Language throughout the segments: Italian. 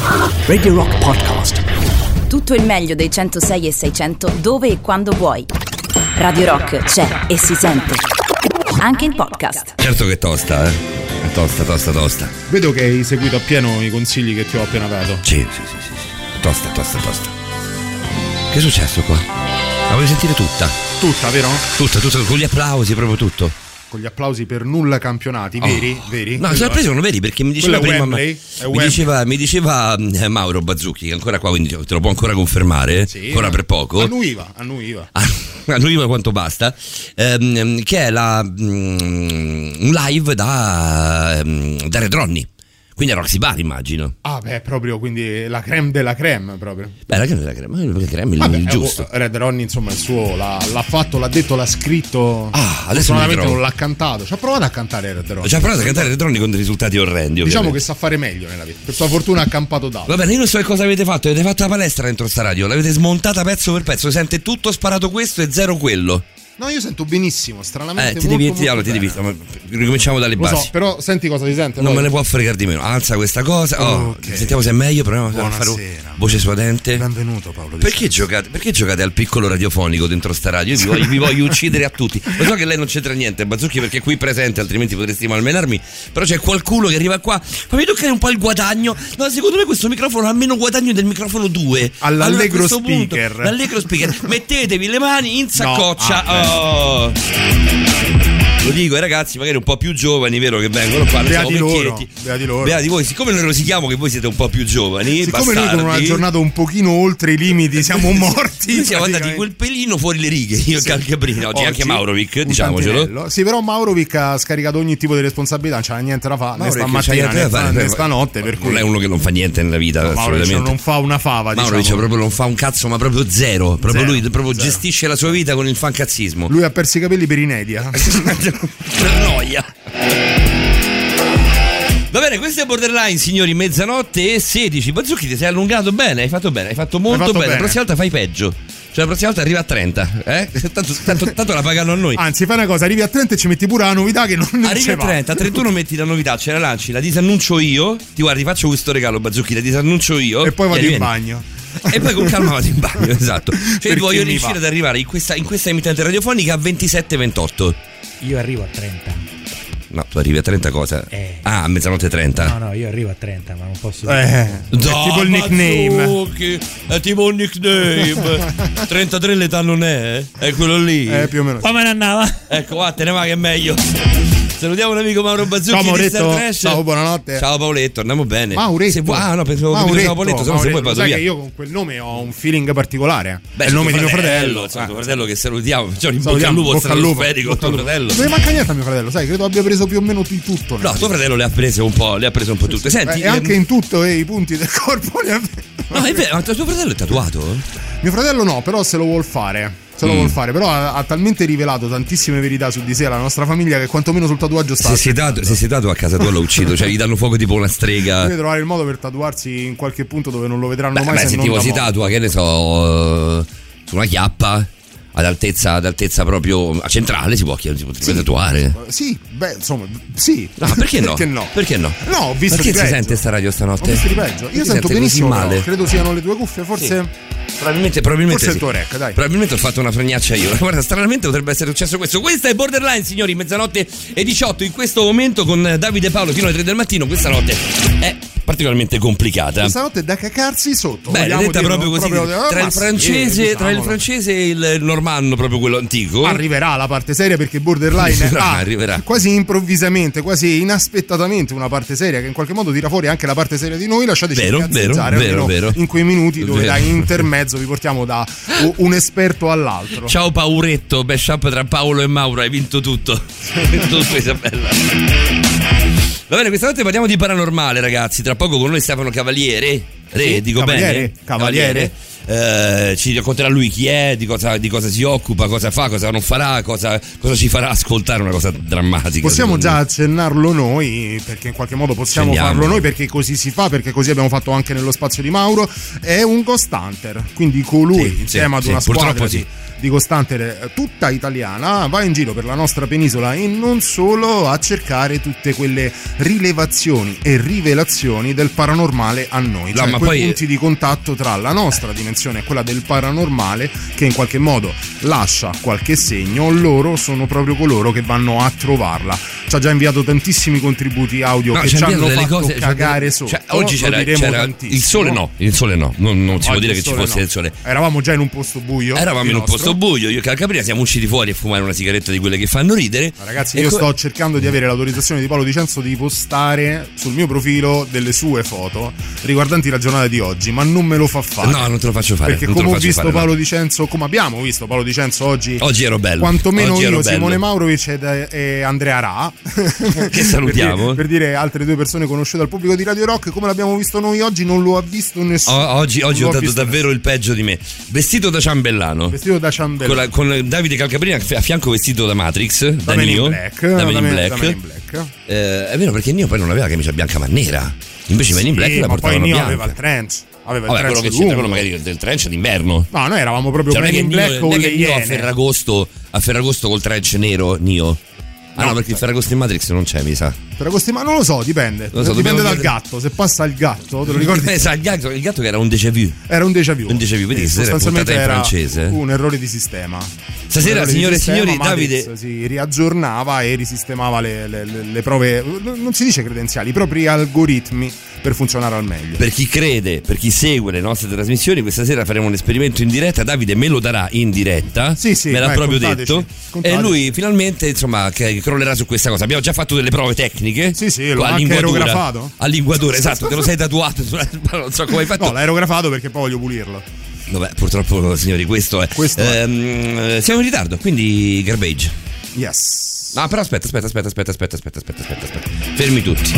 Radio Rock Podcast. Tutto il meglio dei 106 e 600 dove e quando vuoi. Radio Rock c'è e si sente anche in podcast. Certo che tosta, tosta. Vedo che hai seguito appieno i consigli che ti ho appena dato. Sì. Tosta. Che è successo qua? La vuoi sentire tutta? Tutta, vero? Tutta, con gli applausi, proprio tutto. Con gli applausi per nulla campionati, veri? No, sono veri, perché mi diceva prima mi diceva Mauro Bazzucchi, che è ancora qua, quindi te lo può ancora confermare, sì, ancora per poco. Annuiva. Annuiva quanto basta, che è un live da Red Ronnie. Quindi a Roxy Bar, immagino. Ah, beh, proprio, quindi la creme della creme, proprio. Beh, la creme della creme, il giusto. Red Ronnie, insomma, il suo l'ha fatto, l'ha detto, l'ha scritto. Adesso non l'ha cantato. Ci ha provato a cantare Red Ronnie. Ci ha provato a cantare Red Ronnie con dei risultati orrendi, diciamo che sa fare meglio nella vita. Per sua fortuna ha campato d'altro. Va bene, io non so che cosa avete fatto. Avete fatto la palestra dentro sta radio, l'avete smontata pezzo per pezzo. Sente tutto sparato questo e zero quello. No, io sento benissimo, stranamente. Ti devi ricominciamo dalle basi. Lo so, però senti cosa si sente. Non me ne può fregare di meno. Alza questa cosa. Okay. Sentiamo se è meglio. Proviamo a fare voce suadente. Benvenuto Paolo. Perché giocate al piccolo radiofonico dentro sta radio? Io vi voglio uccidere a tutti. Lo so che lei non c'entra niente, Bazzucchi, perché è qui presente, altrimenti potresti malmenarmi. Però c'è qualcuno che arriva qua. Fammi toccare un po' il guadagno. No, secondo me questo microfono ha meno guadagno del microfono 2. All'Allegro Speaker. L'Allegro Speaker. Mettetevi le mani in saccoccia. Lo dico ai ragazzi magari un po' più giovani, vero, che vengono qua. Beati loro. Beati voi. Siccome noi rosichiamo che voi siete un po' più giovani, siccome noi con una giornata un pochino oltre i limiti siamo morti. Noi siamo andati quel pelino fuori le righe. Io e Calcabrina oggi anche Maurovic, diciamocelo. Sì, però Maurovic ha scaricato ogni tipo di responsabilità, non c'ha niente da fare né stamattina né stanotte, per cui non è uno che non fa niente nella vita. Maurovic non fa una fava, Maurovic proprio non fa un cazzo, ma proprio zero. Proprio lui gestisce la sua vita con il fancazzismo. Lui ha perso i capelli per inedia. Per noia. Va bene, questo è Borderline, signori, mezzanotte e 16. Bazzucchi, ti sei allungato bene, hai fatto molto bene. La prossima volta fai peggio. Cioè la prossima volta arriva a 30, tanto la pagano a noi. Anzi, fai una cosa, arrivi a 30 e ci metti pure la novità che non arrivi a 30, a 31 metti la novità, ce la lanci, la disannuncio io. Ti guardi, faccio questo regalo, Bazzucchi, la disannuncio io. E poi vado in bagno. E poi con calma vado in bagno, esatto. Cioè voglio riuscire ad arrivare in questa emittente radiofonica a 27-28. Io arrivo a 30. No, tu arrivi a 30 cosa? A mezzanotte 30. No, io arrivo a 30, ma non posso dire. È tipo il nickname. È tipo un nickname. 33 l'età non è quello lì. Più o meno. Come ne andava? Ecco, vattene va che è meglio. Salutiamo l'amico Mauro Bazzucchi. Ciao Mauretto. Ciao, buonanotte. Ciao Paoletto, andiamo bene. Mauretto. No, pensavo che ciao Paoletto, se poi vado sai via. Che io con quel nome ho un feeling particolare. Beh, è il nome di mio fratello. Tuo fratello che salutiamo. Facciamo in bocca al lupo stratosferico tuo fratello. Non mi manca niente a mio fratello, sai, credo abbia preso più o meno di tutto. No, tuo fratello le ha prese un po' tutte. Senti, e anche in tutto i punti del corpo li ha. No, è vero, ma tuo fratello è tatuato? Mio fratello no, però se lo vuol fare. Però ha talmente rivelato tantissime verità su di sé alla nostra famiglia che quantomeno sul tatuaggio sta. Se si tatua a casa tua lo uccido, cioè gli danno fuoco tipo una strega. Deve trovare il modo per tatuarsi in qualche punto dove non lo vedranno mai. Se tipo si tatua, che ne so, su una chiappa ad altezza proprio centrale si potrebbe tatuare. Sì, beh, insomma, sì. No, perché no? Perché no? No, ho visto perché si sente sta radio stanotte? Ho visto di peggio. Io sento benissimo male. Credo siano le tue cuffie, forse. Sì. Probabilmente forse il tuo rec, dai. Probabilmente ho fatto una fregnaccia io. Guarda, stranamente potrebbe essere successo questo. Questa è Borderline, signori, mezzanotte e 18 in questo momento con Davide e Paolo fino alle 3 del mattino. Questa notte è particolarmente complicata. Questa notte è da cacarsi sotto. Beh, detta proprio così. Tra il francese e il normanno, proprio quello antico. Arriverà la parte seria, perché Borderline arriverà quasi improvvisamente, quasi inaspettatamente una parte seria che in qualche modo tira fuori anche la parte seria di noi. Lasciateci vero. In quei minuti dove da intermezzo vi portiamo da un esperto all'altro. Ciao Pauretto, best up tra Paolo e Mauro, hai vinto tutto. Tutto, Isabella. Va bene, questa notte parliamo di paranormale, ragazzi. Tra poco con noi Stefano Cavaliere. Cavaliere. ci racconterà lui chi è, di cosa si occupa, cosa fa, cosa non farà, cosa ci farà ascoltare, una cosa drammatica. Possiamo già accennarlo noi, perché in qualche modo possiamo farlo noi, perché così si fa, perché così abbiamo fatto anche nello spazio di Mauro. È un Ghost Hunter, quindi colui insieme ad una squadra di Ghost Hunter tutta italiana va in giro per la nostra penisola e non solo a cercare tutte quelle rilevazioni e rivelazioni del paranormale a noi, cioè quei punti di contatto tra la nostra dimensione e quella del paranormale che in qualche modo lascia qualche segno. Loro sono proprio coloro che vanno a trovarla. Ci ha già inviato tantissimi contributi audio che ci hanno fatto cagare sotto. Oggi c'era il sole no, non si può dire che ci fosse il sole. Eravamo già in un posto buio. Buio, io e Calcabrina siamo usciti fuori a fumare una sigaretta di quelle che fanno ridere. Ma ragazzi, io sto cercando di avere l'autorizzazione di Paolo Di Cenzo di postare sul mio profilo delle sue foto riguardanti la giornata di oggi, ma non me lo fa fare. No, non te lo faccio fare. Perché come ho visto Paolo Di Cenzo, come abbiamo visto Paolo Di Cenzo oggi ero bello. Quantomeno io, Simone Maurovic e Andrea Ra, che salutiamo. per dire altre due persone conosciute dal pubblico di Radio Rock, come l'abbiamo visto noi oggi, non lo ha visto nessuno. Oggi ho dato davvero il peggio di me. Vestito da ciambellano. Con Davide Calcabrina a fianco vestito da Matrix, da Neo, da Men in Black. È vero, perché Neo poi non aveva camicia bianca ma nera. Invece Men in Black la portavano bianca. Aveva il trench. Aveva il trench quello che c'entra, quello magari del trench d'inverno. No, noi eravamo proprio Men in Black con le Iene. A Ferragosto col trench nero, Neo. No, perché il Ferragosto in Matrix non c'è, mi sa. Ferragosto, ma non lo so, dipende. Dipende dal gatto. Se passa il gatto, te lo ricordi? Il gatto che era un déjà vu. Era un déjà vu. Quindi sostanzialmente era in francese. Un errore di sistema. Stasera, signore e signori, Davide si riaggiornava e risistemava le prove, non si dice credenziali, i propri algoritmi per funzionare al meglio. Per chi crede, per chi segue le nostre trasmissioni, questa sera faremo un esperimento in diretta. Davide me lo darà in diretta. Sì, me l'ha proprio detto. E lui finalmente, insomma, che crollerà su questa cosa. Abbiamo già fatto delle prove tecniche. Sì, l'ho anche aerografato. A linguatura, esatto, te lo sei tatuato. Non so come hai fatto. No, l'ho aerografato perché poi voglio pulirlo. Vabbè, purtroppo, signori, questo è. Siamo in ritardo, quindi garbage. Yes. No, però aspetta. Fermi tutti.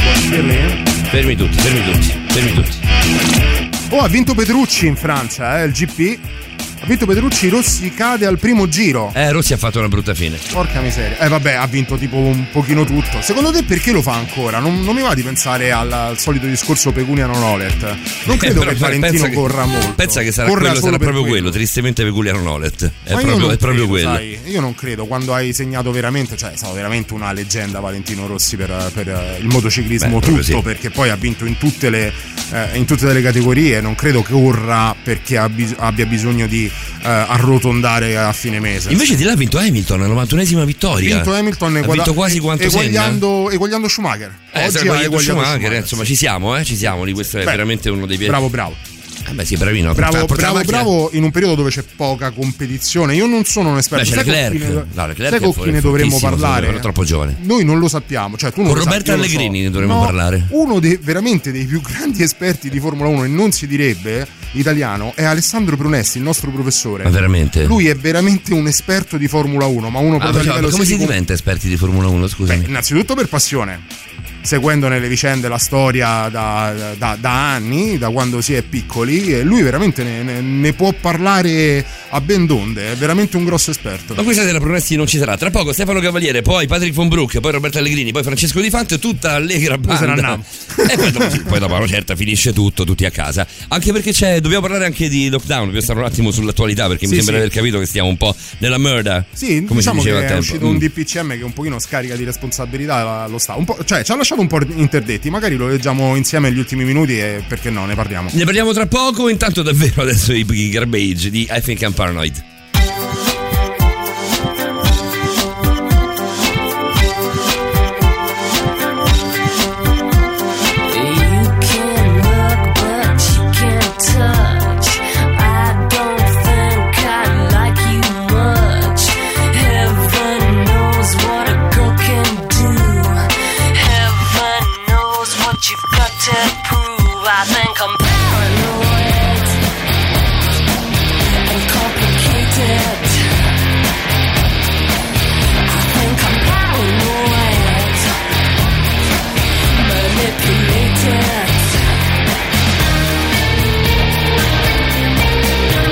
Oh, ha vinto Petrucci in Francia, il GP. Ha vinto Petrucci, Rossi cade al primo giro. Rossi ha fatto una brutta fine. Porca miseria. Vabbè, ha vinto tipo un pochino tutto. Secondo te perché lo fa ancora? Non mi va di pensare al solito discorso pecunia non olet. Non credo che Valentino corra molto. Pensa che sarà proprio quello, tristemente pecunia non olet. È proprio quello. Sai, io non credo, quando hai segnato veramente, cioè è stato veramente una leggenda Valentino Rossi per il motociclismo tutto, sì. Perché poi ha vinto in tutte le categorie. Non credo che corra perché abbia bisogno di arrotondare a fine mese. Invece di là ha vinto Hamilton, la 91esima vittoria. Ha vinto Hamilton ha vinto quasi quanto eguagliando Schumacher. Oggi eguagliando Schumacher, insomma, ci siamo di questo è veramente uno dei piedi. Bravo. Sì, bravino. Bravo in un periodo dove c'è poca competizione. Io non sono un esperto. C'è Leclerc. Sai con chi ne dovremmo parlare? È troppo giovane. Noi non lo sappiamo. Cioè, tu non con Roberto Allegrini ne dovremmo parlare. Uno veramente dei più grandi esperti di Formula 1, e non si direbbe italiano, è Alessandro Brunesti, il nostro professore. Ma veramente? Lui è veramente un esperto di Formula 1, ma uno proprio a livello come si diventa esperti di Formula 1, scusami? Innanzitutto per passione, seguendo nelle vicende la storia da anni, da quando si è piccoli, e lui veramente ne può parlare a ben donde, è veramente un grosso esperto. Ma questa della Brunesti non ci sarà. Tra poco Stefano Cavaliere, poi Patrick Von Broek, poi Roberto Allegrini, poi Francesco Di Fante, tutta allegra banda. E poi dopo una certa finisce tutto, tutti a casa. Anche perché dobbiamo parlare anche di lockdown, dobbiamo stare un attimo sull'attualità, perché mi sembra di aver capito che stiamo un po' nella merda. Sì, come diciamo che è uscito un DPCM che un pochino scarica di responsabilità lo Stato. Un po', cioè ci ha lasciato un po' interdetti, magari lo leggiamo insieme agli ultimi minuti e perché no, ne parliamo. Ne parliamo tra poco, intanto davvero adesso i garbage di I Think I'm Paranoid. I think I'm paranoid and complicated. I think I'm paranoid, manipulated.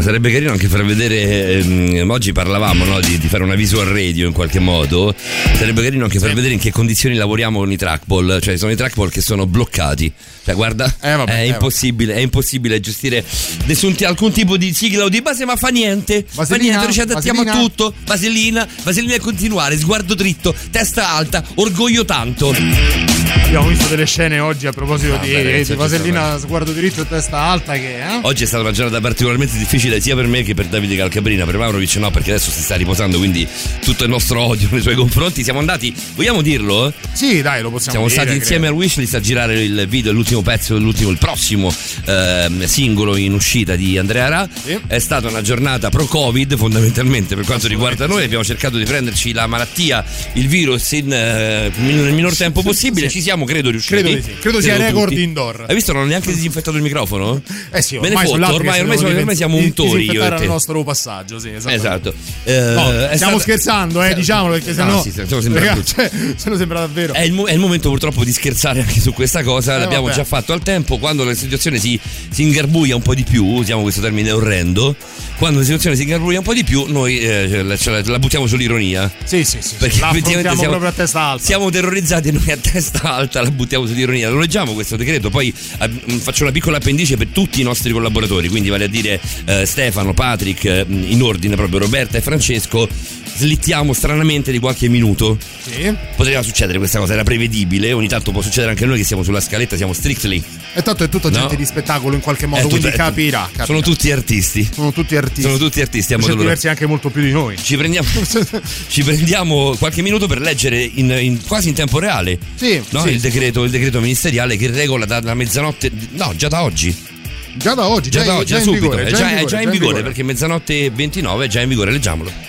sarebbe carino anche far vedere, oggi parlavamo, no, di fare una visual radio in qualche modo. Sarebbe carino anche far vedere in che condizioni lavoriamo con i trackball. Cioè sono i trackball che sono bloccati. Cioè guarda, è impossibile gestire alcun tipo di sigla o di base, ma fa niente. Noi ci adattiamo a tutto. Vasellina e continuare, sguardo dritto, testa alta, orgoglio tanto. Abbiamo visto delle scene oggi a proposito di Vasellina, sguardo diritto e testa alta che oggi è stata una giornata particolarmente difficile sia per me che per Davide Calcabrina. Per Maurovic no, perché adesso si sta riposando, quindi tutto il nostro odio nei suoi confronti. Siamo andati, vogliamo dirlo? Sì, dai, lo possiamo dire. Siamo stati insieme al Wishlist a girare il video, l'ultimo pezzo, il prossimo singolo in uscita di Andrea Ra. Sì. È stata una giornata pro Covid fondamentalmente per quanto riguarda noi. Abbiamo cercato di prenderci la malattia, il virus nel minor tempo possibile. Ci siamo credo riusciti. Credo di sì. Credo sia record indoor. Hai visto, non ho neanche disinfettato il microfono? Sì, ormai siamo untori io e te. Il nostro passaggio, sì, esatto. Stiamo scherzando, diciamolo, perché sennò sennò sembra davvero. È il momento purtroppo di scherzare anche su questa cosa. L'abbiamo già fatto al tempo, quando la situazione si ingarbuia un po' di più, usiamo questo termine orrendo. Quando la situazione si ingarbuia un po' di più, noi la buttiamo sull'ironia. Sì. Perché la affrontiamo proprio a testa alta. Siamo terrorizzati e noi a testa alta la buttiamo sull'ironia. Lo leggiamo questo decreto, poi faccio una piccola appendice per tutti i nostri collaboratori, quindi vale a dire Stefano, Patrick, in ordine proprio Roberta e Francesco. Slittiamo stranamente di qualche minuto. Sì. Poteva succedere questa cosa, era prevedibile. Ogni tanto può succedere anche a noi che siamo sulla scaletta, siamo strictly. E tanto è tutta gente di spettacolo in qualche modo, quindi capirà. Sono tutti artisti. Sono tutti artisti a modo loro. Diversi anche molto più di noi. Ci prendiamo qualche minuto per leggere quasi in tempo reale. Sì, il decreto ministeriale che regola da mezzanotte. No, già da oggi. Già subito. È già in vigore perché mezzanotte 29 è già in vigore, leggiamolo.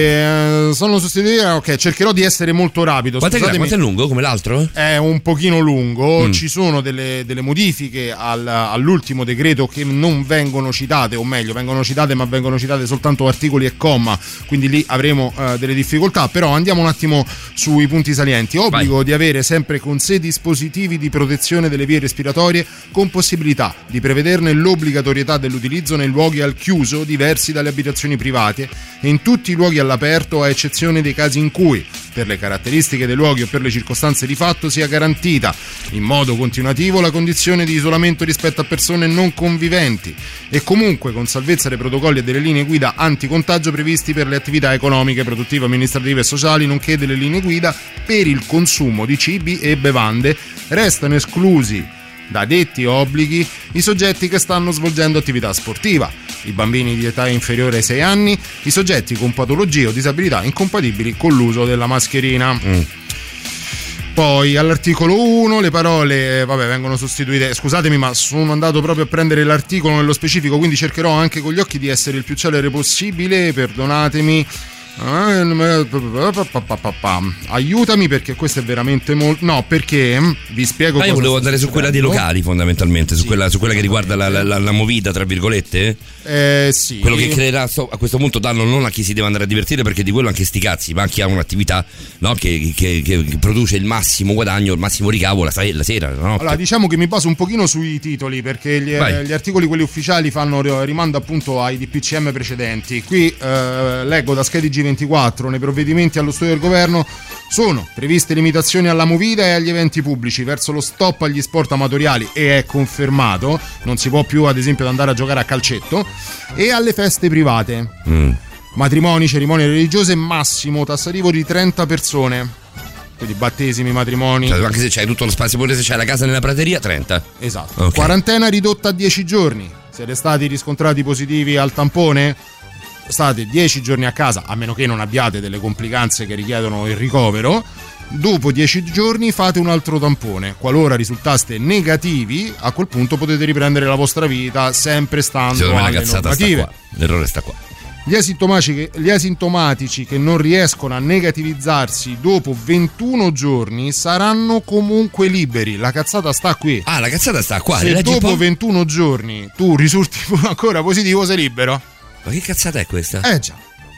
Sono sostituiti. Ok, cercherò di essere molto rapido. Quanto è lungo come l'altro? È un pochino lungo. Ci sono delle modifiche all'ultimo decreto che non vengono citate, o meglio, vengono citate, ma vengono citate soltanto articoli e comma. Quindi lì avremo delle difficoltà. Però andiamo un attimo sui punti salienti. Obbligo di avere sempre con sé dispositivi di protezione delle vie respiratorie, con possibilità di prevederne l'obbligatorietà dell'utilizzo nei luoghi al chiuso diversi dalle abitazioni private e in tutti i luoghi all'aperto, a eccezione dei casi in cui, per le caratteristiche dei luoghi o per le circostanze di fatto, sia garantita in modo continuativo la condizione di isolamento rispetto a persone non conviventi e comunque con salvezza dei protocolli e delle linee guida anticontagio previsti per le attività economiche, produttive, amministrative e sociali, nonché delle linee guida per il consumo di cibi e bevande. Restano esclusi da detti obblighi i soggetti che stanno svolgendo attività sportiva, i bambini di età inferiore ai 6 anni, i soggetti con patologie o disabilità incompatibili con l'uso della mascherina. Poi all'articolo 1 le parole vengono sostituite. Scusatemi, ma sono andato proprio a prendere l'articolo nello specifico, quindi cercherò anche con gli occhi di essere il più celere possibile, perdonatemi. Aiutami, perché questo è veramente molto. No, perché vi spiego. Io volevo andare su quella dei locali, fondamentalmente, su quella che riguarda la movida, tra virgolette. Sì. Quello che creerà a questo punto danno non a chi si deve andare a divertire, perché di quello anche sti cazzi, ma a chi ha un'attività, no, che produce il massimo guadagno, il massimo ricavo la sera. No? Allora, diciamo che mi baso un pochino sui titoli, perché gli articoli, quelli ufficiali, fanno rimando appunto ai DPCM precedenti. Qui leggo da Schedi 24, nei provvedimenti allo studio del governo sono previste limitazioni alla movida e agli eventi pubblici verso lo stop agli sport amatoriali, e è confermato, non si può più ad esempio andare a giocare a calcetto, e alle feste private, matrimoni, cerimonie religiose, massimo tassativo di 30 persone, quindi battesimi, matrimoni, cioè, anche se c'hai tutto lo spazio, pure se c'hai la casa nella prateria, 30. Esatto. Okay. Quarantena ridotta a 10 giorni. Siete stati riscontrati positivi al tampone? State 10 giorni a casa, a meno che non abbiate delle complicanze che richiedono il ricovero. Dopo 10 giorni fate un altro tampone. Qualora risultaste negativi, a quel punto potete riprendere la vostra vita, sempre stando alle normative. L'errore sta qua. Gli asintomatici che non riescono a negativizzarsi dopo 21 giorni saranno comunque liberi. La cazzata sta qui. Ah, la cazzata sta qua. Se dopo 21 giorni tu risulti ancora positivo, sei libero. Ma che cazzata è questa? Già.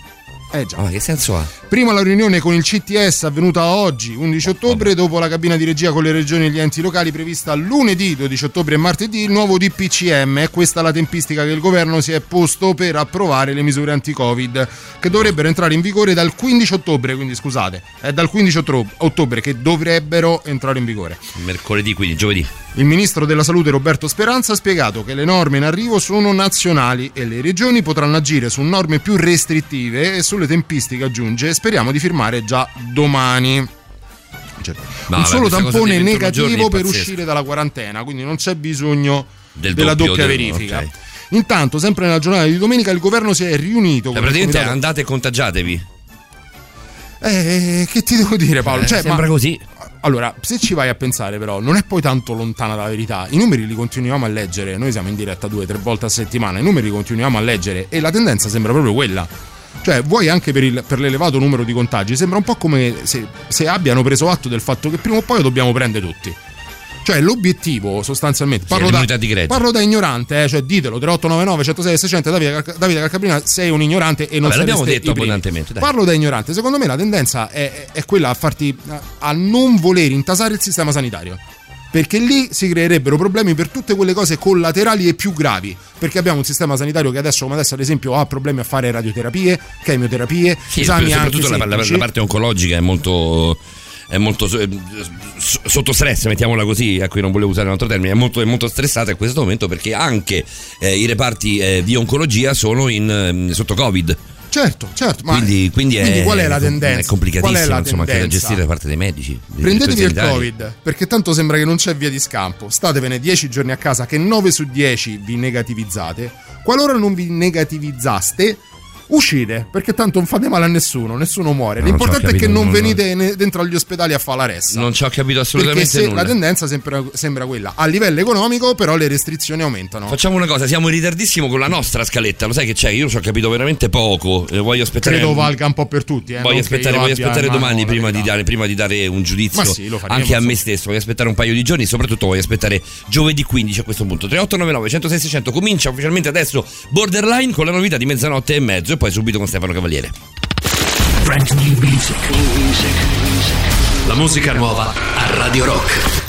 Già. Che senso ha? Prima la riunione con il CTS avvenuta oggi, 11 ottobre, dopo la cabina di regia con le regioni e gli enti locali prevista lunedì 12 ottobre e martedì il nuovo DPCM. È questa la tempistica che il governo si è posto per approvare le misure anti-Covid, che dovrebbero entrare in vigore dal 15 ottobre, quindi scusate, è dal 15 ottobre che dovrebbero entrare in vigore. Mercoledì, quindi giovedì. Il ministro della Salute Roberto Speranza ha spiegato che le norme in arrivo sono nazionali e le regioni potranno agire su norme più restrittive e sulle tempistiche, aggiunge, speriamo di firmare già domani. Un solo tampone negativo per uscire dalla quarantena, quindi non c'è bisogno della doppia verifica. Okay. Intanto, sempre nella giornata di domenica, il governo si è riunito. Praticamente andate e contagiatevi. Che ti devo dire, Paolo? Sembra così. Allora, se ci vai a pensare, però, non è poi tanto lontana dalla verità. I numeri li continuiamo a leggere. Noi siamo in diretta 2 o 3 volte a settimana. I numeri li continuiamo a leggere e la tendenza sembra proprio quella. Cioè, vuoi anche per l'elevato numero di contagi, sembra un po' come se abbiano preso atto del fatto che prima o poi lo dobbiamo prendere tutti. Cioè, l'obiettivo sostanzialmente, parlo da ignorante, cioè ditelo, 3899 106 600, Davide Calcabrina, sei un ignorante e non sei. L'abbiamo detto abbondantemente, dai. Parlo da ignorante, secondo me la tendenza è quella a non voler intasare il sistema sanitario, perché lì si creerebbero problemi per tutte quelle cose collaterali e più gravi, perché abbiamo un sistema sanitario che adesso, come adesso ad esempio, ha problemi a fare radioterapie, chemioterapie, esami anche soprattutto la parte oncologica è molto sotto stress, mettiamola così, ecco, io non volevo usare un altro termine, è molto stressata in questo momento, perché anche i reparti di oncologia sono sotto Covid. Certo, ma quindi qual è la tendenza? È complicatissimo, insomma, anche da gestire da parte dei medici. Prendetevi il Covid, perché tanto sembra che non c'è via di scampo. Statevene 10 giorni a casa, che 9 su 10 vi negativizzate. Qualora non vi negativizzaste, uscite, perché tanto non fate male a nessuno muore. L'importante è che non venite dentro agli ospedali a fare la ressa. Non ci ho capito assolutamente perché nulla. La tendenza sembra quella. A livello economico però le restrizioni aumentano. Facciamo una cosa, siamo in ritardissimo con la nostra scaletta. Lo sai che c'è? Io ci ho capito veramente poco. Voglio aspettare. Credo valga un po' per tutti. Voglio aspettare domani prima di dare un giudizio. Ma sì, lo faremo, anche a me stesso. Voglio aspettare un paio di giorni. Soprattutto voglio aspettare giovedì 15 a questo punto. 3899 106 600. Comincia ufficialmente adesso Borderline con la novità di mezzanotte e mezzo. E poi subito con Stefano Cavaliere. Brand new music. La musica nuova a Radio Rock.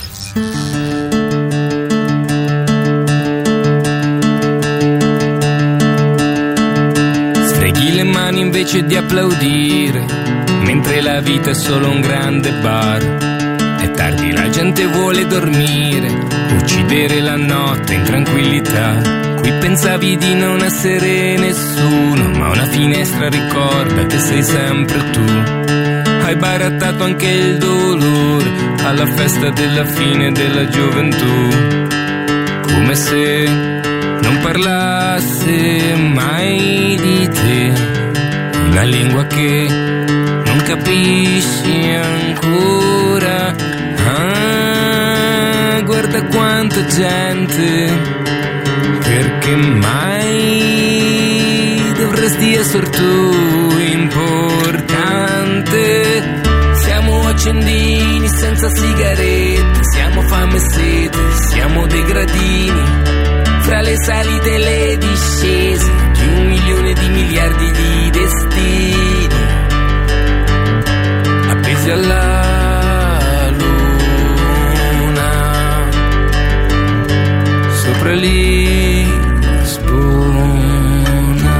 Streghi le mani invece di applaudire, mentre la vita è solo un grande bar. È tardi, la gente vuole dormire, uccidere la notte in tranquillità. Qui pensavi di non essere nessuno, ma una finestra ricorda che sei sempre tu. Hai barattato anche il dolore alla festa della fine della gioventù, come se non parlasse mai di te, una lingua che non capisci ancora. Guarda quanta gente, perché mai dovresti essere tu importante? Siamo accendini senza sigarette, siamo fame e sete, siamo dei gradini fra le salite e le discese di 1 milione di miliardi di destini, appesi alla luna, sopra Lisbona.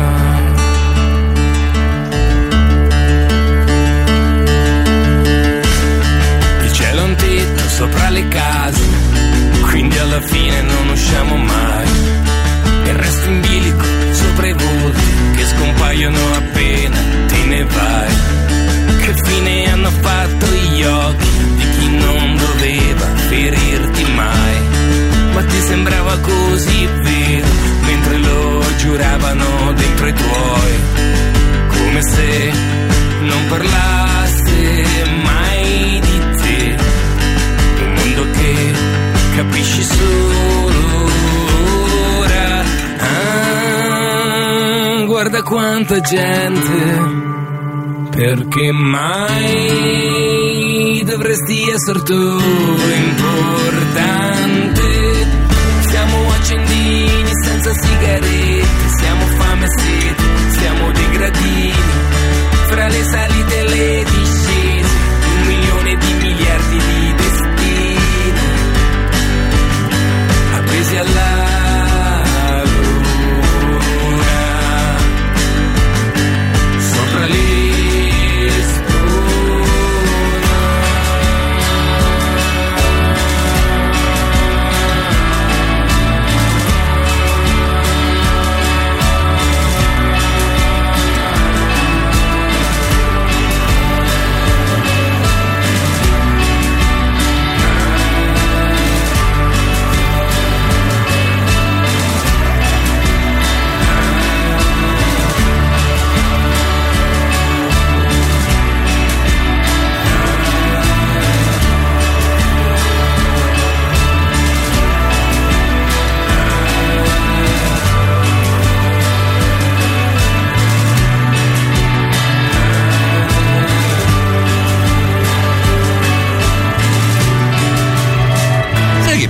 Il cielo è un tetto sopra le case, quindi alla fine non usciamo mai. Il resto in bilico sopra i volti che scompaiono appena te ne vai. Che fine hanno fatto gli occhi di chi non doveva ferirti mai? Ma ti sembrava così vero, mentre lo giuravano dentro i tuoi, come se non parlasse mai di te. Un mondo che capisci solo ora. Guarda quanta gente, perché mai dovresti essere tu importante? Siamo accendini senza sigarette, siamo fame e sete, siamo dei gradini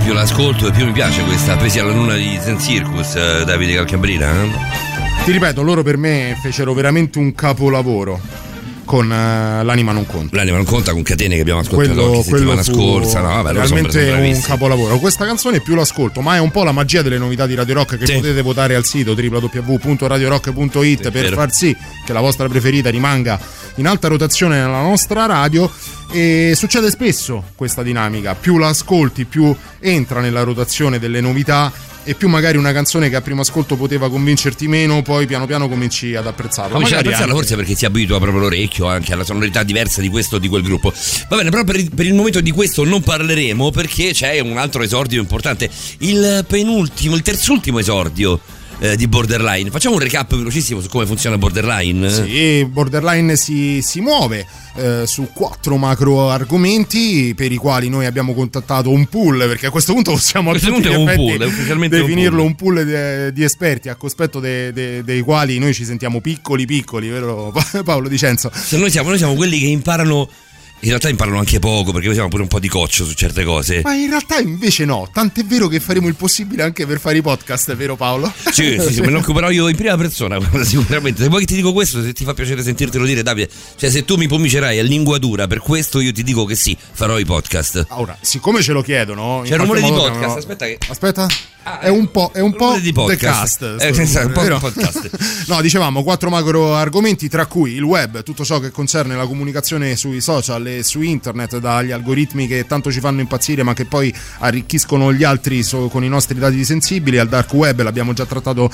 più l'ascolto e più mi piace questa Pesi alla luna di Zen Circus, Davide Calcabrina. Ti ripeto, loro per me fecero veramente un capolavoro con L'anima non conta. L'anima non conta, con Catene, che abbiamo ascoltato anche settimana scorsa. No, vabbè, realmente un capolavoro. Questa canzone più l'ascolto, ma è un po' la magia delle novità di Radio Rock, che potete votare al sito www.radiorock.it per far sì che la vostra preferita rimanga in alta rotazione nella nostra radio. E succede spesso questa dinamica: più la ascolti, più entra nella rotazione delle novità, e più magari una canzone che a primo ascolto poteva convincerti meno, poi piano piano cominci ad apprezzarla. Cominci ad apprezzarla forse perché si abitua proprio l'orecchio anche alla sonorità diversa di questo o di quel gruppo. Va bene, però per il momento di questo non parleremo, perché c'è un altro esordio importante, il terzultimo esordio di Borderline. Facciamo un recap velocissimo su come funziona Borderline. Sì, Borderline si muove su 4 macro argomenti per i quali noi abbiamo contattato un pool, perché a questo punto possiamo a tutti gli effetti definirlo un pool di esperti, a cospetto dei quali noi ci sentiamo piccoli, vero Paolo Dicenzo? Noi siamo quelli che imparano. In realtà imparano anche poco, perché noi siamo pure un po' di coccio su certe cose. Ma in realtà invece no, tant'è vero che faremo il possibile anche per fare i podcast, vero Paolo? Sì, me ne occuperò io in prima persona, sicuramente. Se vuoi che ti dico questo, se ti fa piacere sentirtelo dire, Davide, cioè se tu mi pomicerai a lingua dura per questo, io ti dico che sì, farò i podcast. Ora, siccome ce lo chiedono, c'è il rumore di podcast, aspetta. È un po' di podcast. Podcast. No, dicevamo 4 macro argomenti, tra cui il web, tutto ciò che concerne la comunicazione sui social e su internet, dagli algoritmi che tanto ci fanno impazzire ma che poi arricchiscono gli altri con i nostri dati sensibili, al dark web. L'abbiamo già trattato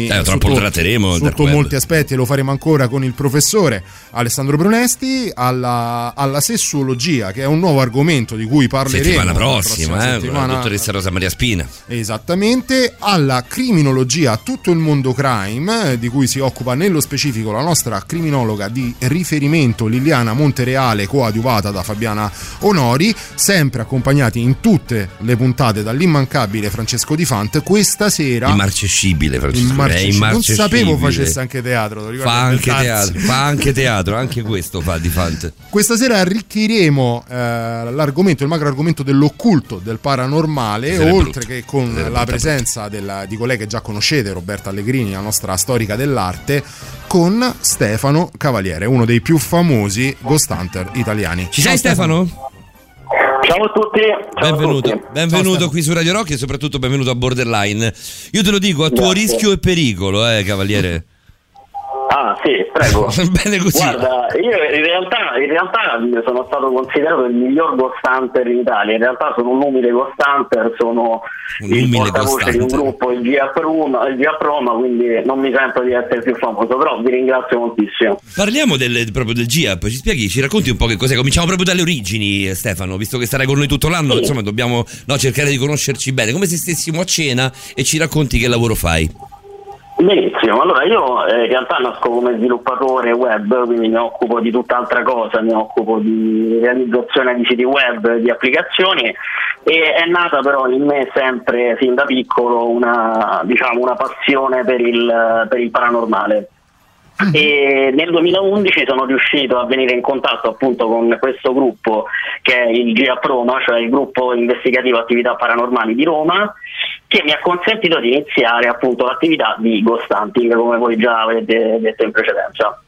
sotto molti aspetti, e lo faremo ancora con il professore Alessandro Brunesti. Alla sessuologia, che è un nuovo argomento di cui parleremo settimana prossima, la dottoressa Rosa Maria Spina. Esattamente. Alla criminologia, tutto il mondo crime, di cui si occupa nello specifico la nostra criminologa di riferimento Liliana Montereale, coadiuvata da Fabiana Onori, sempre accompagnati in tutte le puntate dall'immancabile Francesco Di Fant. Questa sera immarcescibile Francesco, non sapevo facesse anche teatro, fa anche teatro, anche questo fa Di Fant. Questa sera arricchiremo il macro argomento dell'occulto, del paranormale, oltre che con la presenza di colei che già conoscete, Roberta Allegrini, la nostra storica dell'arte, con Stefano Cavaliere, uno dei più famosi ghost hunter italiani. Ci sei Stefano? Ciao a tutti. Benvenuto qui su Radio Rock, e soprattutto benvenuto a Borderline. Io te lo dico a tuo rischio e pericolo, Cavaliere. Ah sì, prego. Bene così. Guarda, io in realtà sono stato considerato il miglior ghost hunter in Italia. In realtà sono un umile ghost hunter, sono il portavoce di un gruppo, il GA Proma, quindi non mi sento di essere più famoso, però vi ringrazio moltissimo. Parliamo proprio del GIAP, ci spieghi, ci racconti un po' che cos'è? Cominciamo proprio dalle origini, Stefano, visto che starai con noi tutto l'anno, insomma dobbiamo cercare di conoscerci bene, come se stessimo a cena, e ci racconti che lavoro fai. Benissimo, allora io in realtà nasco come sviluppatore web, quindi mi occupo di tutt'altra cosa, mi occupo di realizzazione di siti web, di applicazioni, e è nata però in me sempre fin da piccolo una passione per il paranormale. E nel 2011 sono riuscito a venire in contatto appunto con questo gruppo che è il GA Roma, cioè il gruppo investigativo attività paranormali di Roma, che mi ha consentito di iniziare appunto l'attività di ghost hunting, come voi già avete detto in precedenza.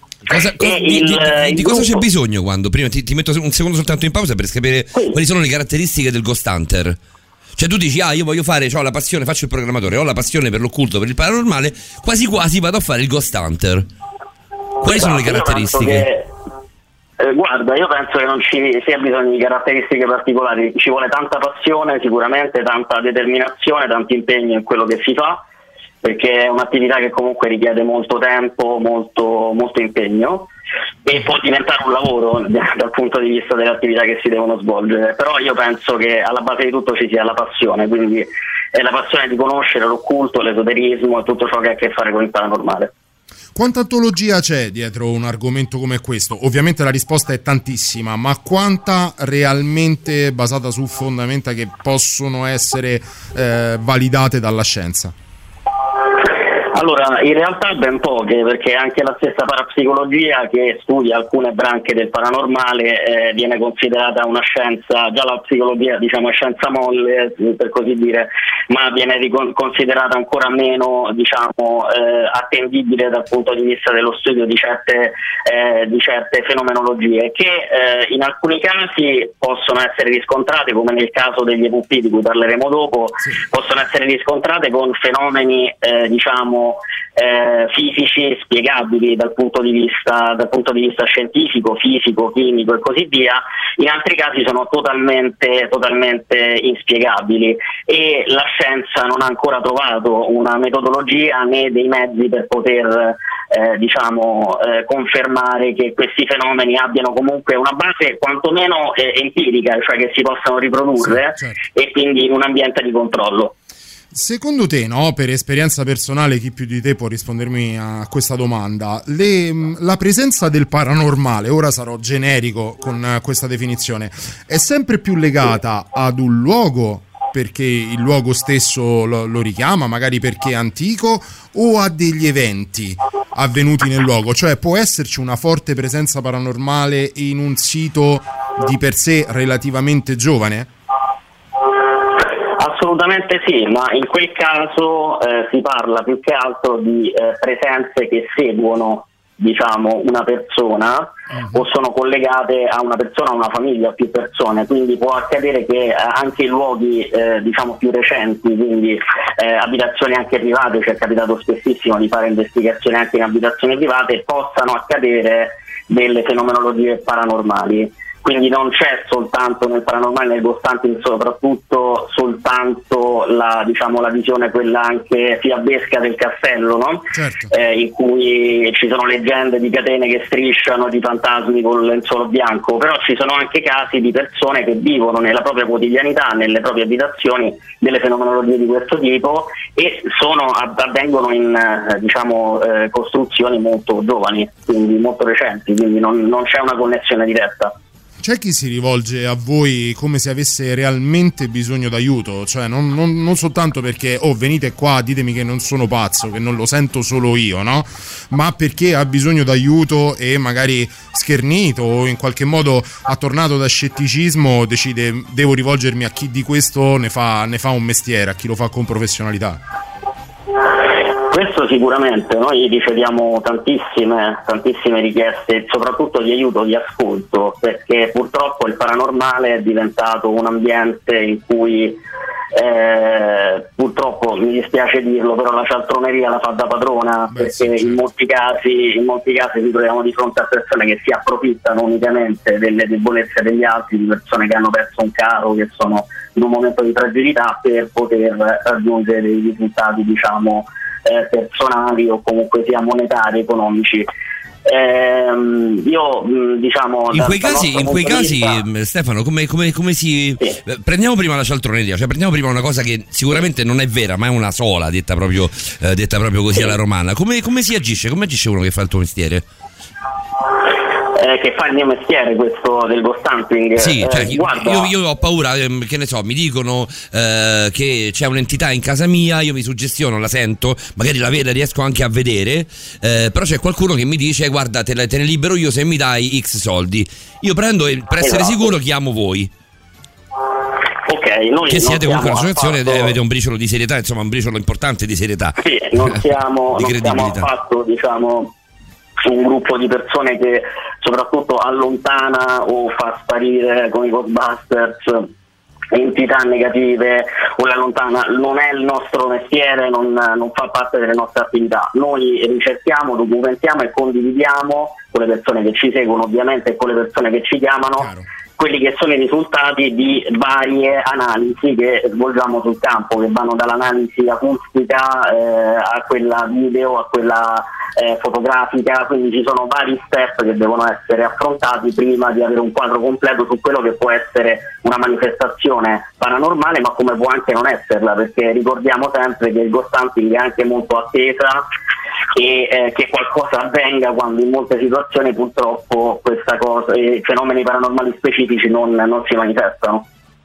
Di cosa c'è bisogno quando? Prima ti metto un secondo soltanto in pausa per sapere quali sono le caratteristiche del ghost hunter. Cioè tu dici, io voglio fare, ho la passione, faccio il programmatore, ho la passione per l'occulto, per il paranormale, quasi quasi vado a fare il ghost hunter. Quali sono le caratteristiche? Guarda, io penso che non ci sia bisogno di caratteristiche particolari, ci vuole tanta passione, sicuramente tanta determinazione, tanto impegno in quello che si fa, perché è un'attività che comunque richiede molto tempo, molto, molto impegno, e può diventare un lavoro dal punto di vista delle attività che si devono svolgere, però io penso che alla base di tutto ci sia la passione, quindi è la passione di conoscere l'occulto, l'esoterismo e tutto ciò che ha a che fare con il paranormale. Quanta antologia c'è dietro un argomento come questo? Ovviamente la risposta è tantissima, ma quanta realmente basata su fondamenta che possono essere validate dalla scienza? Allora, in realtà ben poche, perché anche la stessa parapsicologia che studia alcune branche del paranormale viene considerata una scienza, già la psicologia diciamo è scienza molle per così dire, ma viene considerata ancora meno diciamo attendibile dal punto di vista dello studio di certe fenomenologie che in alcuni casi possono essere riscontrate, come nel caso degli EVP di cui parleremo dopo, possono essere riscontrate con fenomeni diciamo fisici spiegabili dal punto di vista scientifico, fisico, chimico e così via. In altri casi sono totalmente inspiegabili e la scienza non ha ancora trovato una metodologia né dei mezzi per poter confermare che questi fenomeni abbiano comunque una base quantomeno empirica, cioè che si possano riprodurre, e quindi in un ambiente di controllo. Secondo te, no, per esperienza personale, chi più di te può rispondermi a questa domanda, la presenza del paranormale, ora sarò generico con questa definizione, è sempre più legata ad un luogo perché il luogo stesso lo richiama, magari perché è antico, o a degli eventi avvenuti nel luogo? Cioè può esserci una forte presenza paranormale in un sito di per sé relativamente giovane? Assolutamente sì, ma in quel caso si parla più che altro di presenze che seguono diciamo una persona o sono collegate a una persona, a una famiglia, a più persone, quindi può accadere che anche in luoghi diciamo più recenti, quindi abitazioni anche private, ci è capitato spessissimo di fare investigazioni anche in abitazioni private, possano accadere delle fenomenologie paranormali. Quindi non c'è soltanto nel paranormale, nel ghost hunting soprattutto soltanto la visione quella anche fiabesca del castello, no? Certo. In cui ci sono leggende di catene che strisciano, di fantasmi col lenzuolo bianco, però ci sono anche casi di persone che vivono nella propria quotidianità, nelle proprie abitazioni, delle fenomenologie di questo tipo e avvengono in costruzioni molto giovani, quindi molto recenti, quindi non c'è una connessione diretta. C'è chi si rivolge a voi come se avesse realmente bisogno d'aiuto, cioè non soltanto perché venite qua, ditemi che non sono pazzo, che non lo sento solo io, no? Ma perché ha bisogno d'aiuto e magari schernito o in qualche modo attornato da scetticismo decide devo rivolgermi a chi di questo ne fa un mestiere, a chi lo fa con professionalità. Questo sicuramente, noi riceviamo tantissime richieste, soprattutto di aiuto, di ascolto, perché purtroppo il paranormale è diventato un ambiente in cui purtroppo, mi dispiace dirlo, però la cialtroneria la fa da padrona, perché in molti casi ci troviamo di fronte a persone che si approfittano unicamente delle debolezze degli altri, di persone che hanno perso un caro, che sono in un momento di fragilità, per poter raggiungere dei risultati personali o comunque sia monetari, economici. In quei casi Stefano, come si prendiamo prima la cialtroneria, cioè prendiamo prima una cosa che sicuramente non è vera, ma è una sola, detta proprio così alla romana. Come si agisce? Come agisce uno che fa il tuo mestiere? Che fa il mio mestiere, questo del ghost hunting. Sì, io ho paura, che ne so, mi dicono che c'è un'entità in casa mia, io mi suggestiono, la sento, magari la riesco anche a vedere, però c'è qualcuno che mi dice guarda te ne libero io se mi dai X soldi. Io prendo e per essere sicuro chiamo voi. Ok, noi che siete comunque un'associazione, avete un briciolo di serietà, insomma un briciolo importante di serietà. Sì, non siamo affatto un gruppo di persone che soprattutto allontana o fa sparire come i Ghostbusters entità negative o le allontana. Non è il nostro mestiere, non fa parte delle nostre attività. Noi ricerchiamo, documentiamo e condividiamo con le persone che ci seguono, ovviamente, e con le persone che ci chiamano. Chiaro. Quelli che sono i risultati di varie analisi che svolgiamo sul campo, che vanno dall'analisi acustica a quella video, a quella fotografica, quindi ci sono vari step che devono essere affrontati prima di avere un quadro completo su quello che può essere una manifestazione paranormale, ma come può anche non esserla, perché ricordiamo sempre che il ghost hunting è anche molto attesa e che qualcosa avvenga quando in molte situazioni purtroppo questa cosa, i fenomeni paranormali specifici non si manifestano.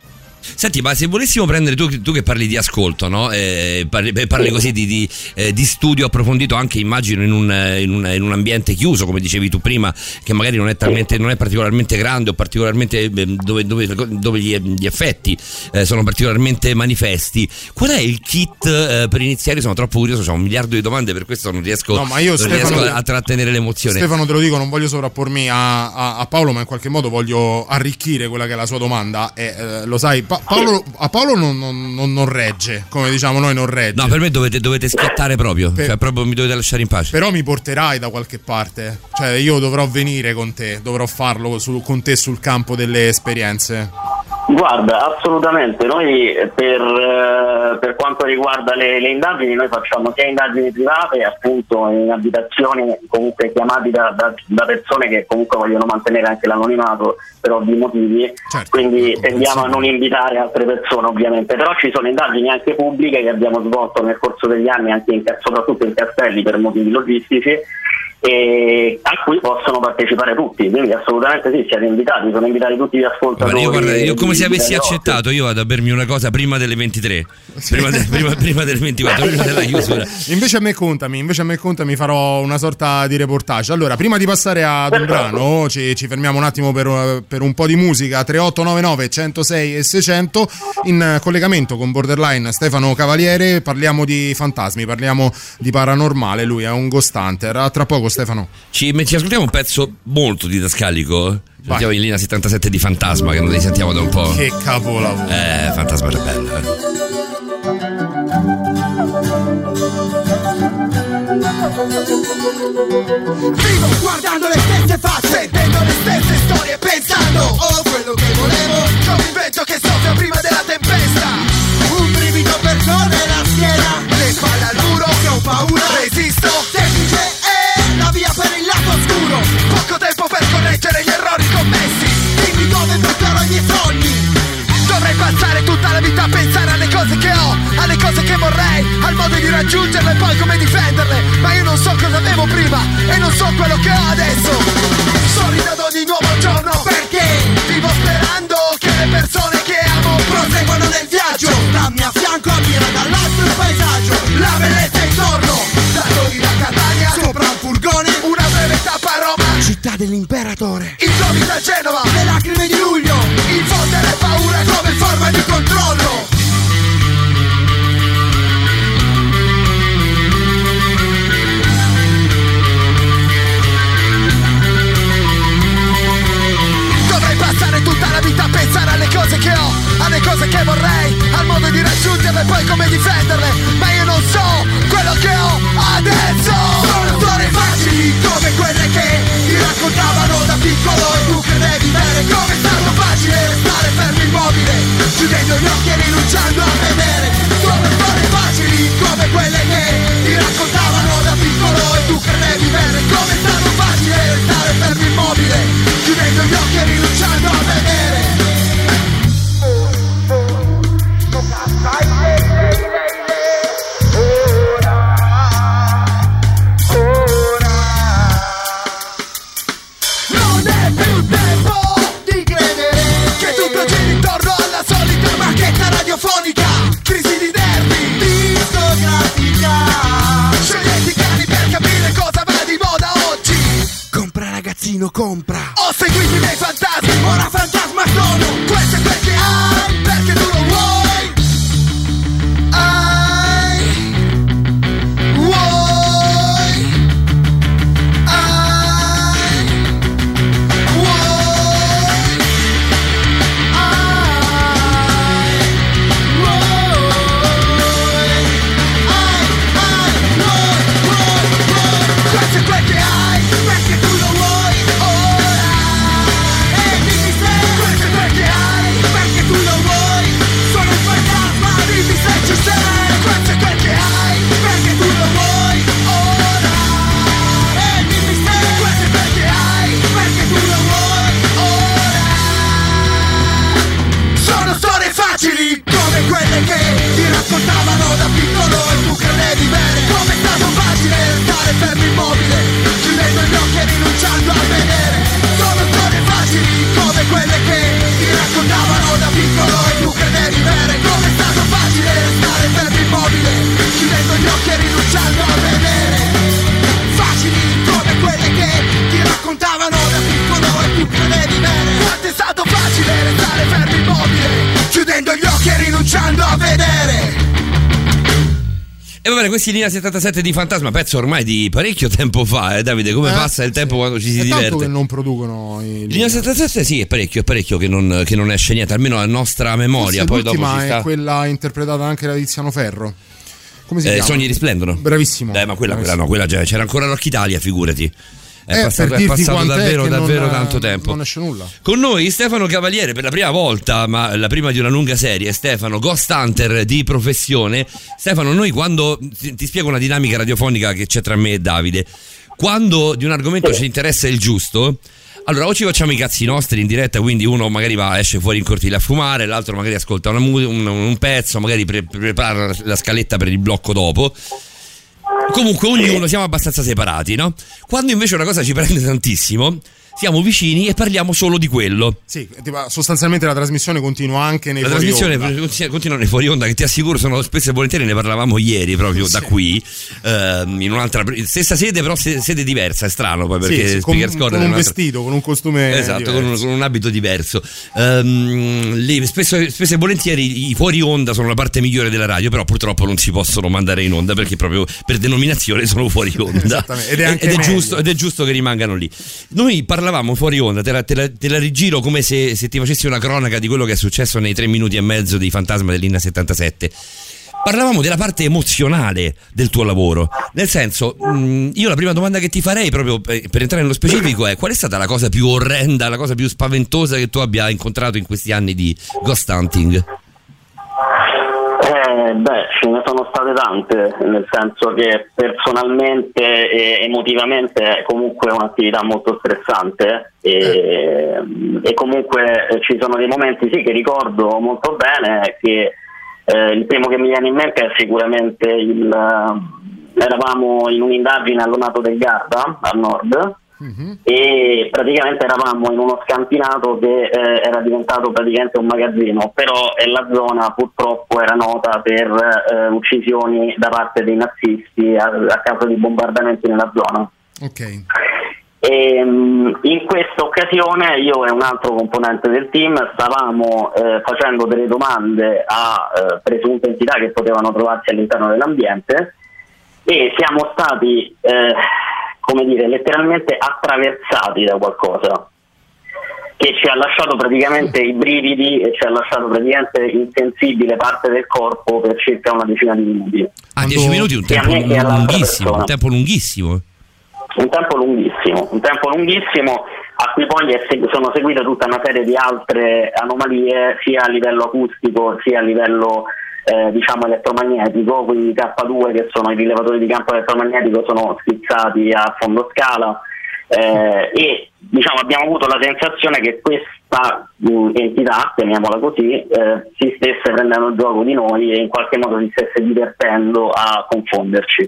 Senti, ma se volessimo prendere tu che parli di ascolto, no? Parli così di studio approfondito, anche immagino in un ambiente chiuso, come dicevi tu prima, che magari non è particolarmente grande o particolarmente dove gli effetti sono particolarmente manifesti. Qual è il kit per iniziare? Sono troppo curioso, ho un miliardo di domande, per questo non riesco a trattenere l'emozione. Stefano, te lo dico, non voglio sovrappormi a Paolo, ma in qualche modo voglio arricchire quella che è la sua domanda. Lo sai, a Paolo non regge, come diciamo noi, non regge. No, per me dovete scattare proprio, cioè proprio mi dovete lasciare in pace. Però mi porterai da qualche parte, cioè io dovrò venire con te, dovrò farlo con te sul campo delle esperienze. Guarda, assolutamente, noi per quanto riguarda le indagini, noi facciamo sia indagini private, appunto in abitazioni comunque chiamati da persone che comunque vogliono mantenere anche l'anonimato per ovvi motivi, certo, quindi tendiamo a non invitare altre persone ovviamente, però ci sono indagini anche pubbliche che abbiamo svolto nel corso degli anni anche soprattutto in castelli per motivi logistici, e a cui possono partecipare tutti, quindi assolutamente sì, siete invitati, sono invitati tutti gli ascoltatori. Io come se avessi accettato, io vado a bermi una cosa prima delle 23, sì. prima delle 24, prima della chiusura. Invece a me contami, farò una sorta di reportage. Allora, prima di passare ad un brano, ci fermiamo un attimo per un po' di musica. 3899 106 e 600 in collegamento con Borderline Stefano Cavaliere, parliamo di fantasmi, parliamo di paranormale, lui è un ghost hunter. A tra poco, Stefano. Ci ascoltiamo un pezzo molto didascalico. Sentiamo in linea 77 di Fantasma, che non li sentiamo da un po'. Che capolavoro. Fantasma è bello. Vivo guardando le stesse facce, sentendo le stesse storie, pensando quello che volevo, come il vento che soffia prima della tempesta. Un brivido percorre la schiena, le spalle al muro, che ho paura, resisto, semplice la via per il lato oscuro, poco tempo per correggere gli errori commessi. Dimmi dove porterò i miei sogni. Dovrei passare tutta la vita a pensare alle cose che ho, alle cose che vorrei, al modo di raggiungerle e poi come difenderle. Ma io non so cosa avevo prima e non so quello che ho adesso. Sorrido ad ogni nuovo giorno perché vivo sperando che le persone che amo proseguano nel viaggio. Stammi a fianco, ammira dall'alto il paesaggio, la bellezza intorno, da Torino a Catania, sopra un furgone, una breve tappa a Roma, città dell'imperatore, i giorni da Genova, le lacrime di luglio, infondere paura come forma di controllo. Dovrei passare tutta la vita a pensare alle cose che ho, alle cose che vorrei, al modo di raggiungerle e poi come difenderle. Ma io non so quello che ho adesso. Sono storie facili come quelle che ti raccontavano da piccolo e tu credevi bene. Come è stato facile restare fermo immobile, chiudendo gli occhi e rinunciando a vedere. Sono storie facili come quelle che ti raccontavano da piccolo e tu credevi bene. Come è stato facile restare fermo immobile, chiudendo gli occhi e rinunciando a vedere. Non è più tempo di credere che tutto giri intorno alla solita marchetta radiofonica, crisi di nervi, discografica. Scegliete i cani per capire cosa va di moda oggi. Compra ragazzino, compra. Ho seguito i miei fantasmi, ora fantasma sono. Questo è quel che hai, perché tu lo vuoi. Questo è quel che hai, perché tu lo vuoi ora. E va bene, questi Linea 77 di Fantasma, pezzo ormai di parecchio tempo fa, Davide, come passa il tempo quando ci si diverte. Tanto che non producono i Linea 77 sì, è parecchio che non esce niente, almeno la nostra memoria. Poi dopo ci sta... è quella interpretata anche da Tiziano Ferro. Come si chiama? Sogni risplendono. Bravissimo. Ma quella già c'era ancora Rock Italia, figurati. È passato davvero tanto tempo. Non esce nulla. Con noi Stefano Cavaliere per la prima volta, ma la prima di una lunga serie. Stefano, Ghost Hunter di professione. Stefano, noi quando ti spiego una dinamica radiofonica che c'è tra me e Davide, quando di un argomento ci interessa il giusto, allora o ci facciamo i cazzi nostri in diretta, quindi uno magari esce fuori in cortile a fumare, l'altro magari ascolta un pezzo, magari prepara la scaletta per il blocco dopo. Comunque ognuno siamo abbastanza separati, no? Quando invece una cosa ci prende tantissimo, siamo vicini e parliamo solo di quello. Sì, sostanzialmente la trasmissione continua anche nei fuori onda. La trasmissione continua nei fuori onda, che ti assicuro sono spesso e volentieri, ne parlavamo ieri proprio da qui, in un'altra stessa sede, però sede diversa, è strano poi perché con un vestito, con un costume esatto, con un abito diverso. Lì spesso e volentieri i fuori onda sono la parte migliore della radio, però purtroppo non si possono mandare in onda perché proprio per denominazione sono fuori onda. Ed è giusto che rimangano lì. Noi parlavamo fuori onda, te la rigiro come se ti facessi una cronaca di quello che è successo nei 3 minuti e mezzo di Fantasma dell'Inna 77. Parlavamo della parte emozionale del tuo lavoro, nel senso, io la prima domanda che ti farei proprio per entrare nello specifico è: qual è stata la cosa più orrenda, la cosa più spaventosa che tu abbia incontrato in questi anni di ghost hunting? Ce ne sono state tante, nel senso che personalmente e emotivamente è comunque un'attività molto stressante e comunque ci sono dei momenti che ricordo molto bene, che il primo che mi viene in mente è sicuramente eravamo in un'indagine all'Onato del Garda a nord. E praticamente eravamo in uno scampinato che era diventato praticamente un magazzino, però la zona purtroppo era nota per uccisioni da parte dei nazisti a causa di bombardamenti nella zona. Ok. E in questa occasione io e un altro componente del team stavamo facendo delle domande a presunte entità che potevano trovarsi all'interno dell'ambiente e siamo stati come dire, letteralmente attraversati da qualcosa che ci ha lasciato praticamente i brividi e ci ha lasciato praticamente insensibile parte del corpo per circa una decina di minuti. 10 minuti, un tempo lunghissimo. Un tempo lunghissimo a cui poi sono seguite tutta una serie di altre anomalie sia a livello acustico sia a livello elettromagnetico, quindi i K2 che sono i rilevatori di campo elettromagnetico sono schizzati a fondo scala e abbiamo avuto la sensazione che questa entità, chiamiamola così, si stesse prendendo gioco di noi e in qualche modo si stesse divertendo a confonderci.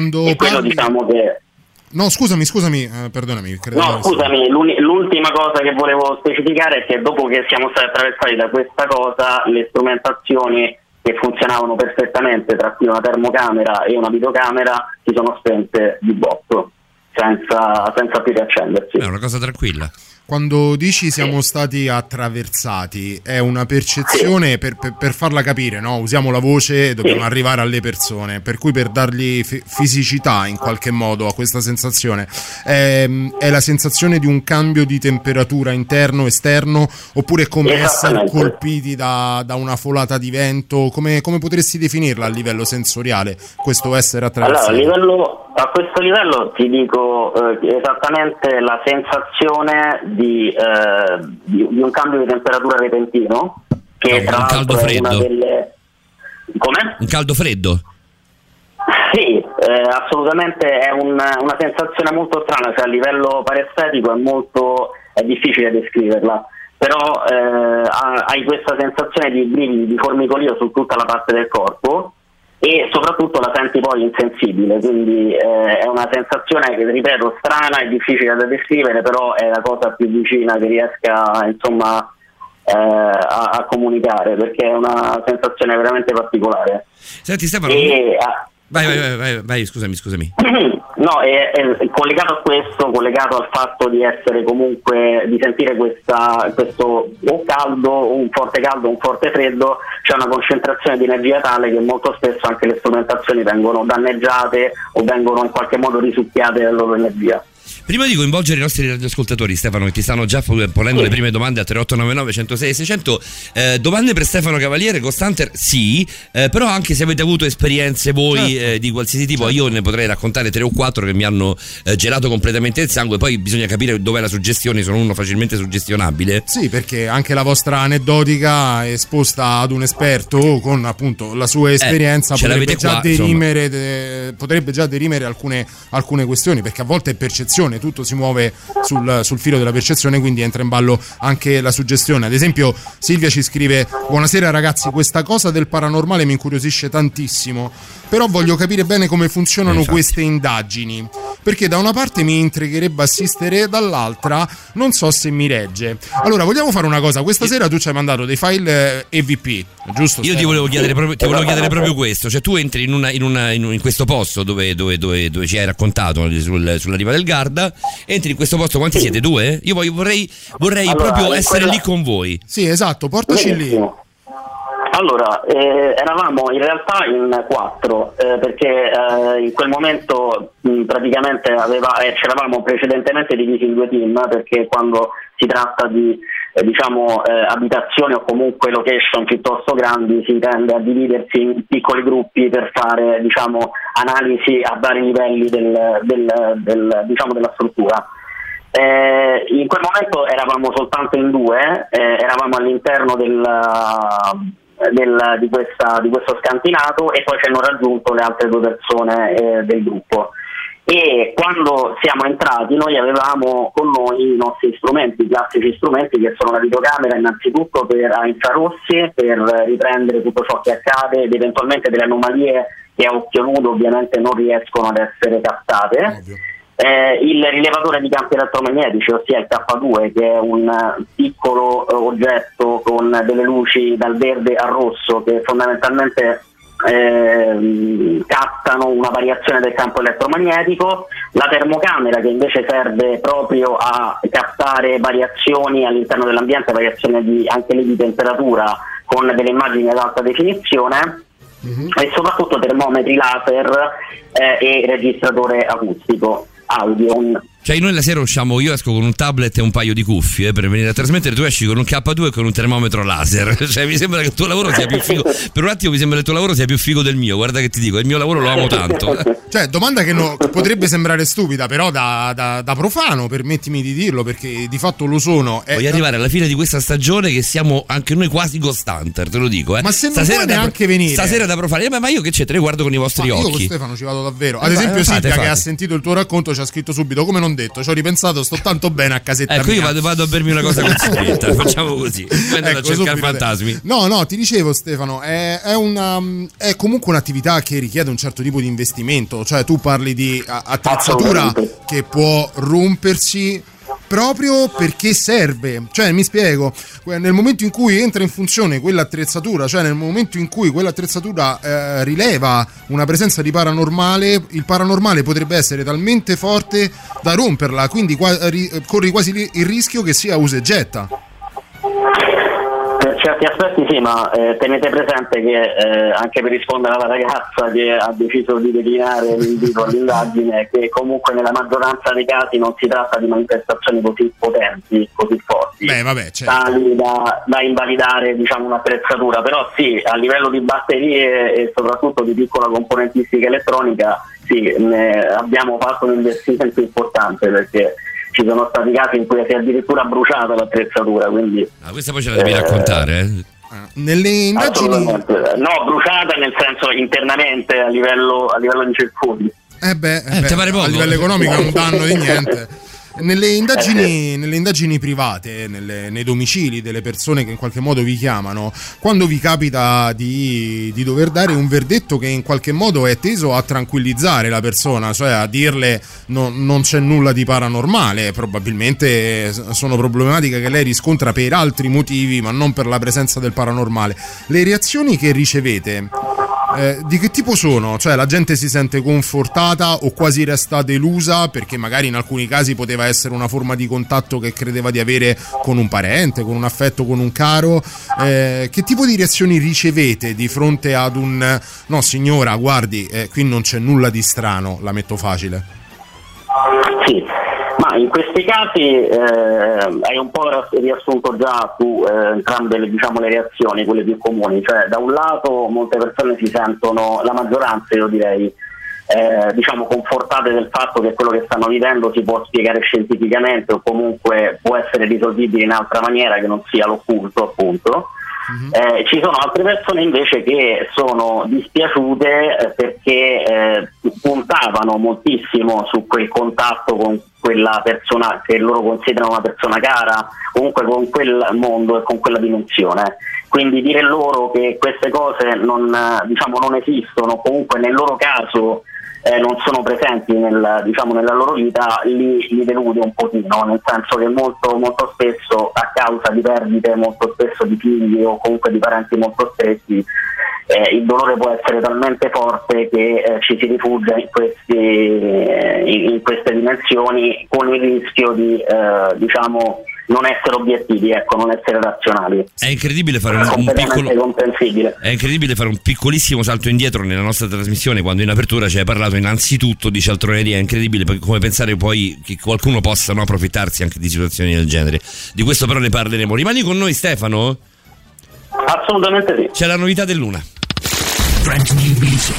No, scusami, perdonami. L'ultima cosa che volevo specificare è che dopo che siamo stati attraversati da questa cosa, le strumentazioni che funzionavano perfettamente, tra cui una termocamera e una videocamera, si sono spente di botto, senza più riaccendersi. È una cosa tranquilla. Quando dici siamo stati attraversati, è una percezione, per farla capire, no? Usiamo la voce e dobbiamo arrivare alle persone, per cui per dargli fisicità in qualche modo a questa sensazione, è la sensazione di un cambio di temperatura interno, esterno, oppure come essere colpiti da una folata di vento? Come potresti definirla a livello sensoriale, questo essere attraversati? Allora, a questo livello ti dico esattamente la sensazione di un cambio di temperatura repentino, che tra l'altro è una delle... Come? Un caldo freddo? Sì, assolutamente è una sensazione molto strana, cioè a livello parestetico è difficile descriverla, però hai questa sensazione di brividi, di formicolio su tutta la parte del corpo e soprattutto la senti poi insensibile, quindi è una sensazione che, ripeto, strana e difficile da descrivere, però è la cosa più vicina che riesca insomma a comunicare, perché è una sensazione veramente particolare. Senti Stefano, vai, scusami. No, è collegato a questo, collegato al fatto di essere comunque, di sentire questo o caldo, o un forte freddo, c'è una concentrazione di energia tale che molto spesso anche le strumentazioni vengono danneggiate o vengono in qualche modo risucchiate della loro energia. Prima di coinvolgere i nostri radioascoltatori, Stefano, che ti stanno già ponendo le prime domande a 3899 106 600, domande per Stefano Cavaliere. Ghost sì, però anche se avete avuto esperienze voi di qualsiasi tipo, io ne potrei raccontare 3 o 4 che mi hanno gelato completamente il sangue. Poi bisogna capire dov'è la suggestione, sono uno facilmente suggestionabile. Sì, perché anche la vostra aneddotica esposta ad un esperto con appunto la sua esperienza potrebbe già derimere alcune questioni, perché a volte è percezione, tutto si muove sul filo della percezione, quindi entra in ballo anche la suggestione. Ad esempio Silvia ci scrive: buonasera ragazzi, questa cosa del paranormale mi incuriosisce tantissimo, però voglio capire bene come funzionano queste indagini, perché da una parte mi intrigherebbe assistere, dall'altra non so se mi regge. Allora vogliamo fare una cosa: questa sera tu ci hai mandato dei file EVP, giusto? Io ti volevo chiedere proprio questo, cioè tu entri in questo posto dove ci hai raccontato sulla riva del Garda, entri in questo posto, quanti siete? 2? Io vorrei allora, proprio essere lì con voi. Sì, esatto, portaci lì. Allora, eravamo in realtà in 4, perché in quel momento praticamente ci eravamo precedentemente divisi in 2 team, perché quando si tratta di abitazioni o comunque location piuttosto grandi si tende a dividersi in piccoli gruppi per fare analisi a vari livelli della struttura. In quel momento eravamo soltanto in 2, eravamo all'interno di questo scantinato, e poi ci hanno raggiunto le altre 2 persone del gruppo. E quando siamo entrati noi avevamo con noi i nostri strumenti, i classici strumenti che sono la videocamera innanzitutto a infrarossi per riprendere tutto ciò che accade ed eventualmente delle anomalie che a occhio nudo ovviamente non riescono ad essere captate. Il rilevatore di campi elettromagnetici, ossia il K2, che è un piccolo oggetto con delle luci dal verde al rosso che fondamentalmente captano una variazione del campo elettromagnetico, la termocamera che invece serve proprio a captare variazioni all'interno dell'ambiente, variazioni anche lì di temperatura con delle immagini ad alta definizione, e soprattutto termometri laser e registratore acustico audio. Cioè noi la sera io esco con un tablet e un paio di cuffie per venire a trasmettere, tu esci con un K2 e con un termometro laser. Cioè mi sembra che il tuo lavoro sia più figo. Per un attimo mi sembra che il tuo lavoro sia più figo del mio. Guarda che ti dico, il mio lavoro lo amo tanto. Cioè domanda che potrebbe sembrare stupida, però da profano, permettimi di dirlo, perché di fatto lo sono. Voglio arrivare alla fine di questa stagione che siamo anche noi quasi Ghost Hunter, te lo dico. Ma se non vuoi neanche venire stasera da profano, ma io che c'è, te ne guardo con i vostri occhi. Io con Stefano ci vado davvero. Ad esempio Silvia che ha sentito il tuo racconto ci ha scritto subito: come non detto, ci ho ripensato, sto tanto bene a casetta mia. Io vado a bermi una cosa con scritta. Facciamo così, andare a cercare fantasmi. No, ti dicevo Stefano, è comunque un'attività che richiede un certo tipo di investimento. Cioè tu parli di attrezzatura che può rompersi proprio perché serve. Cioè mi spiego, nel momento in cui entra in funzione quell'attrezzatura, cioè nel momento in cui quell'attrezzatura rileva una presenza di paranormale, il paranormale potrebbe essere talmente forte da romperla, quindi corri quasi il rischio che sia usa e getta. Per certi aspetti sì, ma tenete presente che anche per rispondere alla ragazza che ha deciso di declinare l'invito all'indagine, che comunque nella maggioranza dei casi non si tratta di manifestazioni così potenti, così forti, tali da invalidare un'attrezzatura. Però sì, a livello di batterie e soprattutto di piccola componentistica elettronica sì, abbiamo fatto un investimento importante, perché ci sono stati casi in cui si è addirittura bruciata l'attrezzatura, quindi questa poi ce la devi raccontare, Nelle indagini bruciata nel senso internamente a livello di circuiti. A livello economico è un danno di niente. Nelle indagini private, nei domicili delle persone che in qualche modo vi chiamano, quando vi capita di dover dare un verdetto che in qualche modo è teso a tranquillizzare la persona, cioè a dirle non c'è nulla di paranormale, probabilmente sono problematiche che lei riscontra per altri motivi ma non per la presenza del paranormale, le reazioni che ricevete Di che tipo sono? Cioè la gente si sente confortata o quasi resta delusa perché magari in alcuni casi poteva essere una forma di contatto che credeva di avere con un parente, con un affetto, con un caro. Che tipo di reazioni ricevete di fronte ad un no signora, guardi, qui non c'è nulla di strano, la metto facile? Sì, ma in questi casi hai un po' riassunto già su entrambe le reazioni, quelle più comuni. Cioè, da un lato molte persone si sentono, la maggioranza io direi, confortate del fatto che quello che stanno vivendo si può spiegare scientificamente o comunque può essere risolvibile in altra maniera che non sia l'occulto, appunto. Ci sono altre persone invece che sono dispiaciute perché puntavano moltissimo su quel contatto con quella persona che loro considerano una persona cara, comunque con quel mondo e con quella dimensione. Quindi dire loro che queste cose non esistono, comunque nel loro caso non sono presenti nella loro vita, li delude un pochino, nel senso che molto spesso a causa di perdite, molto spesso di figli o comunque di parenti molto stretti, il dolore può essere talmente forte che ci si rifugia in queste dimensioni con il rischio di non essere obiettivi, non essere razionali. È incredibile fare un piccolissimo salto indietro nella nostra trasmissione, quando in apertura ci hai parlato innanzitutto di cialtroneria. È incredibile come pensare poi che qualcuno possa approfittarsi anche di situazioni del genere. Di questo però ne parleremo. Rimani con noi, Stefano? Assolutamente sì. C'è la novità dell'una. Brand new music.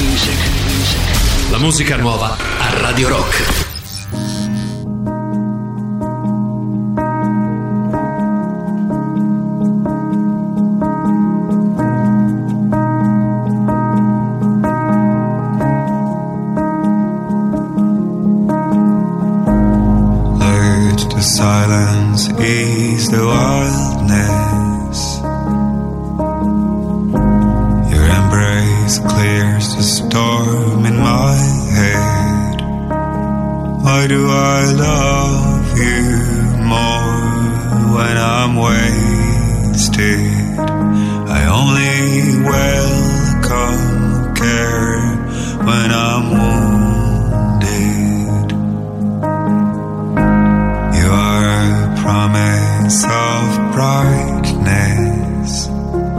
La musica nuova a Radio Rock. Silence is the wildness. Your embrace clears the storm in my head. Why do I love you more when I'm wasted? I only welcome care when I'm wounded. You are a promise of brightness,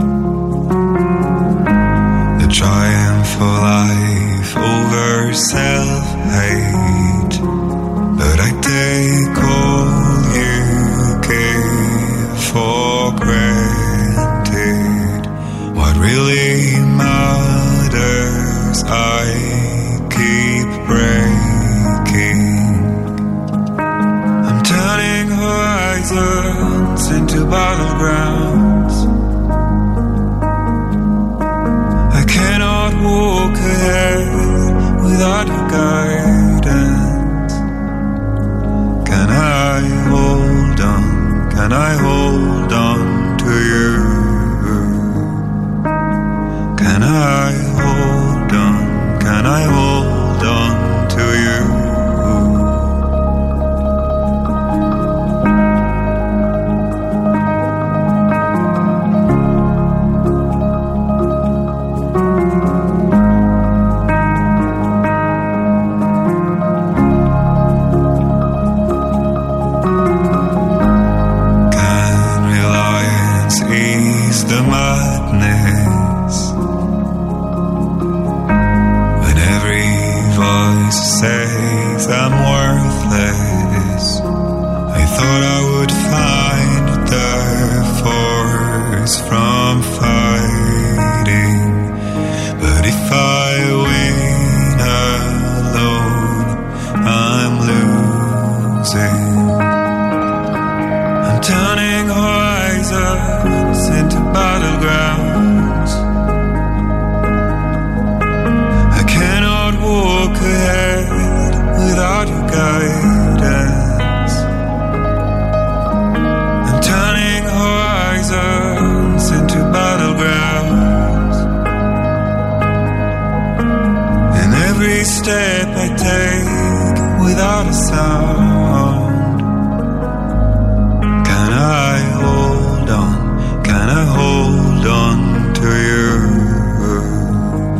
the triumph of life over self-hate. But I take all you gave for granted. What really matters, I keep breaking. Turning horizons into battlegrounds. I cannot walk ahead without your guidance. Can I hold on? Can I hold on to you? Can I hold on? Can I hold on to you? Says I'm worthless. I thought I would find the force from fighting, but if I win alone, I'm losing. I'm turning horizons into battlegrounds. I cannot walk ahead without your guidance. I'm turning horizons into battlegrounds. And every step I take without a sound. Can I hold on? Can I hold on to you?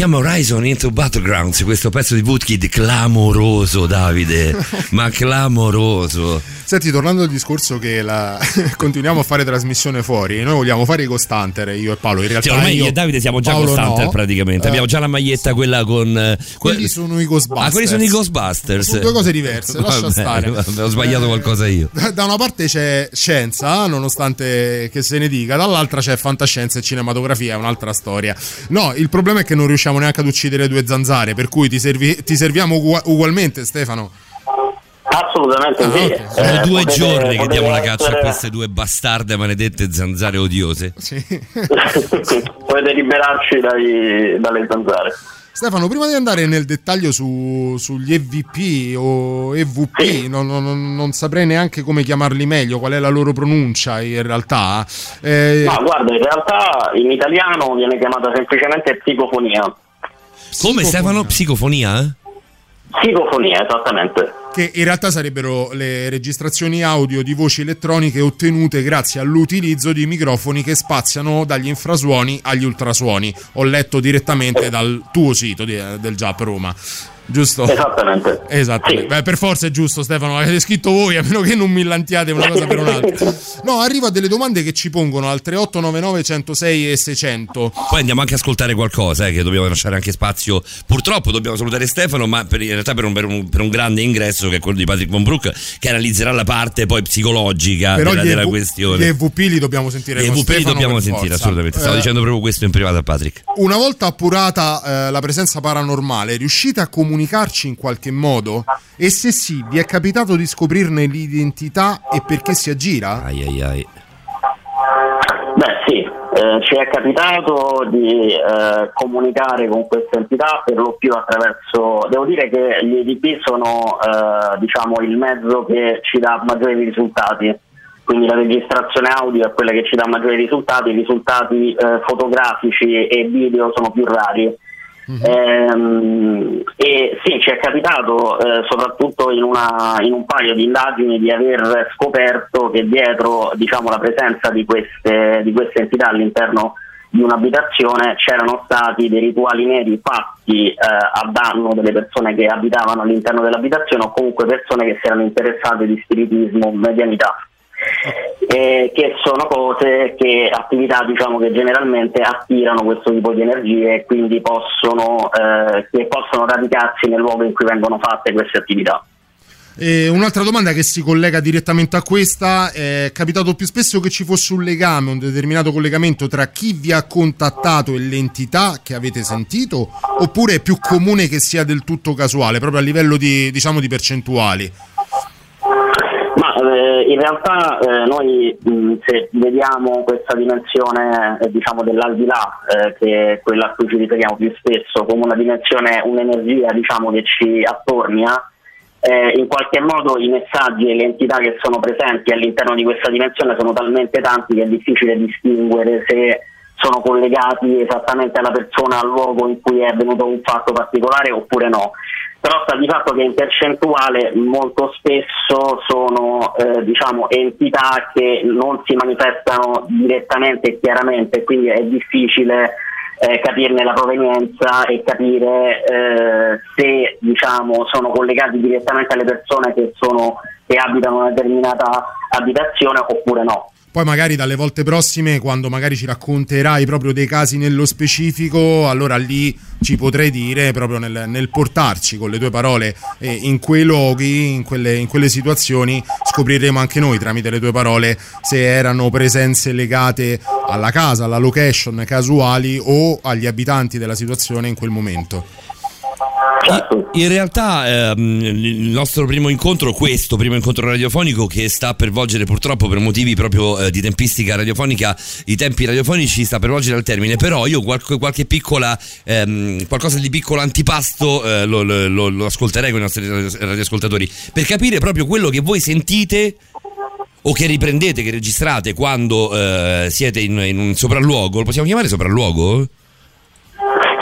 chiama Horizon Into Battlegrounds, questo pezzo di Woodkid clamoroso, Davide, ma clamoroso. Senti, tornando al discorso che continuiamo a fare trasmissione fuori, noi vogliamo fare i Ghost Hunter, io e Paolo, in realtà ormai io e Davide siamo già Ghost Hunter praticamente, abbiamo già la maglietta quella con... quelli sono i Ghostbusters. Quelli sono i Ghostbusters. Sono due cose diverse, lascia stare. Ho sbagliato qualcosa io. Da una parte c'è scienza, nonostante che se ne dica, dall'altra c'è fantascienza e cinematografia, è un'altra storia. No, il problema è che non riusciamo neanche ad uccidere due zanzare, per cui ti serviamo ugualmente, Stefano. Assolutamente sì. Okay. Sono 2 giorni che diamo la caccia a queste due bastarde maledette zanzare odiose. Sì. Potete liberarci dalle zanzare. Stefano, prima di andare nel dettaglio sugli EVP o EVP, sì. non saprei neanche come chiamarli meglio, qual è la loro pronuncia in realtà. No, guarda, in realtà in italiano viene chiamata semplicemente psicofonia. Come, Stefano? Psicofonia? Psicofonia, esattamente. Che in realtà sarebbero le registrazioni audio di voci elettroniche ottenute grazie all'utilizzo di microfoni che spaziano dagli infrasuoni agli ultrasuoni. Ho letto direttamente dal tuo sito del JAP Roma. Giusto? Esattamente. Sì. Beh, per forza è giusto, Stefano, l'avete scritto voi, a meno che non millantiate una cosa per un'altra. No, arrivo a delle domande che ci pongono al 3899 106 e 600. Poi andiamo anche a ascoltare qualcosa, che dobbiamo lasciare anche spazio. Purtroppo dobbiamo salutare Stefano, ma in realtà per un grande ingresso, che è quello di Patrick Von Broek, che analizzerà la parte poi psicologica della questione. Gli EVP li dobbiamo sentire con Stefano. Gli EVP li dobbiamo sentire, forza. Assolutamente. Stavo dicendo proprio questo in privato a Patrick. Una volta appurata la presenza paranormale, riuscite a comunicarci in qualche modo? E se sì, vi è capitato di scoprirne l'identità e perché si aggira? Ai. Beh sì, ci è capitato di comunicare con queste entità per lo più attraverso, devo dire che gli EVP sono diciamo il mezzo che ci dà maggiori risultati. Quindi la registrazione audio è quella che ci dà maggiori risultati, i risultati fotografici e video sono più rari. E sì, ci è capitato soprattutto in un paio di indagini di aver scoperto che dietro, diciamo, la presenza di queste entità all'interno di un'abitazione c'erano stati dei rituali neri fatti a danno delle persone che abitavano all'interno dell'abitazione o comunque persone che si erano interessate di spiritismo, medianità. Che sono attività diciamo che generalmente attirano questo tipo di energie e quindi possono radicarsi nel luogo in cui vengono fatte queste attività. Un'altra domanda che si collega direttamente a questa: è capitato più spesso che ci fosse un legame, un determinato collegamento tra chi vi ha contattato e l'entità che avete sentito, oppure è più comune che sia del tutto casuale, proprio a livello di percentuali? In realtà noi se vediamo questa dimensione diciamo dell'aldilà, che è quella a cui ci riferiamo più spesso come una dimensione, un'energia diciamo che ci attornia, in qualche modo i messaggi e le entità che sono presenti all'interno di questa dimensione sono talmente tanti che è difficile distinguere se sono collegati esattamente alla persona, al luogo in cui è avvenuto un fatto particolare oppure no. Però sta di fatto che in percentuale molto spesso sono diciamo entità che non si manifestano direttamente e chiaramente, quindi è difficile capirne la provenienza e capire se diciamo sono collegati direttamente alle persone che abitano una determinata abitazione oppure no. Poi magari dalle volte prossime, quando magari ci racconterai proprio dei casi nello specifico, allora lì ci potrai dire, proprio nel portarci con le tue parole in quei luoghi, in quelle situazioni, scopriremo anche noi tramite le tue parole se erano presenze legate alla casa, alla location, casuali o agli abitanti della situazione in quel momento. In realtà il nostro primo incontro radiofonico, che sta per volgere purtroppo per motivi proprio di tempistica radiofonica, i tempi radiofonici sta per volgere al termine, però io qualche piccola qualcosa di piccolo antipasto lo ascolterei con i nostri radioascoltatori per capire proprio quello che voi sentite o che riprendete, che registrate quando siete in un sopralluogo. Lo possiamo chiamare sopralluogo?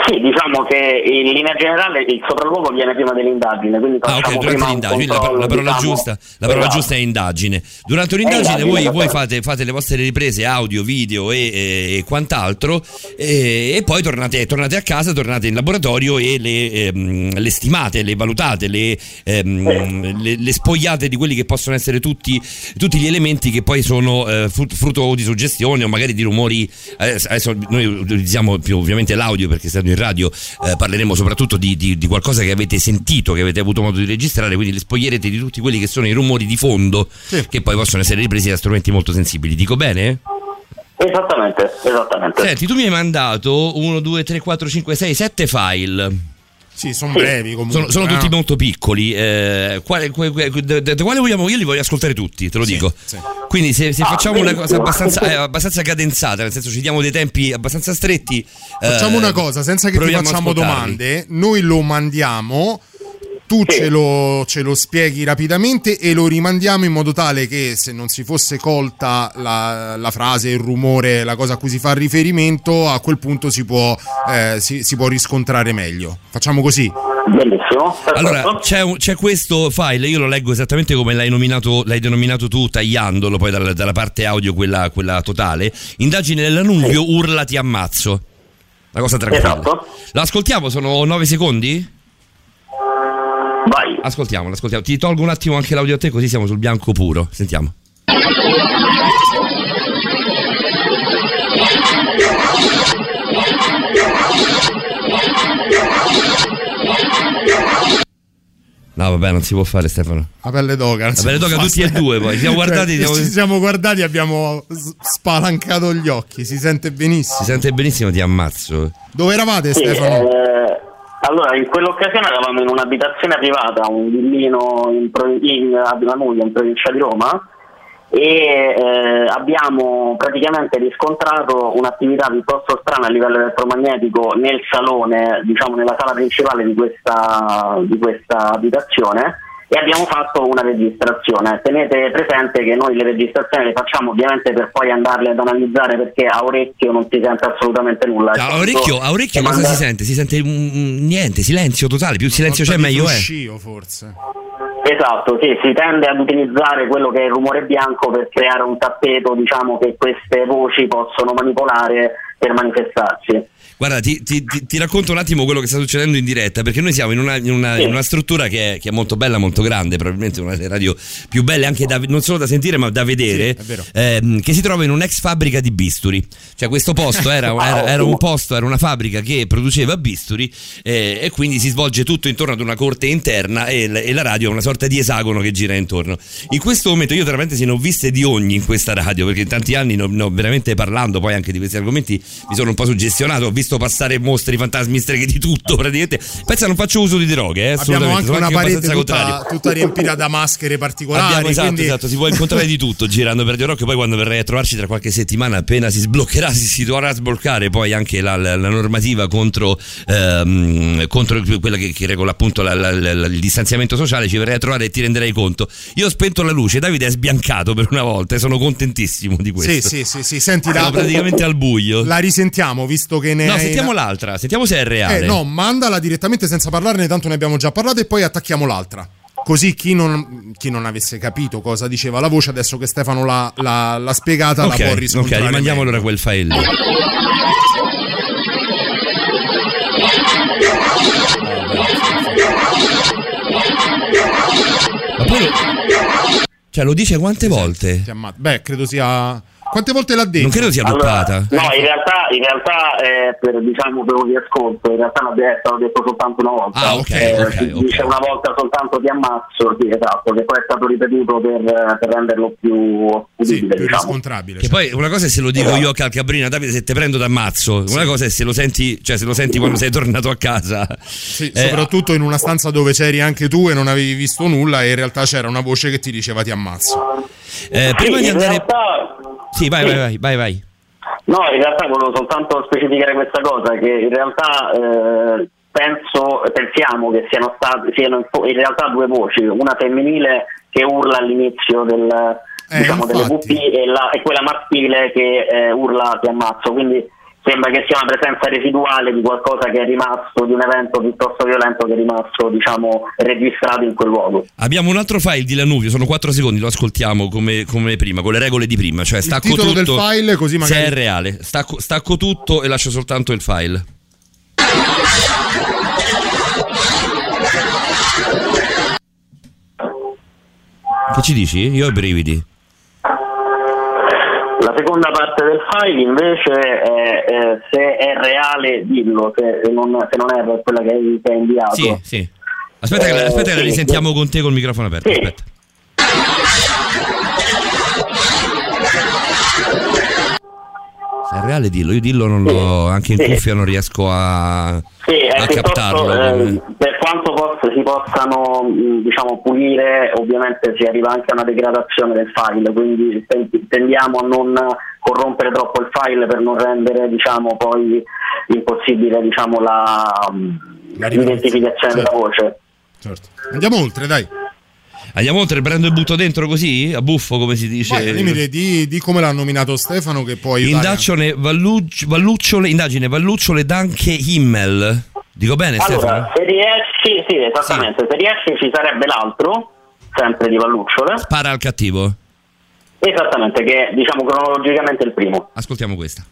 Sì, diciamo che in linea generale il sopralluogo viene prima dell'indagine, quindi facciamo durante l'indagine, la parola giusta è indagine. Durante un'indagine voi fate le vostre riprese audio, video e quant'altro, e poi tornate a casa, tornate in laboratorio e le stimate, le valutate, le spogliate di quelli che possono essere tutti gli elementi che poi sono frutto di suggestione o magari di rumori. Adesso noi utilizziamo più ovviamente l'audio perché essendo in radio parleremo soprattutto di qualcosa che avete sentito, che avete avuto modo di registrare, quindi le spoglierete di tutti quelli che sono i rumori di fondo, sì, che poi possono essere ripresi da strumenti molto sensibili. Dico bene? Esattamente. Senti, tu mi hai mandato 1, 2, 3, 4, 5, 6, 7 file. Sì, sono brevi comunque. Sono tutti molto piccoli. Quale vogliamo? Io li voglio ascoltare tutti, te lo dico. Sì. Quindi se facciamo una cosa abbastanza cadenzata, nel senso ci diamo dei tempi abbastanza stretti. Facciamo una cosa, senza che ti facciamo domande, noi lo mandiamo. Tu ce lo spieghi rapidamente e lo rimandiamo in modo tale che se non si fosse colta la frase, il rumore, la cosa a cui si fa riferimento, a quel punto si può riscontrare meglio. Facciamo così? Benissimo. Allora c'è questo file, io lo leggo esattamente come l'hai denominato tu, tagliandolo poi dalla parte audio, quella totale. Indagine dell'annunzio, urla ti ammazzo. Una cosa tranquilla. Esatto. La ascoltiamo, sono 9 secondi? Vai. Ascoltiamo. Ti tolgo un attimo anche l'audio a te, così siamo sul bianco puro. Sentiamo. No, vabbè, non si può fare, Stefano. La pelle d'oca tutti e due, poi. Ci siamo guardati e abbiamo spalancato gli occhi. Si sente benissimo. Ti ammazzo. Dove eravate, Stefano? Allora, in quell'occasione eravamo in un'abitazione privata, un villino a Villanuova, in provincia di Roma, e abbiamo praticamente riscontrato un'attività piuttosto strana a livello elettromagnetico nel salone, diciamo nella sala principale di questa abitazione, e abbiamo fatto una registrazione. Tenete presente che noi le registrazioni le facciamo ovviamente per poi andarle ad analizzare, perché a orecchio non si sente assolutamente nulla. A orecchio cosa si sente? Si sente niente, silenzio totale, più silenzio c'è meglio è. Forse. Esatto, sì, si tende ad utilizzare quello che è il rumore bianco per creare un tappeto, diciamo, che queste voci possono manipolare per manifestarsi. Guarda, ti racconto un attimo quello che sta succedendo in diretta, perché noi siamo in una struttura che è molto bella, molto grande, probabilmente una delle radio più belle anche non solo da sentire ma da vedere, che si trova in un'ex fabbrica di bisturi. Cioè questo posto era una fabbrica che produceva bisturi, e quindi si svolge tutto intorno ad una corte interna e la radio è una sorta di esagono che gira intorno. In questo momento io tra parentesi ne ho viste di ogni in questa radio, perché in tanti anni veramente parlando poi anche di questi argomenti mi sono un po' suggestionato, ho visto passare mostri, fantasmi, streghe, di tutto praticamente. Pensa, non faccio uso di droghe, abbiamo anche una parete tutta riempita da maschere particolari. Esatto, si può incontrare di tutto girando per Radio Rock. Poi quando verrai a trovarci tra qualche settimana, appena si sbloccherà, si dovrà sbloccare poi anche la normativa contro quella che regola appunto il distanziamento sociale, ci verrai a trovare e ti renderai conto. Io ho spento la luce, Davide è sbiancato per una volta e sono contentissimo di questo. Sì, senti, siamo praticamente al buio. La risentiamo, visto che No, sentiamo l'altra, sentiamo se è reale. No, mandala direttamente senza parlarne, tanto ne abbiamo già parlato, e poi attacchiamo l'altra. Così chi non avesse capito cosa diceva la voce, adesso che Stefano l'ha spiegata, la può riscontrare. Ok, rimandiamo allora quel file lì. Ma poi lo dice quante volte? Beh, credo sia... Quante volte l'ha detto? Non credo sia buttata. No, in realtà per di ascolto, in realtà l'ho detto soltanto una volta. Ah, ok. Dice una volta soltanto ti ammazzo, sì, esatto, che poi è stato ripetuto per renderlo più udibile, più riscontrabile. Che poi una cosa è se lo dico io a Calcabrina, Davide, se te prendo t'ammazzo. Una cosa è se lo senti quando sei tornato a casa. Sì, soprattutto in una stanza dove c'eri anche tu e non avevi visto nulla, e in realtà c'era una voce che ti diceva ti ammazzo. Prima di andare... Sì, vai. No, in realtà volevo soltanto specificare questa cosa, che in realtà pensiamo che siano in realtà due voci, una femminile che urla all'inizio delle VP e quella maschile che urla ti ammazzo, quindi sembra che sia una presenza residuale di qualcosa che è rimasto, di un evento piuttosto violento che è rimasto, diciamo, registrato in quel luogo. Abbiamo un altro file di Lanuvio, sono 4 secondi, lo ascoltiamo come prima, con le regole di prima, cioè stacco il titolo tutto, del file, così magari se è reale, stacco tutto e lascio soltanto il file. Che ci dici? Io ho i brividi. La seconda parte del file invece è se è reale dillo, se non è quella che hai inviato. Sì. Aspetta che la risentiamo con te col microfono aperto. Sì. Aspetta. Se è reale dillo, io dillo non l'ho, anche in cuffia non riesco a captarlo. Per quanto si possano, diciamo, pulire, ovviamente si arriva anche a una degradazione del file, quindi tendiamo a non corrompere troppo il file per non rendere, diciamo, poi impossibile, diciamo, l'identificazione della voce. Certo. Andiamo oltre, dai. Andiamo oltre, prendo e butto dentro così, a buffo, come si dice. Vai, limite di come l'ha nominato Stefano, che poi indagine Vallucciole Danke Himmel. Dico bene, allora, Stefano? Se riesci, sì, esattamente, se riesci ci sarebbe l'altro, sempre di Vallucciole. Spara al cattivo. Esattamente, che è, diciamo, cronologicamente il primo. Ascoltiamo questa.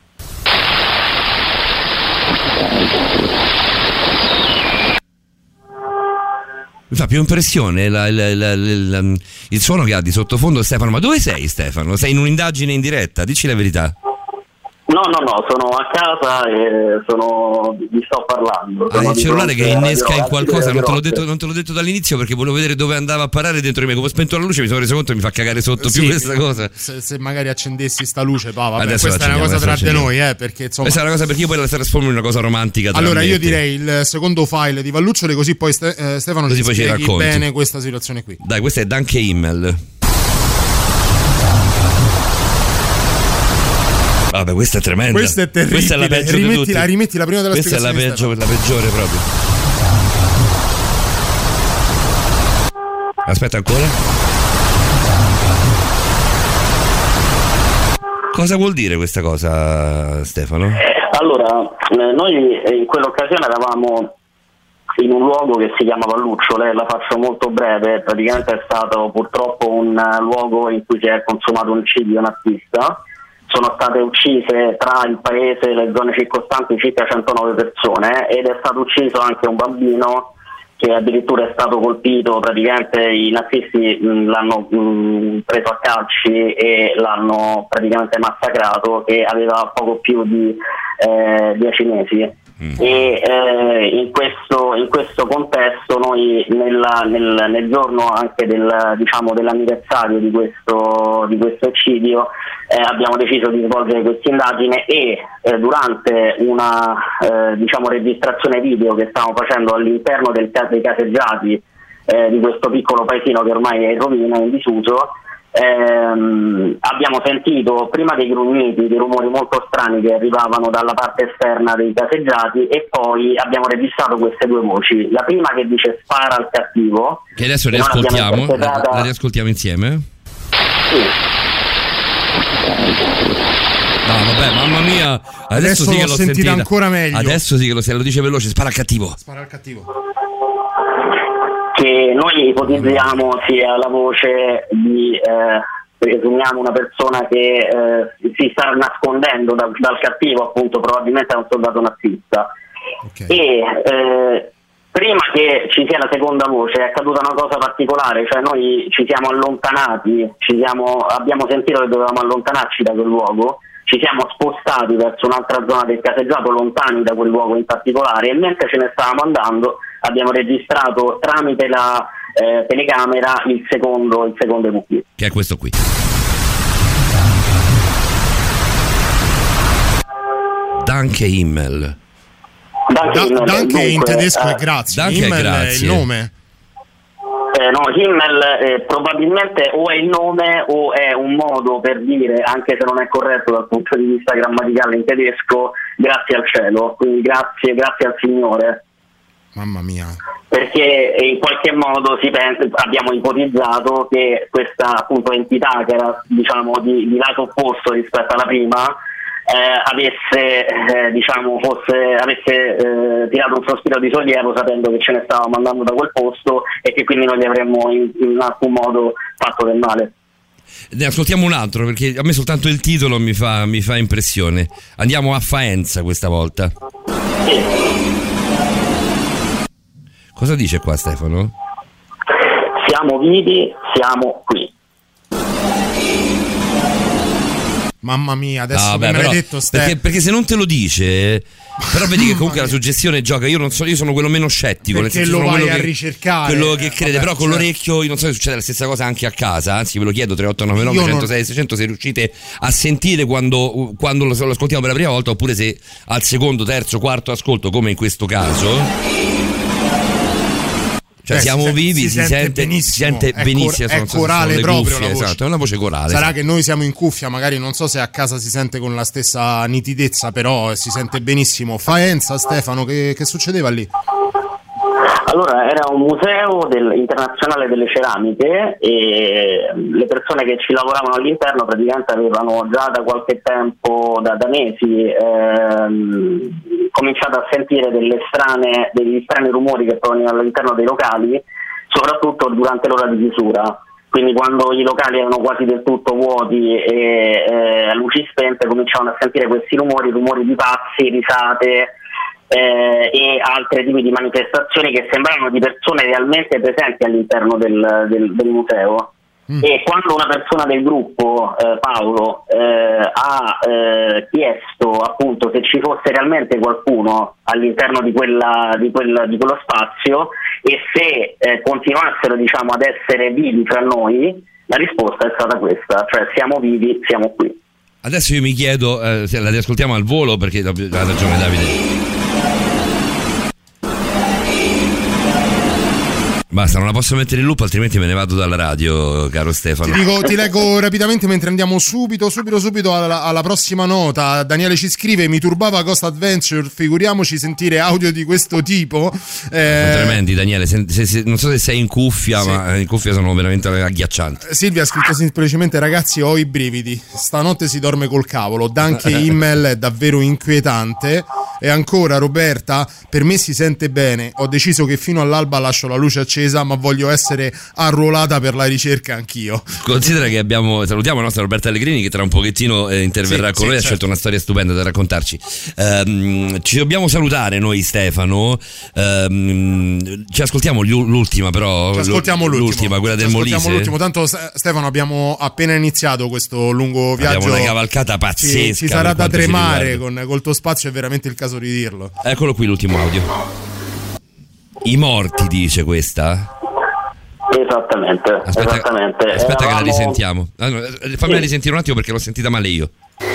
Mi fa più impressione il suono che ha di sottofondo Stefano. Ma dove sei, Stefano? Sei in un'indagine in diretta? Dici la verità. No, sono a casa e vi sto parlando. Il cellulare che innesca in qualcosa, non te l'ho detto dall'inizio perché volevo vedere dove andava a parare dentro di me. Come ho spento la luce mi sono reso conto che mi fa cagare sotto più questa cosa. Se magari accendessi sta luce, vabbè, adesso questa è una cosa tra di noi, perché insomma. Questa è una cosa perché io poi la trasformo in una cosa romantica. Allora io direi il secondo file di Vallucciole, così poi Stefano così ci spieghi bene questa situazione qui. Dai, questa è Danke Himmel. Vabbè, questa è tremenda. Questa è terribile. Questa è la peggio di tutti. Rimettila prima della spiegazione. Questa è la peggiore proprio. Aspetta ancora. Cosa vuol dire questa cosa, Stefano? Allora, noi in quell'occasione eravamo in un luogo che si chiama Vallucciole, la faccio molto breve, praticamente è stato purtroppo un luogo in cui si è consumato un omicidio di un artista. Sono state uccise tra il paese e le zone circostanti circa 109 persone ed è stato ucciso anche un bambino che addirittura è stato colpito, praticamente i nazisti l'hanno preso a calci e l'hanno praticamente massacrato, che aveva poco più di 10 mesi. E in questo contesto noi nel giorno anche dell'anniversario di questo eccidio abbiamo deciso di svolgere questa indagine e durante una registrazione video che stiamo facendo all'interno dei caseggiati di questo piccolo paesino che ormai è in rovina, in disuso, abbiamo sentito prima dei grugniti, dei rumori molto strani che arrivavano dalla parte esterna dei caseggiati e poi abbiamo registrato queste due voci. La prima che dice spara al cattivo, che adesso riascoltiamo, la riascoltiamo insieme. Sì. No, vabbè, mamma mia, adesso sì che l'ho sentita ancora meglio. Adesso sì che lo dice veloce, spara al cattivo. Spara al cattivo. Che noi ipotizziamo sia la voce di presumiamo una persona che si sta nascondendo dal cattivo, appunto, probabilmente è un soldato nazista. Okay. E prima che ci sia la seconda voce è accaduta una cosa particolare, cioè noi ci siamo allontanati, abbiamo sentito che dovevamo allontanarci da quel luogo, ci siamo spostati verso un'altra zona del caseggiato, lontani da quel luogo in particolare, e mentre ce ne stavamo andando abbiamo registrato tramite la telecamera il secondo EP. Che è questo qui. Danke Himmel. Danke in tedesco è grazie. Danke Himmel è grazie. il nome. No, Himmel probabilmente o è il nome o è un modo per dire, anche se non è corretto dal punto di vista grammaticale in tedesco, grazie al cielo, quindi grazie al Signore. Mamma mia. Perché in qualche modo abbiamo ipotizzato che questa appunto entità che era, diciamo, di lato opposto rispetto alla prima avesse tirato un sospiro di sollievo sapendo che ce ne stavamo andando da quel posto e che quindi non gli avremmo in alcun modo fatto del male. Ne ascoltiamo un altro, perché a me soltanto il titolo mi fa impressione. Andiamo a Faenza questa volta. Sì. Cosa dice qua Stefano? Siamo vivi, siamo qui. Mamma mia, adesso me l'hai detto perché se non te lo dice, però vedi che comunque la suggestione gioca. Io sono quello meno scettico, perché nel senso lo sono vai quello a ricercare, quello che crede, però con l'orecchio io non so se succede la stessa cosa anche a casa, anzi ve lo chiedo 3899 106 600 se riuscite a sentire quando lo ascoltiamo per la prima volta, oppure se al secondo, terzo, quarto ascolto, come in questo caso. Cioè siamo vivi, si sente benissimo, è corale proprio la voce. Esatto, è una voce corale. Sarà che noi siamo in cuffia, magari non so se a casa si sente con la stessa nitidezza, però si sente benissimo. Faenza, Stefano, che succedeva lì? Allora, era un museo internazionale delle ceramiche e le persone che ci lavoravano all'interno praticamente avevano già da qualche tempo, da mesi, cominciato a sentire degli strani rumori che provenivano all'interno dei locali, soprattutto durante l'ora di chiusura. Quindi quando i locali erano quasi del tutto vuoti e a luci spente cominciavano a sentire questi rumori di passi, risate, e altri tipi di manifestazioni che sembravano di persone realmente presenti all'interno del museo. E quando una persona del gruppo, Paolo, ha chiesto appunto se ci fosse realmente qualcuno all'interno di quello spazio e se continuassero, diciamo, ad essere vivi fra noi, la risposta è stata questa, cioè siamo vivi, siamo qui. Adesso io mi chiedo se la riascoltiamo al volo, perché ha ragione Davide. Basta, non la posso mettere in loop, altrimenti me ne vado dalla radio, caro Stefano. Ti leggo rapidamente mentre andiamo subito alla prossima nota. Daniele ci scrive: mi turbava Ghost Adventure, figuriamoci sentire audio di questo tipo. Sono tremendi, Daniele, non so se sei in cuffia, sì, ma in cuffia sono veramente agghiaccianti. Silvia ha scritto semplicemente: ragazzi, ho i brividi, stanotte si dorme col cavolo, Danke Himmel è davvero inquietante. E ancora Roberta: per me si sente bene, ho deciso che fino all'alba lascio la luce accesa, ma voglio essere arruolata per la ricerca anch'io. Considera che salutiamo la nostra Roberta Allegrini, che tra un pochettino interverrà con noi, ha scelto una storia stupenda da raccontarci. Ci dobbiamo salutare noi, Stefano. Ci ascoltiamo l'ultima, però. Ci ascoltiamo l'ultima, quella del Molise. Tanto Stefano, abbiamo appena iniziato questo lungo viaggio. Abbiamo una cavalcata pazzesca. Ci sarà da tremare col tuo spazio, è veramente il caso di dirlo. Eccolo qui l'ultimo audio. I morti, dice questa? Esattamente. Aspetta che la risentiamo. Allora, fammela risentire un attimo perché l'ho sentita male io.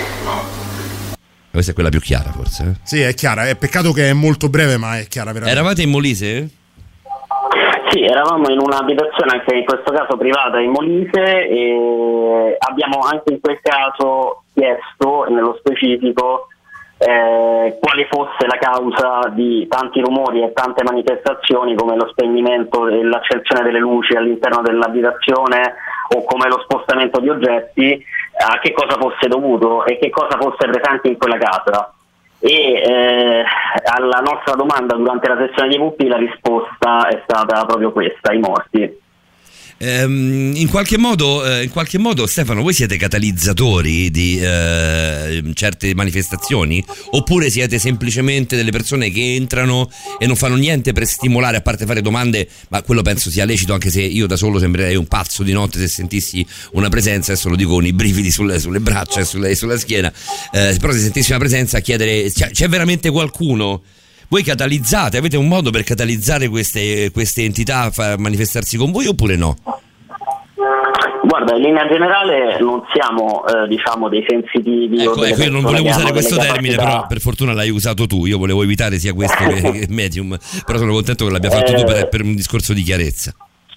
Questa è quella più chiara, forse? Sì, è chiara. È peccato che è molto breve, ma è chiara veramente. Eravate in Molise? Sì, eravamo in un'abitazione, anche in questo caso privata, in Molise, e abbiamo anche in quel caso chiesto, nello specifico, quale fosse la causa di tanti rumori e tante manifestazioni, come lo spegnimento e l'accensione delle luci all'interno dell'abitazione o come lo spostamento di oggetti, a che cosa fosse dovuto e che cosa fosse presente in quella casa. E alla nostra domanda durante la sessione di EVP la risposta è stata proprio questa: i morti. In qualche modo, Stefano, voi siete catalizzatori di certe manifestazioni, oppure siete semplicemente delle persone che entrano e non fanno niente per stimolare, a parte fare domande? Ma quello penso sia lecito, anche se io da solo sembrerei un pazzo di notte se sentissi una presenza, adesso lo dico con i brividi sulle braccia e sulla schiena, però se sentissi una presenza, a chiedere: c'è veramente qualcuno? Voi catalizzate, avete un modo per catalizzare queste entità a manifestarsi con voi, oppure no? Guarda, in linea generale non siamo diciamo dei sensitivi. Ecco, io non volevo usare questo termine, però per fortuna l'hai usato tu. Io volevo evitare sia questo che medium, però sono contento che l'abbia fatto tu per un discorso di chiarezza.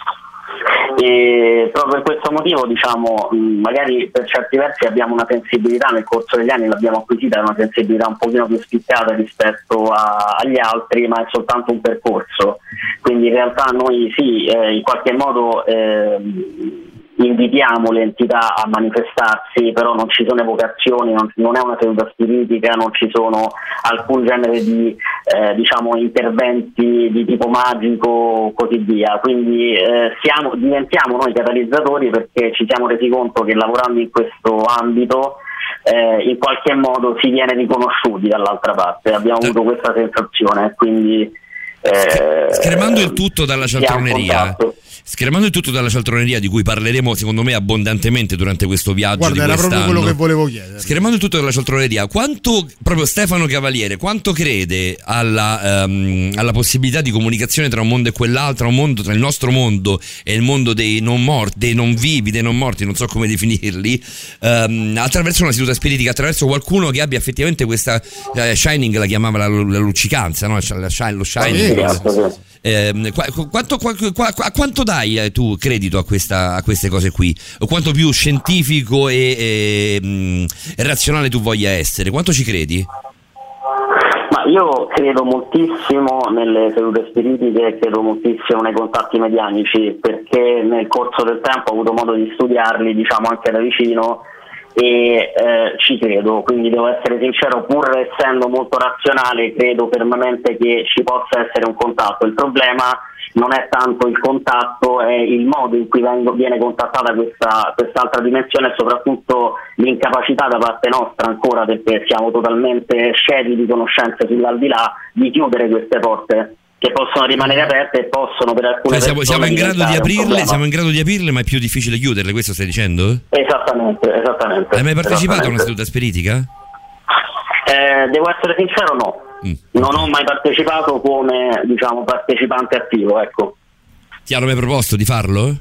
E proprio per questo motivo, diciamo, magari per certi versi abbiamo una sensibilità, nel corso degli anni l'abbiamo acquisita, una sensibilità un pochino più spiccata rispetto agli altri, ma è soltanto un percorso. Quindi in realtà noi sì, in qualche modo invitiamo le entità a manifestarsi, però non ci sono evocazioni, non è una seduta spiritica, non ci sono alcun genere di diciamo interventi di tipo magico, così via. Quindi diventiamo noi catalizzatori, perché ci siamo resi conto che lavorando in questo ambito in qualche modo si viene riconosciuti dall'altra parte. Abbiamo avuto questa sensazione, quindi scremando il tutto dalla cialtroneria, di cui parleremo secondo me abbondantemente durante questo viaggio. Guarda, era proprio quello che volevo chiedere. Scremando il tutto dalla cialtroneria, quanto proprio Stefano Cavaliere, quanto crede alla possibilità di comunicazione tra un mondo e quell'altro, un mondo tra il nostro mondo e il mondo dei non morti, dei non vivi, dei non morti, non so come definirli, attraverso una seduta spiritica, attraverso qualcuno che abbia effettivamente questa shining, la chiamava la luccicanza, no? Lo shining. A quanto dai tu credito a queste cose qui? O quanto più scientifico e razionale tu voglia essere? Quanto ci credi? Ma io credo moltissimo nelle sedute spiritiche, credo moltissimo nei contatti medianici, perché nel corso del tempo ho avuto modo di studiarli, diciamo, anche da vicino, e ci credo. Quindi devo essere sincero, pur essendo molto razionale, credo fermamente che ci possa essere un contatto. Il problema non è tanto il contatto, è il modo in cui viene contattata quest'altra dimensione, e soprattutto l'incapacità da parte nostra, ancora perché siamo totalmente sceti di conoscenze sull'aldilà, di chiudere queste porte, che possono rimanere aperte e possono per alcune persone siamo in grado di aprirle, ma è più difficile chiuderle, questo stai dicendo? Esattamente. Hai mai partecipato a una seduta spiritica? Devo essere sincero, no. Non ho mai partecipato come, diciamo, partecipante attivo, ecco. Ti hanno mai proposto di farlo?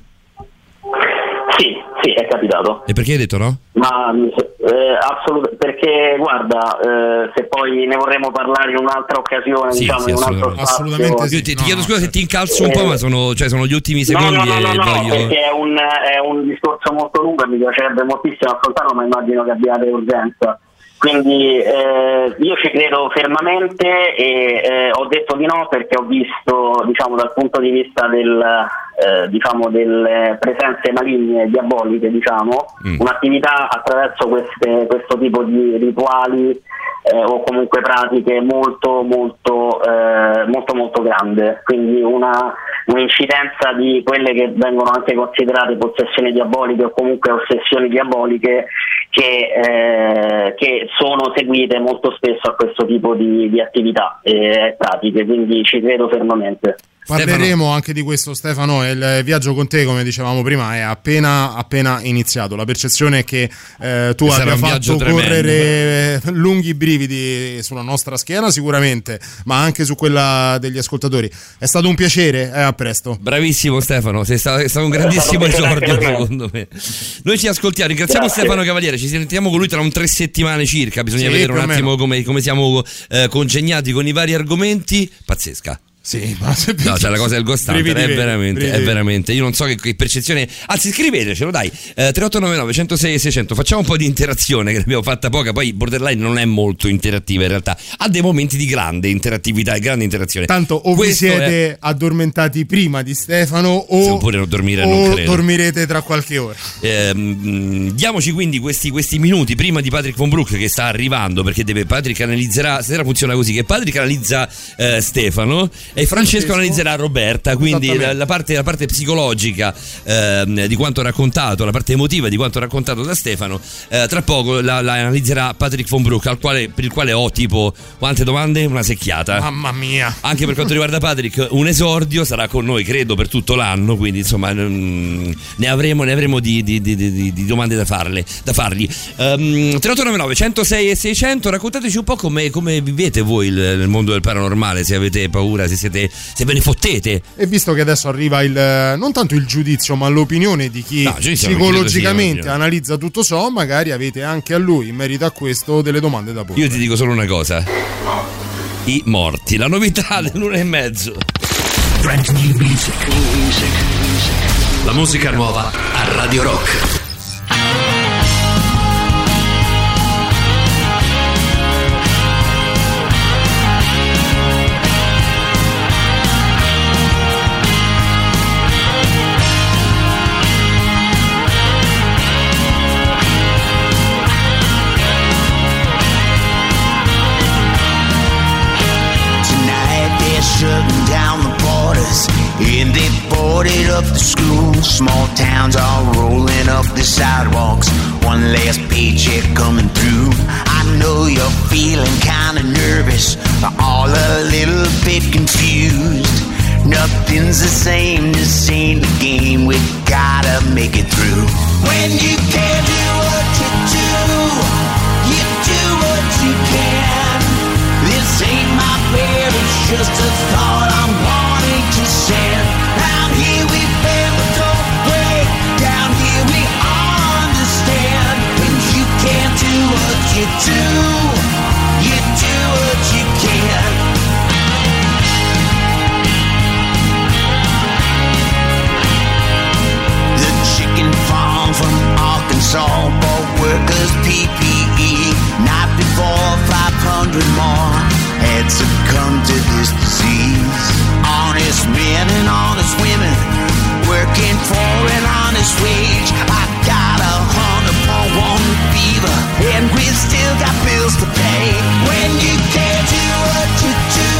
Sì, è capitato. E perché hai detto no? Ma assolutamente, perché guarda, se poi ne vorremo parlare in un'altra occasione, diciamo, in un altro spazio. Assolutamente sì. Ti chiedo scusa se ti incalzo un po', ma sono gli ultimi secondi. No, perché è un discorso molto lungo e mi piacerebbe moltissimo affrontarlo, ma immagino che abbiate urgenza. Quindi io ci credo fermamente e ho detto di no perché ho visto, diciamo, dal punto di vista delle presenze maligne e diaboliche, diciamo, un'attività attraverso questo tipo di rituali o comunque pratiche molto grande, quindi un'incidenza di quelle che vengono anche considerate possessioni diaboliche o comunque ossessioni diaboliche che sono seguite molto spesso a questo tipo di attività e pratiche, quindi ci credo fermamente. Parleremo anche di questo, Stefano. Il viaggio con te, come dicevamo prima, è appena iniziato. La percezione è che tu abbia fatto correre lunghi brividi sulla nostra schiena sicuramente, ma anche su quella degli ascoltatori. È stato un piacere, a presto. Bravissimo Stefano, è stato un grandissimo esordio secondo me. Noi ci ascoltiamo, ringraziamo Stefano Cavaliere, ci sentiamo con lui tra 3 settimane circa, bisogna vedere un attimo come siamo congegnati con i vari argomenti. Pazzesca. Sì, no, cioè la cosa del Ghost Hunter è veramente. Io non so che percezione. Anzi, scrivetecelo, dai. 3899 106 e 600. Facciamo un po' di interazione, che ne abbiamo fatta poca. Poi Borderline non è molto interattiva in realtà. Ha dei momenti di grande interattività e grande interazione. Tanto o vi siete addormentati prima di Stefano o dormirete tra qualche ora. Diamoci quindi questi minuti prima di Patrick Von Broek, che sta arrivando, perché Patrick analizzerà. Stasera funziona così: che Patrick analizza Stefano e Francesco analizzerà Roberta, quindi la parte psicologica di quanto raccontato, la parte emotiva di quanto raccontato da Stefano, tra poco la analizzerà Patrick Von Broek, per il quale ho tipo quante domande? Una secchiata. Mamma mia. Anche per quanto riguarda Patrick, un esordio, sarà con noi credo per tutto l'anno, quindi insomma ne avremo di domande da fargli. 3899 106 e 600. Raccontateci un po' come vivete voi nel mondo del paranormale, se avete paura, se ve ne fottete. E visto che adesso arriva non tanto il giudizio, ma l'opinione di chi psicologicamente analizza tutto ciò, magari avete anche a lui, in merito a questo, delle domande da porre. Io ti dico solo una cosa: i morti, la novità dell'1:30. Brand new music. La musica nuova a Radio Rock. boarded up the school. Small towns all rolling up the sidewalks. One last paycheck coming through. I know you're feeling kinda nervous, all a little bit confused. Nothing's the same, this ain't the game, we gotta make it through. When you can't do what you do what you can. This ain't my fear, it's just a thought I'm wanting to send. Down here we fail, but don't break. Down here we all understand. When you can't do what you do what you can. The chicken farm from Arkansas bought workers PPE. Not before 500 more had succumbed to this disease. Honest men and honest women working for an honest wage. I got 100.1 fever and we still got bills to pay. When you can't do what you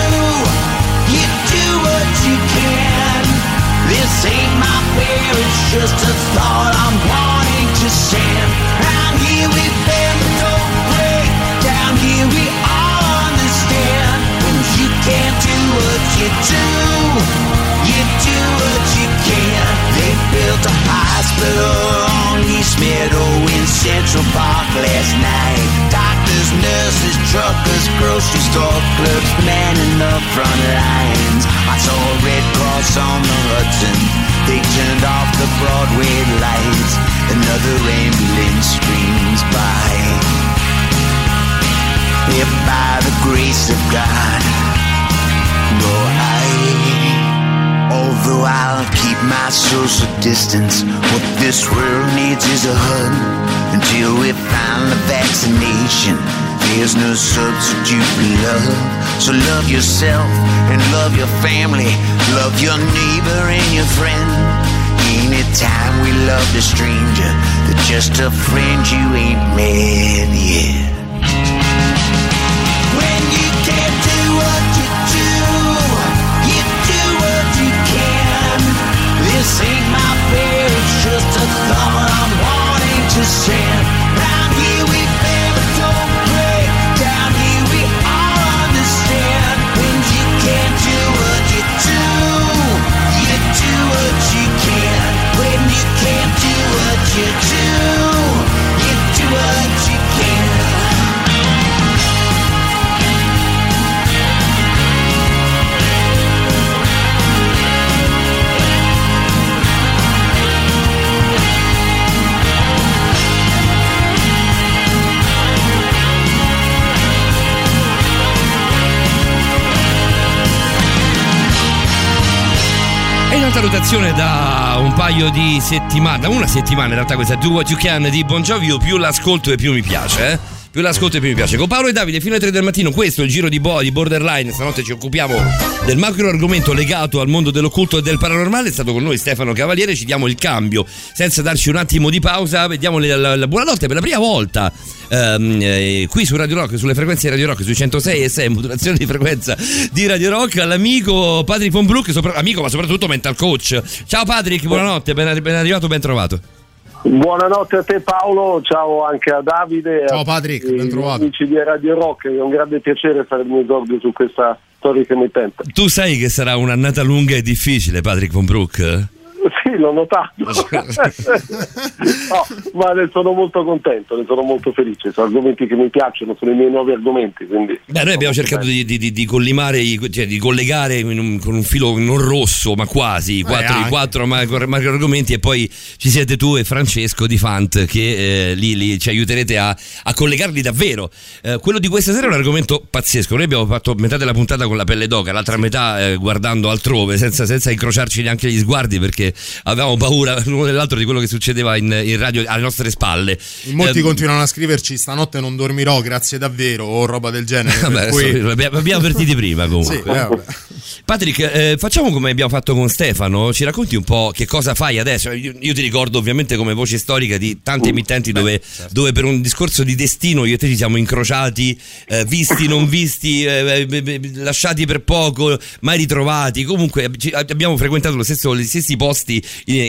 do what you can. This ain't my fear, it's just a thought I'm wanting to send. Down here we bend but don't break. Down here we all understand. When you can't do what you do what you can. They built a hospital on East Meadow in Central Park last night. Doctors, nurses, truckers, grocery store clerks manning the front lines. I saw a Red Cross on the Hudson. They turned off the Broadway lights. Another ambulance screams by. If by the grace of God, no, although I'll keep my social distance, what this world needs is a hug. Until we find the vaccination, there's no substitute for love. So love yourself and love your family. Love your neighbor and your friend. Anytime we love a stranger, they're just a friend you ain't met yet. When you can't do what you do what you can. This ain't my fear, it's just a thought I'm wanting to send. Down here we fail but don't break. Down here we all understand. When you can't do what you do what you can. When you can't do what you do what you can. E una salutazione da un paio di settimane, da una settimana in realtà, questa Do What You Can di Bon Jovi. Più l'ascolto e più mi piace, più l'ascolto e più mi piace. Con Paolo e Davide fino alle 3 del mattino, questo è il giro di boa di Borderline. Stanotte ci occupiamo del macro argomento legato al mondo dell'occulto e del paranormale. È stato con noi Stefano Cavaliere, ci diamo il cambio senza darci un attimo di pausa. Vediamo la buonanotte per la prima volta qui su Radio Rock, sulle frequenze di Radio Rock, sui 106.6, modulazione di frequenza di Radio Rock, all'amico Patrick von Broek, amico ma soprattutto mental coach. Ciao Patrick, buonanotte, ben arrivato, ben trovato. Buonanotte a te Paolo, ciao anche a Davide. Ciao Patrick, ben trovato. Amici di Radio Rock, è un grande piacere fare il mio esordio su questa storica emittente. Tu sai che sarà un'annata lunga e difficile, Patrick von Broek? Sì, l'ho notato. No, ma ne sono molto contento, ne sono molto felice. Sono argomenti che mi piacciono, sono i miei nuovi argomenti. Quindi noi abbiamo cercato di collimare, cioè di collegare con un filo non rosso, ma quasi i quattro macro argomenti, e poi ci siete tu e Francesco di Fant che lì ci aiuterete a collegarli davvero. Quello di questa sera è un argomento pazzesco. Noi abbiamo fatto metà della puntata con la pelle d'oca, l'altra metà guardando altrove, senza incrociarci neanche gli sguardi, perché avevamo paura l'uno dell'altro di quello che succedeva in radio alle nostre spalle. In molti continuano a scriverci: stanotte non dormirò, grazie davvero, o roba del genere. Vabbè, cui... abbiamo avvertiti prima comunque. Sì, Patrick, facciamo come abbiamo fatto con Stefano, ci racconti un po' che cosa fai adesso? Io ti ricordo ovviamente come voce storica di tanti emittenti dove per un discorso di destino io e te ci siamo incrociati, visti, non visti, lasciati per poco, mai ritrovati, comunque abbiamo frequentato gli stessi posti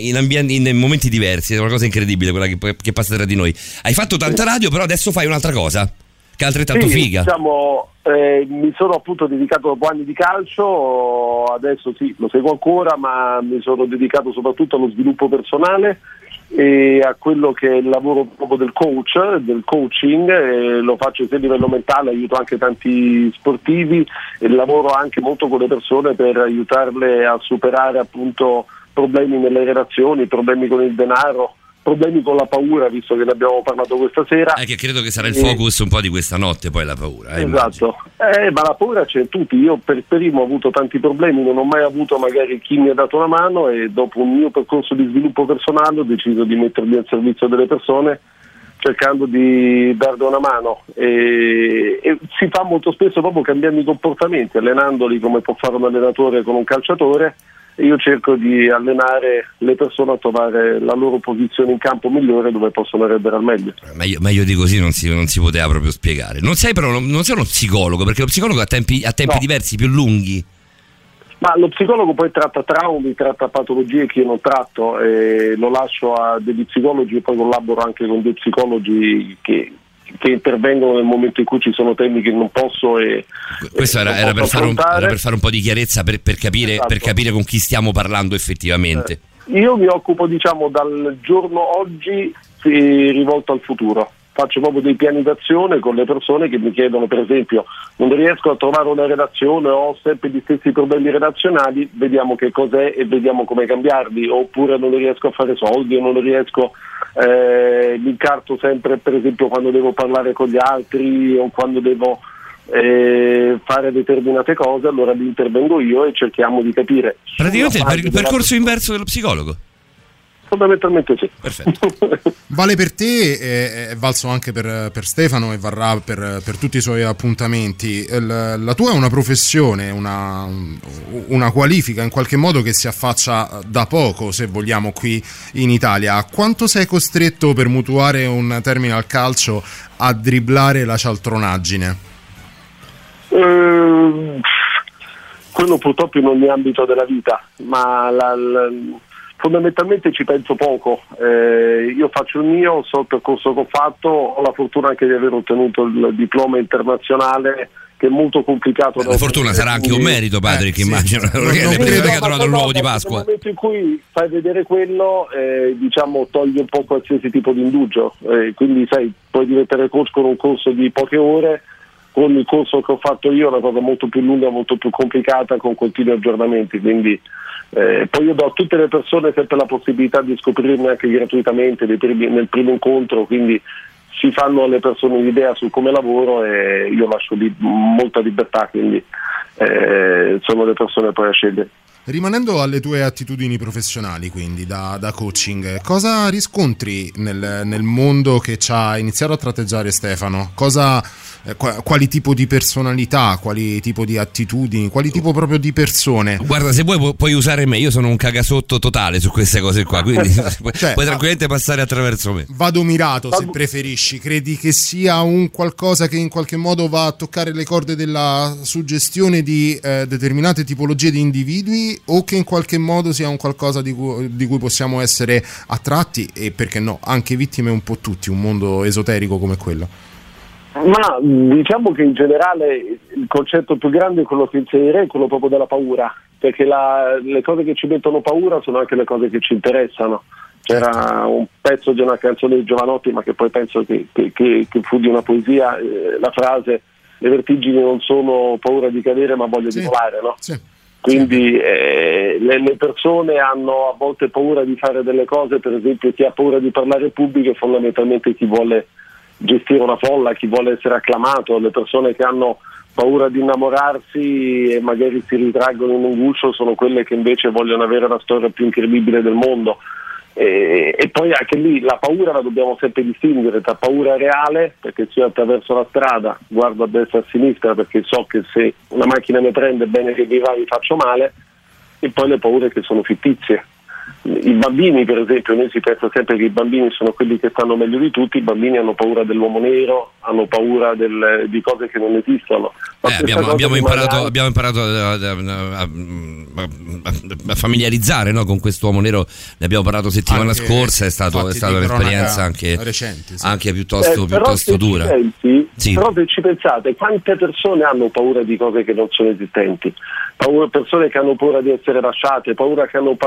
in momenti diversi, è una cosa incredibile quella che passa tra di noi. Hai fatto tanta radio, però adesso fai un'altra cosa che è altrettanto figa. Diciamo, mi sono appunto dedicato dopo anni di calcio, adesso sì, lo seguo ancora, ma mi sono dedicato soprattutto allo sviluppo personale e a quello che è il lavoro proprio del coach, del coaching, lo faccio sia a livello mentale, aiuto anche tanti sportivi e lavoro anche molto con le persone per aiutarle a superare appunto problemi nelle relazioni, problemi con il denaro, problemi con la paura, visto che ne abbiamo parlato questa sera. Che credo che sarà il focus un po' di questa notte, poi la paura. Esatto, ma la paura c'è in tutti. Io per primo ho avuto tanti problemi, non ho mai avuto magari chi mi ha dato una mano e dopo un mio percorso di sviluppo personale ho deciso di mettermi al servizio delle persone cercando di darle una mano e si fa molto spesso proprio cambiando i comportamenti, allenandoli come può fare un allenatore con un calciatore. Io cerco di allenare le persone a trovare la loro posizione in campo migliore dove possono rendere al meglio. Meglio di così non si poteva proprio spiegare. Non sei uno psicologo, perché lo psicologo ha tempi diversi, più lunghi. Ma lo psicologo poi tratta traumi, tratta patologie che io non tratto e lo lascio a degli psicologi e poi collaboro anche con dei psicologi che intervengono nel momento in cui ci sono temi che non posso questo era per fare un po' di chiarezza per capire, esatto, per capire con chi stiamo parlando effettivamente. Io mi occupo dal giorno oggi rivolto al futuro, faccio proprio dei piani d'azione con le persone che mi chiedono, per esempio, non riesco a trovare una relazione, ho sempre gli stessi problemi relazionali, vediamo che cos'è e vediamo come cambiarli, oppure non riesco a fare soldi o non riesco, mi incarto sempre, per esempio, quando devo parlare con gli altri o quando devo fare determinate cose, allora li intervengo io e cerchiamo di capire. Praticamente il percorso inverso dello psicologo. Fondamentalmente sì. Perfetto. Vale per te, è valso anche per Stefano e varrà per tutti i suoi appuntamenti. La tua è una professione, una qualifica in qualche modo che si affaccia da poco, se vogliamo, qui in Italia. Quanto sei costretto, per mutuare un termine al calcio, a dribblare la cialtronaggine? Quello purtroppo in ogni ambito della vita, ma fondamentalmente ci penso poco. Io faccio il mio, so il percorso che ho fatto, ho la fortuna anche di aver ottenuto il diploma internazionale, che è molto complicato. La fortuna sarà anche un merito, Patrick, sì, immagino, perché ha trovato il nuovo di Pasqua. Nel momento in cui fai vedere quello, diciamo, toglie un po' qualsiasi tipo di indugio, quindi sai, puoi diventare coach con un corso di poche ore, con il corso che ho fatto io è una cosa molto più lunga, molto più complicata, con continui aggiornamenti, quindi poi io do a tutte le persone sempre la possibilità di scoprirmi anche gratuitamente nel primo incontro, quindi si fanno alle persone un'idea su come lavoro e io lascio molta libertà, quindi sono le persone poi a scegliere. Rimanendo alle tue attitudini professionali, quindi da coaching, cosa riscontri nel mondo che ci ha iniziato a tratteggiare Stefano? Quali tipo di personalità, quali tipo di attitudini, quali tipo proprio di persone? Guarda, se vuoi puoi usare me, io sono un cagasotto totale su queste cose qua, quindi puoi tranquillamente passare attraverso me. Vado mirato, se preferisci. Credi che sia un qualcosa che in qualche modo va a toccare le corde della suggestione di determinate tipologie di individui, o che in qualche modo sia un qualcosa di cui possiamo essere attratti e, perché no, anche vittime un po' tutti, un mondo esoterico come quello? Ma diciamo che in generale il concetto più grande è quello che inserirei, quello proprio della paura, perché le cose che ci mettono paura sono anche le cose che ci interessano. C'era un pezzo di una canzone di Giovanotti, ma che poi penso che fu di una poesia, la frase: le vertigini non sono paura di cadere ma voglia di volare, no? Sì. Quindi le persone hanno a volte paura di fare delle cose, per esempio chi ha paura di parlare in pubblico è fondamentalmente chi vuole gestire una folla, chi vuole essere acclamato. Le persone che hanno paura di innamorarsi e magari si ritraggono in un guscio sono quelle che invece vogliono avere la storia più incredibile del mondo. E poi anche lì la paura la dobbiamo sempre distinguere tra paura reale, perché se io attraverso la strada guardo a destra e a sinistra perché so che se una macchina mi prende bene che mi va mi faccio male, e poi le paure che sono fittizie. I bambini, per esempio, noi si pensa sempre che i bambini sono quelli che stanno meglio di tutti. I bambini hanno paura dell'uomo nero, hanno paura di cose che non esistono. Abbiamo imparato a familiarizzare, no, con quest'uomo nero. Ne abbiamo parlato settimana scorsa. È stata un'esperienza anche recente, sì, anche piuttosto dura. Sì. Però se ci pensate, quante persone hanno paura di cose che non sono esistenti? Persone che hanno paura di essere lasciate, paura che hanno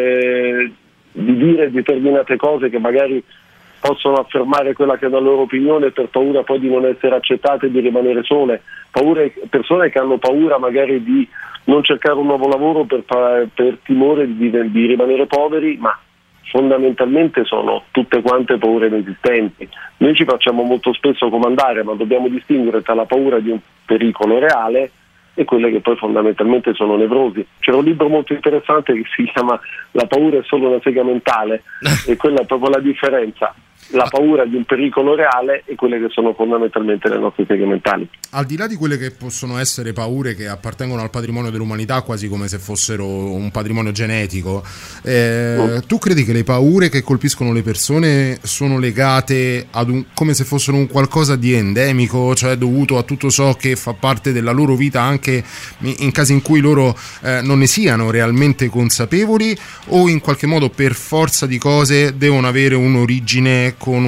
di dire determinate cose che magari possono affermare quella che è la loro opinione per paura poi di non essere accettate e di rimanere sole. Persone che hanno paura magari di non cercare un nuovo lavoro per timore di rimanere poveri, ma fondamentalmente sono tutte quante paure inesistenti. Noi ci facciamo molto spesso comandare, ma dobbiamo distinguere tra la paura di un pericolo reale e quelle che poi fondamentalmente sono nevrosi. C'era un libro molto interessante che si chiama La paura è solo una sega mentale e quella è proprio la differenza. La paura di un pericolo reale e quelle che sono fondamentalmente le nostre seghe mentali. Al di là di quelle che possono essere paure che appartengono al patrimonio dell'umanità, quasi come se fossero un patrimonio genetico, tu credi che le paure che colpiscono le persone sono legate ad come se fossero un qualcosa di endemico, cioè dovuto a tutto ciò che fa parte della loro vita anche in casi in cui loro non ne siano realmente consapevoli, o in qualche modo per forza di cose devono avere un'origine con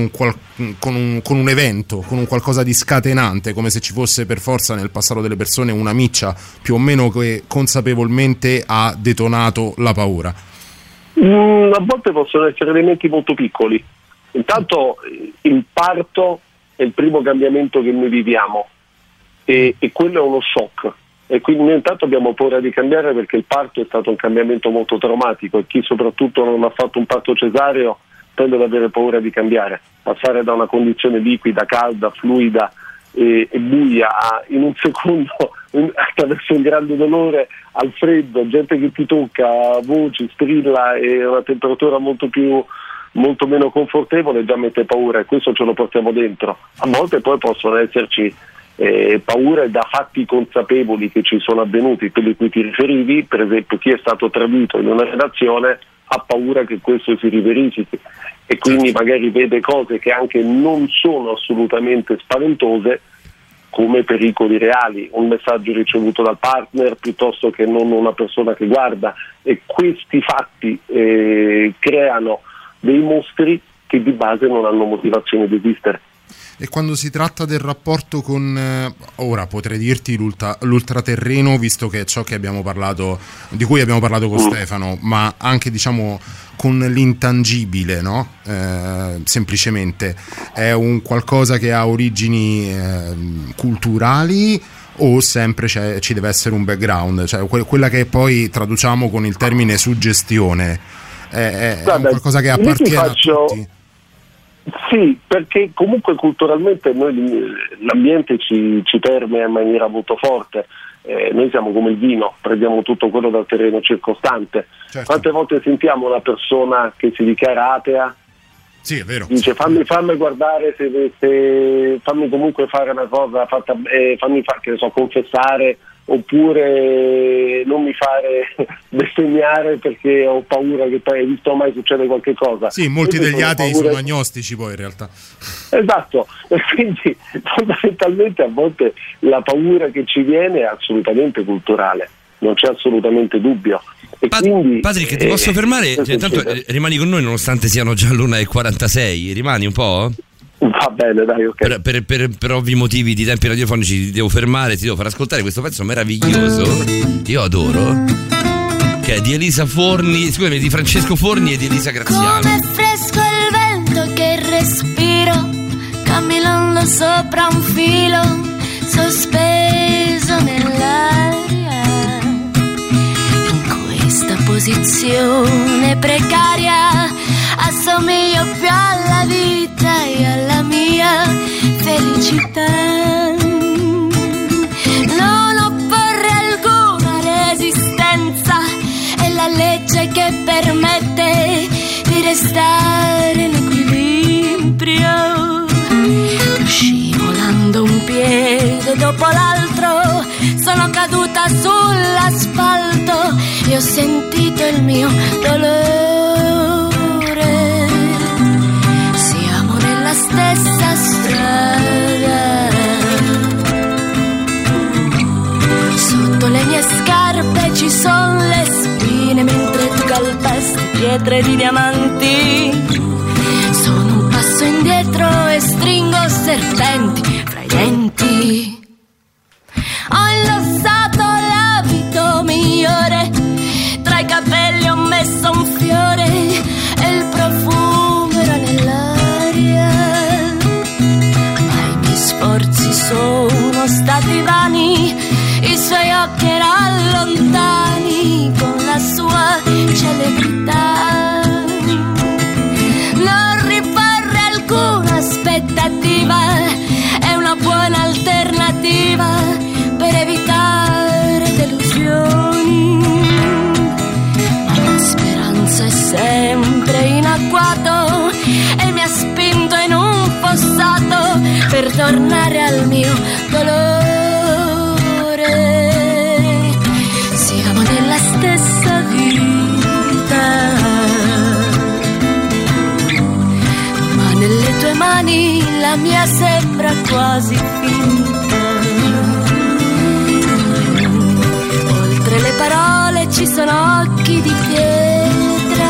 un evento, con un qualcosa di scatenante, come se ci fosse per forza nel passato delle persone una miccia più o meno che consapevolmente ha detonato la paura? A volte possono essere elementi molto piccoli. Intanto il parto è il primo cambiamento che noi viviamo e quello è uno shock, e quindi noi intanto abbiamo paura di cambiare perché il parto è stato un cambiamento molto traumatico e chi soprattutto non ha fatto un parto cesareo tende ad avere paura di cambiare, passare da una condizione liquida, calda, fluida e buia in un secondo attraverso un grande dolore al freddo, gente che ti tocca, voci, strilla e una temperatura molto meno confortevole già mette paura, e questo ce lo portiamo dentro. A volte poi possono esserci paure da fatti consapevoli che ci sono avvenuti, quelli a cui ti riferivi, per esempio chi è stato tradito in una relazione ha paura che questo si riverifichi e quindi magari vede cose che anche non sono assolutamente spaventose come pericoli reali, un messaggio ricevuto dal partner piuttosto che non una persona che guarda, e questi fatti creano dei mostri che di base non hanno motivazione di esistere. E quando si tratta del rapporto con, ora potrei dirti l'ultraterreno, visto che è ciò che abbiamo parlato, di cui abbiamo parlato con Stefano, ma anche diciamo con l'intangibile, no? Semplicemente è un qualcosa che ha origini culturali, o sempre ci deve essere un background, cioè quella che poi traduciamo con il termine suggestione, è un qualcosa che appartiene a tutti. Sì, perché comunque culturalmente noi l'ambiente ci permea in maniera molto forte. Noi siamo come il vino, prendiamo tutto quello dal terreno circostante. Certo. Quante volte sentiamo una persona che si dichiara atea? Sì, è vero. Dice fammi guardare, fammi comunque fare una cosa, fammi confessare, oppure non mi fare bestemmiare perché ho paura che poi visto mai succede qualche cosa. Sì, molti degli atei sono agnostici poi in realtà. Esatto, e quindi fondamentalmente a volte la paura che ci viene è assolutamente culturale, non c'è assolutamente dubbio. E quindi, Patrick, ti posso fermare? Intanto rimani con noi nonostante siano già l'1:46, rimani un po'? Va bene, dai, ok. Per ovvi motivi di tempi radiofonici ti devo fermare, ti devo far ascoltare questo pezzo meraviglioso, io adoro, che è di Elisa Forni, scusami, di Francesco Forni e di Elisa Graziano. Come fresco il vento che respiro, camminando sopra un filo, sospeso nell'aria, in questa posizione precaria assomiglio più alla vita e alla mia felicità. Non opporre alcuna resistenza, è la legge che permette di restare in equilibrio, scivolando un piede dopo l'altro, sono caduta sull'asfalto e ho sentito il mio dolore. Siamo nella stessa strada, sotto le mie scarpe ci sono le spine, mentre tu calpesti pietre di diamanti. Sono un passo indietro e stringo serpenti fra i denti. Ho indossato l'abito migliore, tra i capelli ho messo un fiore e il profumo era nell'aria. Ma i miei sforzi sono stati vani, i suoi occhi erano lontani con la sua celebrità. Non riporre alcuna aspettativa, è una buona alternativa per evitare delusioni. Ma la speranza è sempre in agguato e mi ha spinto in un fossato per tornare al mio dolore. Siamo nella stessa vita, ma nelle tue mani la mia sembra quasi finta. Oltre le parole ci sono occhi di pietra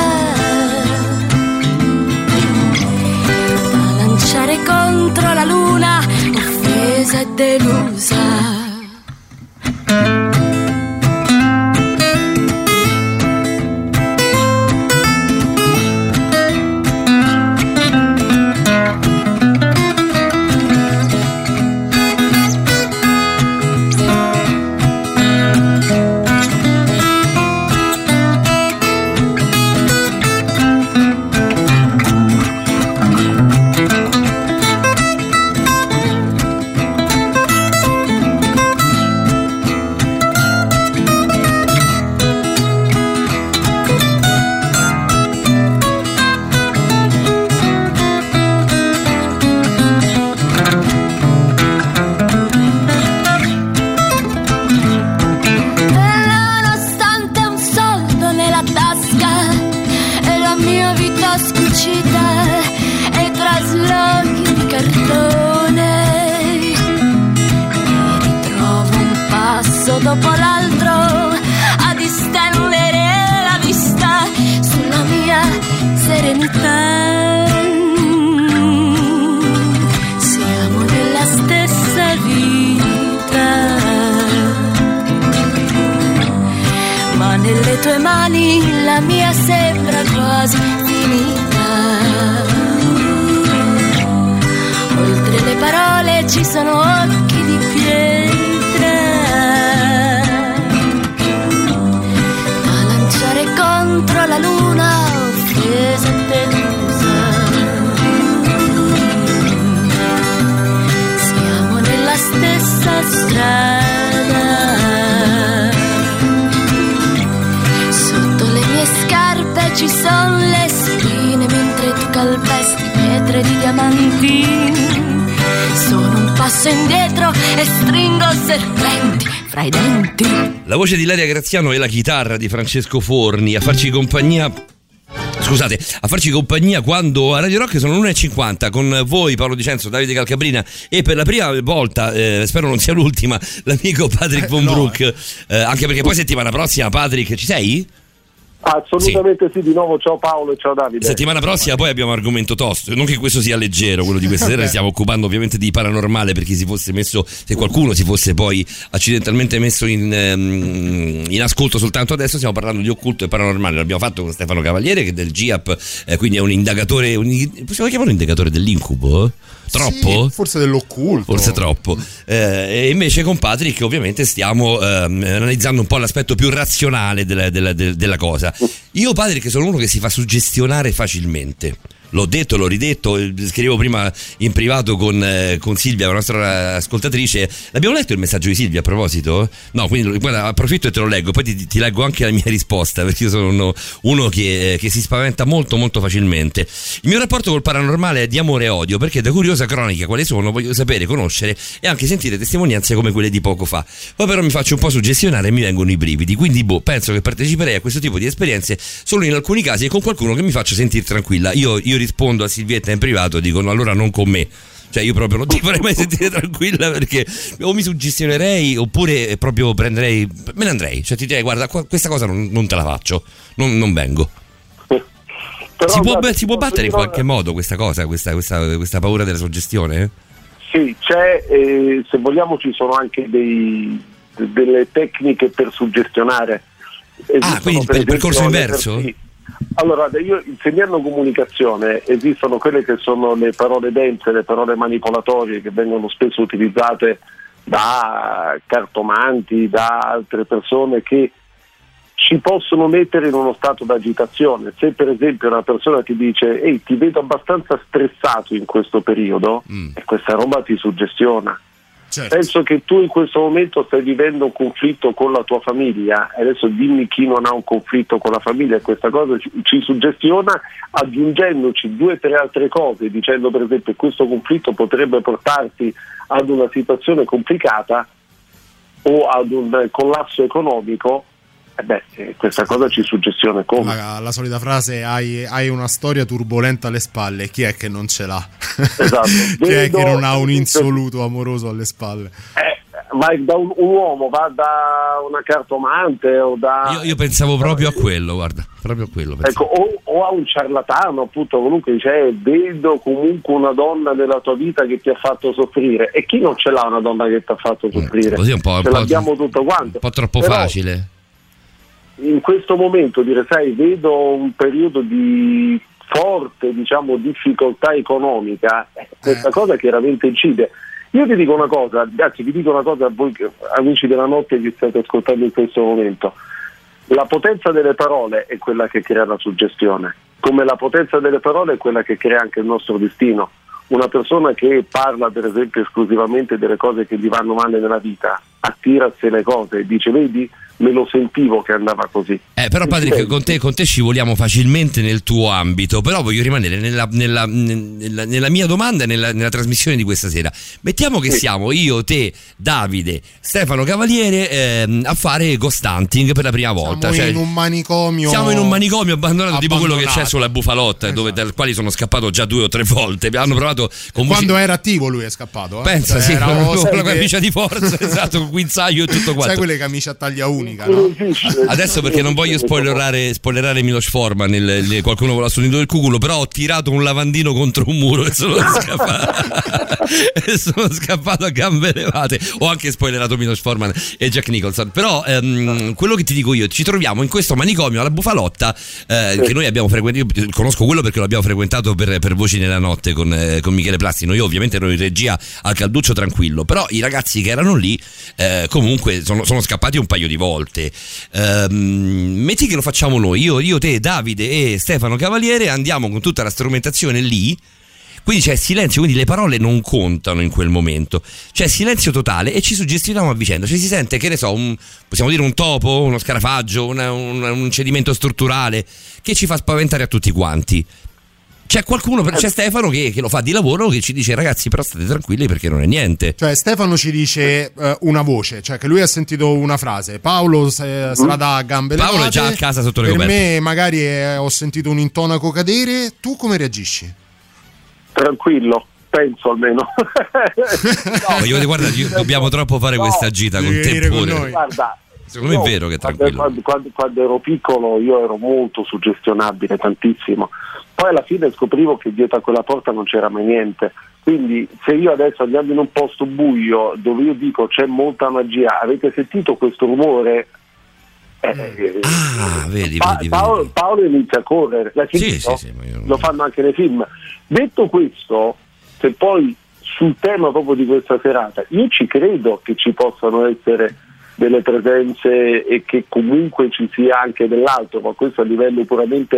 da lanciare contro la luna, offesa e delusa. Dopo l'altro a distendere la vista sulla mia serenità. Siamo nella stessa vita, ma nelle tue mani la mia sembra quasi finita. Oltre le parole ci sono occhi di pietra contro la luna, offesa e delusa. Siamo nella stessa strada, sotto le mie scarpe ci sono le spine, mentre tu calpesti pietre di diamanti. Sono un passo indietro e stringo serpenti fra i denti. La voce di Ilaria Graziano e la chitarra di Francesco Forni a farci compagnia. Scusate, a farci compagnia quando a Radio Rock sono 1:50 con voi Paolo Dicenzo, Davide Calcabrina e per la prima volta, spero non sia l'ultima, l'amico Patrick Von Broek, anche perché poi settimana prossima, Patrick, ci sei? Assolutamente sì, di nuovo ciao Paolo e ciao Davide. Settimana prossima poi abbiamo un argomento tosto, non che questo sia leggero, quello di questa sera, stiamo occupando ovviamente di paranormale, per chi si fosse messo, se qualcuno si fosse poi accidentalmente messo in ascolto soltanto adesso, stiamo parlando di occulto e paranormale, l'abbiamo fatto con Stefano Cavaliere che è del GIAP, quindi è un indagatore, possiamo chiamarlo indagatore dell'incubo? Troppo? Sì, forse dell'occulto. Forse troppo. E invece con Patrick ovviamente stiamo analizzando un po' l'aspetto più razionale della cosa. Io, Patrick, sono uno che si fa suggestionare facilmente. l'ho detto, l'ho ridetto, scrivevo prima in privato con Silvia, la nostra ascoltatrice. L'abbiamo letto il messaggio di Silvia a proposito? No, quindi guarda, approfitto e te lo leggo, poi ti leggo anche la mia risposta, perché io sono uno che si spaventa molto molto facilmente. Il mio rapporto col paranormale è di amore e odio, perché da curiosa cronica quali sono voglio sapere, conoscere e anche sentire testimonianze come quelle di poco fa. Poi però mi faccio un po' suggestionare e mi vengono i brividi, quindi penso che parteciperei a questo tipo di esperienze solo in alcuni casi e con qualcuno che mi faccia sentire tranquilla. Io rispondo a Silvietta in privato, dico no, allora non con me, cioè io proprio non ti farei mai sentire tranquilla, perché o mi suggestionerei oppure proprio me ne andrei, cioè ti direi guarda questa cosa non te la faccio, non vengo. Si può battere in qualche modo questa cosa, questa paura della suggestione? Sì, c'è, se vogliamo ci sono anche delle tecniche per suggestionare. Quindi per il percorso inverso? Sì. Allora, io insegnando comunicazione esistono quelle che sono le parole dense, le parole manipolatorie che vengono spesso utilizzate da cartomanti, da altre persone che ci possono mettere in uno stato d'agitazione. Se per esempio una persona ti dice ehi, ti vedo abbastanza stressato in questo periodo, e questa roba ti suggestiona. Certo. Penso che tu in questo momento stai vivendo un conflitto con la tua famiglia, e adesso dimmi chi non ha un conflitto con la famiglia, e questa cosa ci suggestiona aggiungendoci 2 o 3 altre cose, dicendo per esempio che questo conflitto potrebbe portarti ad una situazione complicata o ad un collasso economico. Questa cosa ci suggestiona come? La solita frase, hai una storia turbolenta alle spalle, chi è che non ce l'ha? Esatto. Chi è che non ha un insoluto amoroso alle spalle? Vai da un uomo, va da una cartomante o da... Io pensavo proprio a quello, guarda, proprio a quello. Ecco, o a un ciarlatano, appunto, comunque dice vedo comunque una donna della tua vita che ti ha fatto soffrire. E chi non ce l'ha una donna che ti ha fatto soffrire? Così l'abbiamo tutto quanto. Un po' troppo facile. In questo momento dire, sai, vedo un periodo di forte, diciamo, difficoltà economica, questa cosa chiaramente incide. Io ti dico una cosa, anzi vi dico una cosa a voi amici della notte che state ascoltando in questo momento: la potenza delle parole è quella che crea la suggestione, come la potenza delle parole è quella che crea anche il nostro destino. Una persona che parla per esempio esclusivamente delle cose che gli vanno male nella vita attira a sé le cose e dice vedi, me lo sentivo che andava così. Però Patrick, con te scivoliamo facilmente nel tuo ambito, però voglio rimanere nella mia domanda e nella trasmissione di questa sera. Mettiamo che siamo io, te, Davide, Stefano Cavaliere a fare ghost hunting per la prima volta. Siamo in un manicomio. Siamo in un manicomio abbandonato, tipo quello che c'è sulla Bufalotta, esatto. Dal quali sono scappato già 2 o 3 volte. Hanno provato quando era attivo lui è scappato. Pensa, sì, con la camicia di forza, esatto, con guinzaglio e tutto quanto. Sai quelle camicie a taglia unica, no? Adesso perché non voglio spoilerare Miloš Forman, qualcuno voleva sul nido del cuculo, però ho tirato un lavandino contro un muro e sono scappato a gambe levate. Ho anche spoilerato Miloš Forman e Jack Nicholson. Però quello che ti dico io, ci troviamo in questo manicomio alla Bufalotta che noi abbiamo frequentato. Io conosco quello perché lo abbiamo frequentato per Voci nella Notte con Michele Plastino. Io ovviamente ero in regia al calduccio tranquillo, però i ragazzi che erano lì comunque sono scappati un paio di volte. Metti che lo facciamo noi, io, te, Davide e Stefano Cavaliere andiamo con tutta la strumentazione lì, quindi c'è silenzio, quindi le parole non contano in quel momento, c'è silenzio totale e ci suggestioniamo a vicenda. Cioè si sente, che ne so, possiamo dire un topo, uno scarafaggio, un cedimento strutturale che ci fa spaventare a tutti quanti. C'è qualcuno, c'è Stefano che lo fa di lavoro, che ci dice ragazzi però state tranquilli perché non è niente. Cioè Stefano ci dice una voce, cioè che lui ha sentito una frase: Paolo sarà da gambe levate. Paolo è già a casa sotto le coperte. Per me magari ho sentito un intonaco cadere. Tu come reagisci? Tranquillo, penso almeno. No, guarda, dobbiamo troppo fare questa gita con te pure. Guarda, secondo me è vero che è tranquillo. Quando ero piccolo io ero molto suggestionabile, tantissimo. Poi alla fine scoprivo che dietro a quella porta non c'era mai niente. Quindi se io adesso andiamo in un posto buio dove io dico c'è molta magia, avete sentito questo rumore? Vedi. Paolo inizia a correre. Sì, lo fanno anche nei film. Detto questo, se poi sul tema proprio di questa serata, io ci credo che ci possano essere delle presenze e che comunque ci sia anche dell'altro, ma questo a livello puramente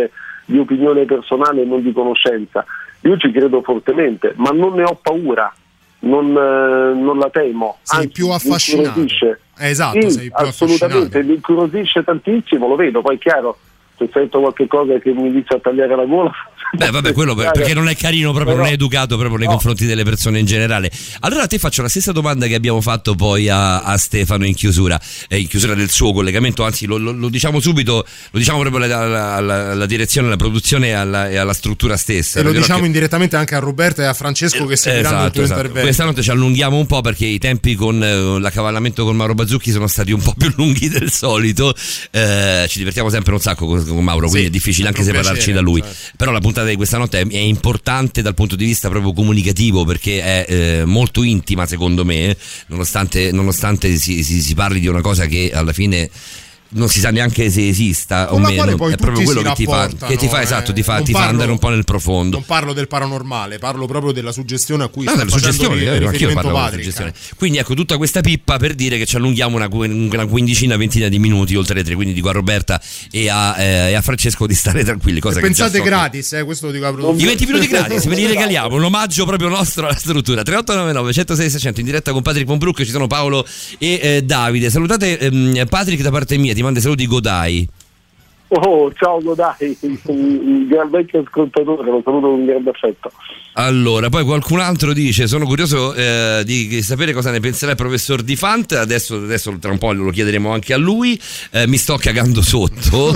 di opinione personale e non di conoscenza. Io ci credo fortemente, ma non ne ho paura, non la temo. Sei anzi, più affascinato. Esatto, sì, sei più assolutamente, mi incuriosisce tantissimo, lo vedo, poi è chiaro, se sento qualche cosa che mi inizia a tagliare la gola. Beh, vabbè, quello perché non è carino proprio, non è educato proprio nei confronti delle persone in generale. Allora a te faccio la stessa domanda che abbiamo fatto poi a Stefano in chiusura del suo collegamento, anzi lo diciamo subito, lo diciamo proprio alla direzione, alla produzione e alla struttura stessa. E lo diciamo indirettamente anche a Roberto e a Francesco che seguiranno il tuo intervento. Questa notte ci allunghiamo un po' perché i tempi con l'accavallamento con Mauro Bazzucchi sono stati un po' più lunghi del solito. Ci divertiamo sempre un sacco con Mauro, quindi è difficile anche separarci da lui. Certo. Però la puntata di questa notte è importante dal punto di vista proprio comunicativo, perché è molto intima secondo me, nonostante si parli di una cosa che alla fine non si sa neanche se esista o meno, è proprio quello che ti fa esatto, ti fa andare un po' nel profondo. Non parlo del paranormale, parlo proprio della suggestione a cui sta facendo riferimento Patrick. Quindi ecco, tutta questa pippa per dire che ci allunghiamo una quindicina, ventina di minuti oltre le 3, quindi dico a Roberta e a Francesco di stare tranquilli, cosa pensate che gratis, questo lo dico a produzione. I 20 minuti gratis ve li regaliamo, un omaggio proprio nostro alla struttura. 3899 106 600 in diretta con Patrick Ponbrook, ci sono Paolo e Davide. Salutate Patrick da parte mia, ti manda saluti Godai. Oh, ciao Godai, il gran vecchio ascoltatore, lo saluto con un grande affetto. Allora, poi qualcun altro dice: sono curioso di sapere cosa ne penserà il professor Di Fant. Adesso tra un po' lo chiederemo anche a lui. Mi sto cagando sotto.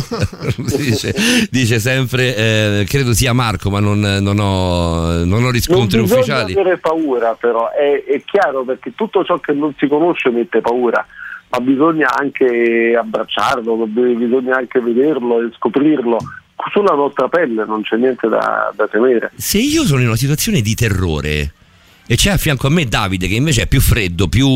dice sempre, credo sia Marco, ma non ho riscontri ufficiali. Non bisogna avere paura, però è chiaro, perché tutto ciò che non si conosce mette paura, ma bisogna anche abbracciarlo, bisogna anche vederlo e scoprirlo. Sulla nostra pelle non c'è niente da temere. Se io sono in una situazione di terrore e c'è a fianco a me Davide che invece è più freddo, più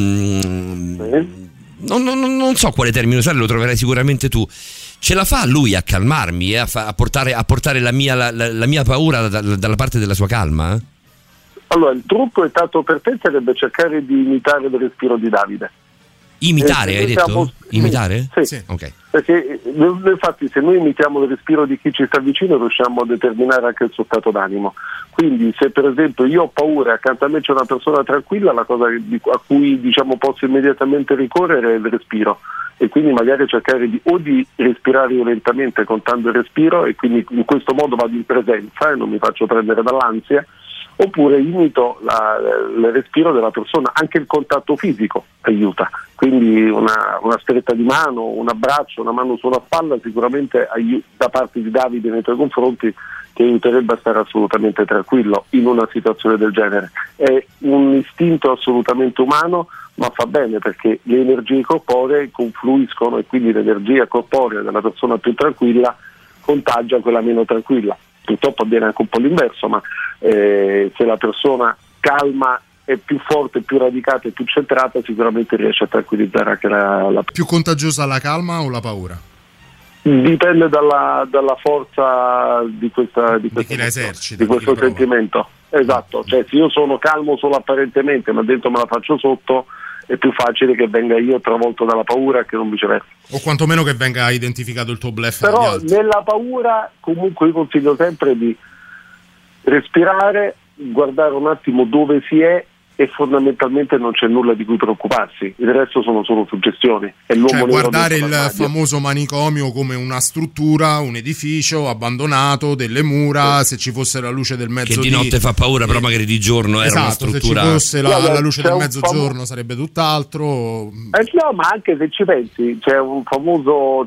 non so quale termine usare, lo troverai sicuramente tu, ce la fa lui a calmarmi e a portare la mia paura dalla parte della sua calma? Allora, il trucco è stato per te sarebbe cercare di imitare il respiro di Davide. Imitare, hai detto? Imitare? Sì. Okay. Perché infatti se noi imitiamo il respiro di chi ci sta vicino riusciamo a determinare anche il suo stato d'animo. Quindi se per esempio io ho paura e accanto a me c'è una persona tranquilla, la cosa a cui posso immediatamente ricorrere è il respiro, e quindi magari cercare di respirare io lentamente contando il respiro, e quindi in questo modo vado in presenza e non mi faccio prendere dall'ansia. Oppure imito il respiro della persona, anche il contatto fisico aiuta, quindi una stretta di mano, un abbraccio, una mano sulla spalla sicuramente da parte di Davide nei tuoi confronti ti aiuterebbe a stare assolutamente tranquillo in una situazione del genere. È un istinto assolutamente umano, ma fa bene perché le energie corporee confluiscono e quindi l'energia corporea della persona più tranquilla contagia quella meno tranquilla. Purtroppo avviene anche un po' l'inverso, ma se la persona calma è più forte, più radicata e più centrata, sicuramente riesce a tranquillizzare anche la... Più contagiosa la calma o la paura? Dipende dalla forza di questo sentimento. Esatto, cioè se io sono calmo solo apparentemente ma dentro me la faccio sotto, è più facile che venga io travolto dalla paura che non viceversa. O quantomeno che venga identificato il tuo bluff. Però nella paura comunque io consiglio sempre di respirare, guardare un attimo dove si è, e fondamentalmente non c'è nulla di cui preoccuparsi, il resto sono solo suggestioni. È l'uomo guardare il famoso manicomio come una struttura, un edificio abbandonato, delle mura, se ci fosse la luce del mezzogiorno, che di notte fa paura, però magari di giorno era una struttura. Se ci fosse la luce del mezzogiorno sarebbe tutt'altro. No, ma anche se ci pensi, c'è un famoso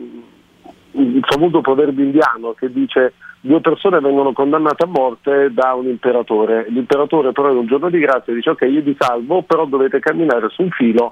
proverbio indiano che dice: 2 persone vengono condannate a morte da un imperatore. L'imperatore però in un giorno di grazia dice: ok, io vi salvo, però dovete camminare su un filo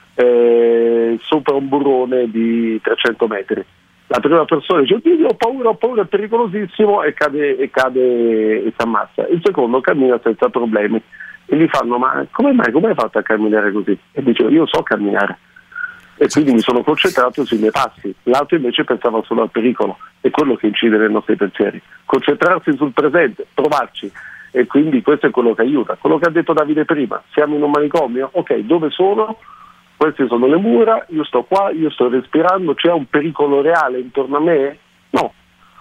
sopra un burrone di 300 metri. La prima persona dice: io ho paura, è pericolosissimo, e cade e si ammazza. Il secondo cammina senza problemi e gli fanno: ma come mai, come hai fatto a camminare così? E dice: io so camminare. E quindi mi sono concentrato sui miei passi. L'altro invece pensava solo al pericolo, è quello che incide nei nostri pensieri. Concentrarsi sul presente, provarci, e quindi questo è quello che aiuta. Quello che ha detto Davide prima: siamo in un manicomio, ok, dove sono? Queste sono le mura, io sto qua, io sto respirando, c'è un pericolo reale intorno a me? No,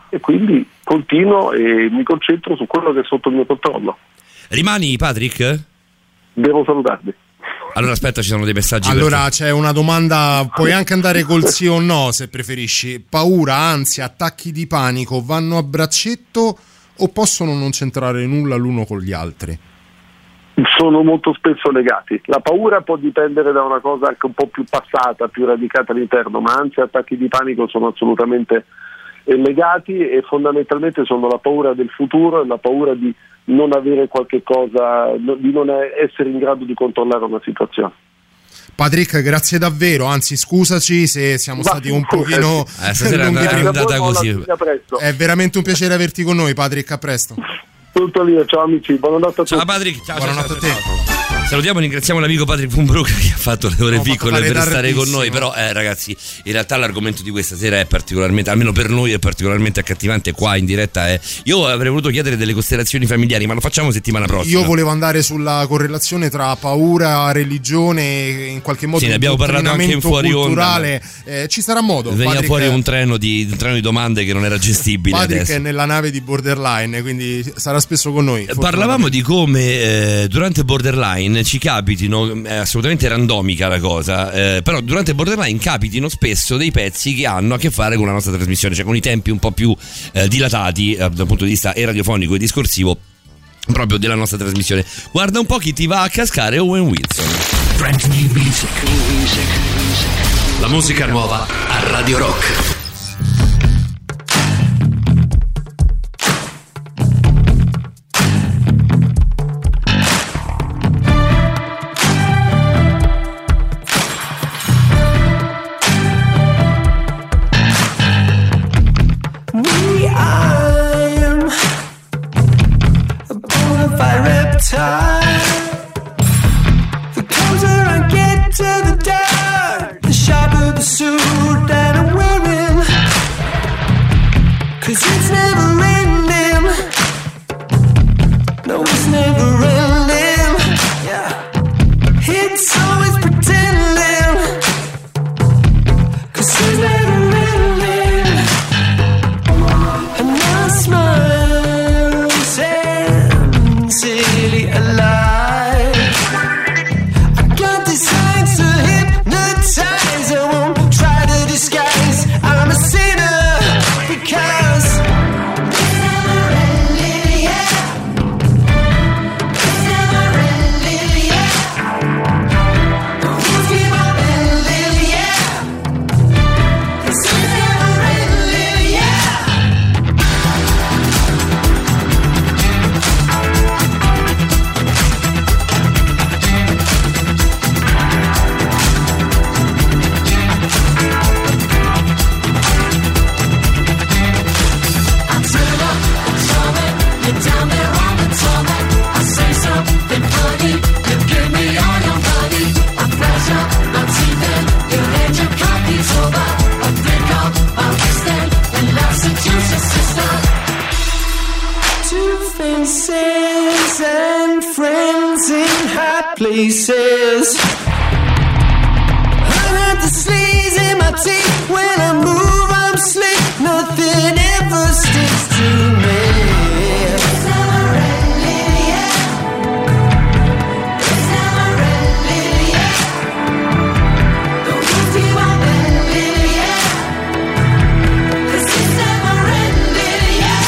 e quindi continuo e mi concentro su quello che è sotto il mio controllo. Rimani, Patrick? Devo salutarvi. Allora aspetta, ci sono dei messaggi. Allora c'è una domanda, puoi anche andare col sì o no se preferisci. Paura, ansia, attacchi di panico vanno a braccetto o possono non c'entrare nulla l'uno con gli altri? Sono molto spesso legati. La paura può dipendere da una cosa anche un po' più passata, più radicata all'interno, ma ansia e attacchi di panico sono assolutamente legati e fondamentalmente sono la paura del futuro e la paura di non avere qualche cosa, di non essere in grado di controllare una situazione. Patrick, grazie davvero, anzi scusaci se siamo stati un pochino lunghi prima. Così. È veramente un piacere averti con noi, Patrick, a presto. Tutto lì, ciao amici, buonanotte a tutti. Ciao Patrick, buonanotte a te. Salutiamo e ringraziamo l'amico Patrick Pumbrook che ha fatto le ore piccole per stare con noi. Però ragazzi, in realtà l'argomento di questa sera è particolarmente, almeno per noi è particolarmente accattivante. Qua in diretta io avrei voluto chiedere delle costellazioni familiari, ma lo facciamo settimana prossima. Io volevo andare sulla correlazione tra paura, religione, in qualche modo ne abbiamo parlato anche in fuori culturale. Ci sarà modo. Veniva Patrick, fuori un treno di domande che non era gestibile. Patrick adesso è nella nave di Borderline, quindi sarà spesso con noi. Parlavamo di come durante Borderline ci capitino, è assolutamente randomica la cosa, però durante Borderline capitino spesso dei pezzi che hanno a che fare con la nostra trasmissione, cioè con i tempi un po' più dilatati dal punto di vista radiofonico e discorsivo proprio della nostra trasmissione. Guarda un po' chi ti va a cascare, Owen Wilson. Brand new music. La musica nuova a Radio Rock. The closer I get to the dark, the sharper the suit that I'm wearing. 'Cause it's never ending. No, it's never ending. Yeah, it's always pretending. 'Cause it's never ending. And I smile sincerely alive. I got these signs to hypnotize. I won't try to disguise I'm a sinner because it's never ending, yeah. It's never ending, yeah. The rules keep on bending, yeah. 'Cause it's never ending, yeah. You're down there on the tarmac. I say something funny. You give me all your money. I flash up my teeth and you hand your car keys over. I think of my wrist and love seduce your sister. Two faces and friends in high places. I have the sleaze in my teeth. When I move I'm slick. Nothing ever sticks to me. It's never ending, yeah. It's never ending, yeah. The rules keep on bending, yeah. 'Cause it's never ending, yeah.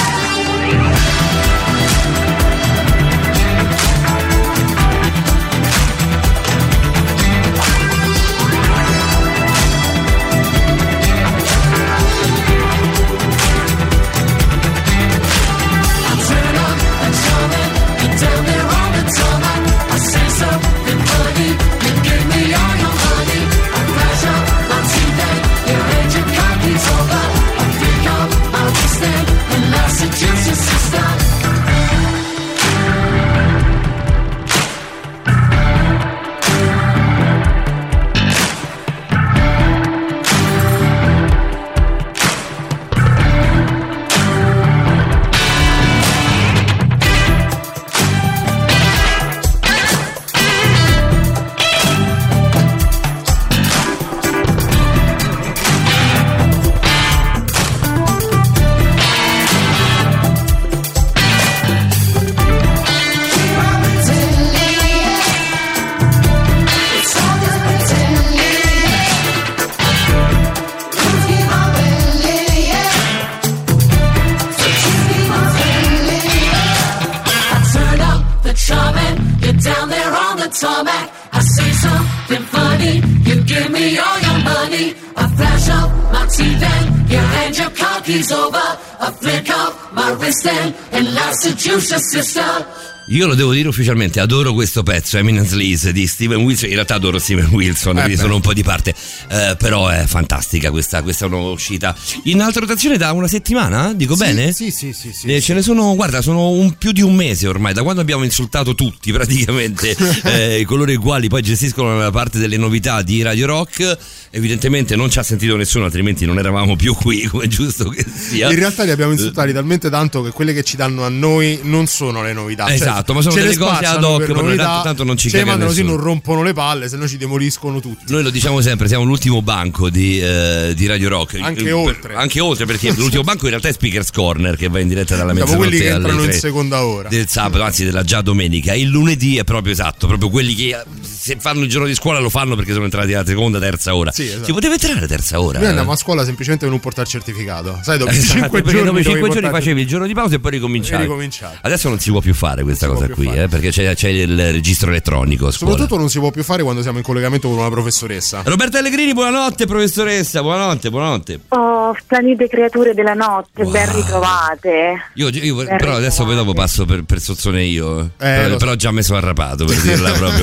down there on the tarmac. I say something funny, you give me all your money. I flash up my teeth and you hand your car keys over. I flick up my wrist and I seduce your sister. Io lo devo dire ufficialmente, adoro questo pezzo, Eminence Lease di Steven Wilson. In realtà adoro Steven Wilson, quindi sono un po' di parte, però è fantastica questa è un'uscita in alta rotazione da una settimana, dico bene? Sì. Ce ne sono, guarda, sono più di un mese ormai, da quando abbiamo insultato tutti praticamente coloro i quali poi gestiscono la parte delle novità di Radio Rock. Evidentemente non ci ha sentito nessuno, altrimenti non eravamo più qui, come giusto che sia. In realtà li abbiamo insultati talmente tanto che quelle che ci danno a noi non sono le novità. Esatto, ma sono delle cose ad hoc, ma tanto non ci caga nessuno. Così non rompono le palle, se no ci demoliscono tutti. Noi lo diciamo sempre, siamo l'ultimo banco di Radio Rock. Anche oltre, perché l'ultimo banco in realtà è Speaker's Corner, che va in diretta dalla mezzanotte quelli che alle entrano 3 in seconda ora del sabato, anzi della già domenica. Il lunedì è proprio proprio quelli che se fanno il giorno di scuola lo fanno perché sono entrati alla seconda, terza ora. Sì, esatto. Si poteva entrare alla terza ora. Noi andavamo a scuola semplicemente per non portare il certificato. Sai, dopo 5 giorni facevi il giorno di pausa e poi ricominciavi. Adesso non si può più fare questa cosa qui, perché c'è il registro elettronico a scuola. Soprattutto non si può più fare quando siamo in collegamento con una professoressa. Roberta Allegrini, buonanotte professoressa, buonanotte. Oh, splendide creature della notte, ben ritrovate. Io però adesso poi dopo passo per sozzone io. Però già mi sono arrapato, per dirla proprio.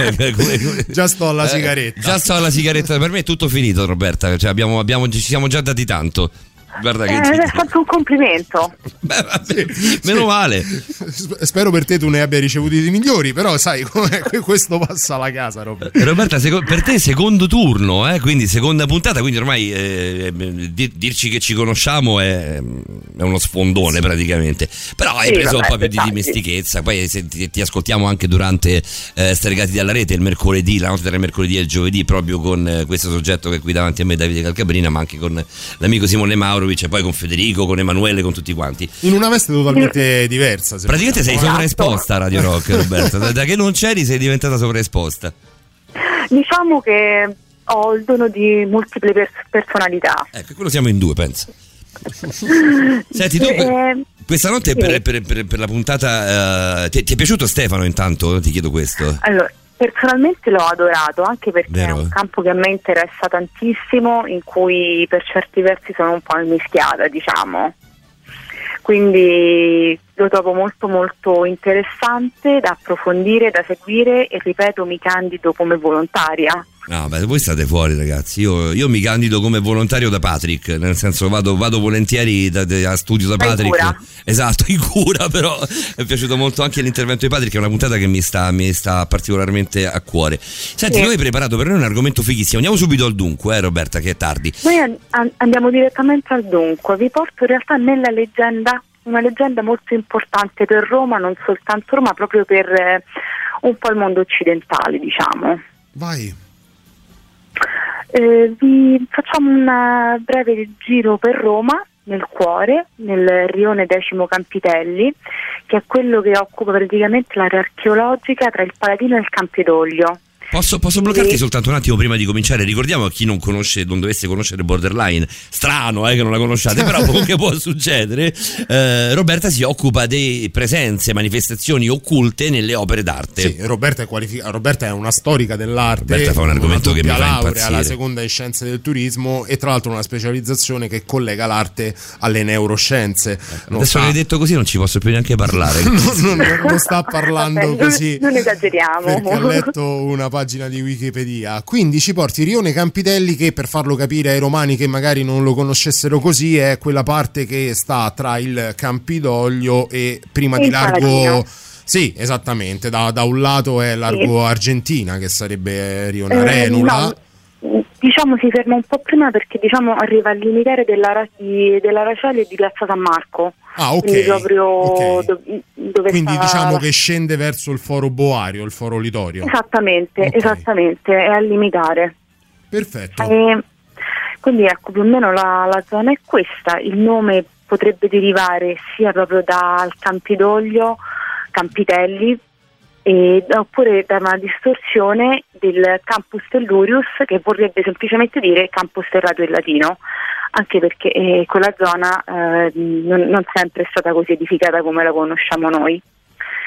Già sto alla sigaretta. Già sto alla sigaretta, per me è tutto finito, Roberta. Cioè ci siamo già dati tanto. Guarda che è fatto un complimento. Meno male. Spero per te tu ne abbia ricevuti di migliori, però sai questo passa alla casa, Roberta, per te secondo turno, quindi seconda puntata, quindi ormai dirci che ci conosciamo è uno sfondone praticamente. Però hai preso un po' più di dimestichezza. Poi se ti ascoltiamo anche durante Stregati dalla Rete il mercoledì, la notte tra il mercoledì e il giovedì, proprio con questo soggetto che è qui davanti a me, Davide Calcabrina, ma anche con l'amico Simone Mauro e poi con Federico, con Emanuele, con tutti quanti. In una veste totalmente diversa. Praticamente sei sovraesposta a Radio Rock, Roberta. Da che non c'eri sei diventata sovraesposta. Diciamo che ho il dono di multiple personalità. Ecco, quello siamo in due, penso. Senti, tu questa notte per la puntata ti è piaciuto Stefano intanto? Ti chiedo questo. Allora, personalmente l'ho adorato, anche perché è un campo che a me interessa tantissimo, in cui per certi versi sono un po' immischiata, diciamo. Quindi lo trovo molto molto interessante da approfondire, da seguire e ripeto, mi candido come volontaria. No, beh, voi state fuori, ragazzi. Io mi candido come volontario da Patrick, nel senso vado volentieri a studio da Patrick. In cura. Esatto, in cura, però è piaciuto molto anche l'intervento di Patrick, che è una puntata che mi sta particolarmente a cuore. Senti, noi hai preparato per noi un argomento fighissimo. Andiamo subito al dunque, Roberta, che è tardi. Noi andiamo direttamente al dunque. Vi porto in realtà nella leggenda, una leggenda molto importante per Roma, non soltanto Roma, proprio per un po' il mondo occidentale, diciamo. Vai. Vi facciamo un breve giro per Roma, nel cuore, nel rione Decimo Campitelli, che è quello che occupa praticamente l'area archeologica tra il Palatino e il Campidoglio. Posso bloccarti soltanto un attimo prima di cominciare? Ricordiamo a chi non dovesse conoscere Borderline, strano che non la conosciate, però comunque può succedere. Roberta si occupa di presenze, manifestazioni occulte nelle opere d'arte. Sì, Roberta è una storica dell'arte. Roberta fa un argomento che mi fa laurea, impazzire. la seconda in scienze del turismo e tra l'altro una specializzazione che collega l'arte alle neuroscienze. Adesso che hai detto così non ci posso più neanche parlare. non sta parlando così. Non esageriamo. Perché ha letto una pagina di Wikipedia. Quindi ci porti Rione Campitelli, che per farlo capire ai romani che magari non lo conoscessero così è quella parte che sta tra il Campidoglio e prima di largo Paladino. Sì, esattamente, da un lato è largo Argentina, che sarebbe Rione Arenula. No, diciamo si ferma un po' prima perché arriva al limite della Racelli e di Piazza San Marco. Ah, ok. Quindi proprio dove quindi diciamo che scende verso il foro Boario, il foro Litorio. Esattamente, è al limitare. Perfetto. Quindi ecco, più o meno la zona è questa. Il nome potrebbe derivare sia proprio dal Campidoglio, Campitelli, oppure da una distorsione del Campus Tellurius, che vorrebbe semplicemente dire Campus Terrato in latino, anche perché quella zona non sempre è stata così edificata come la conosciamo noi.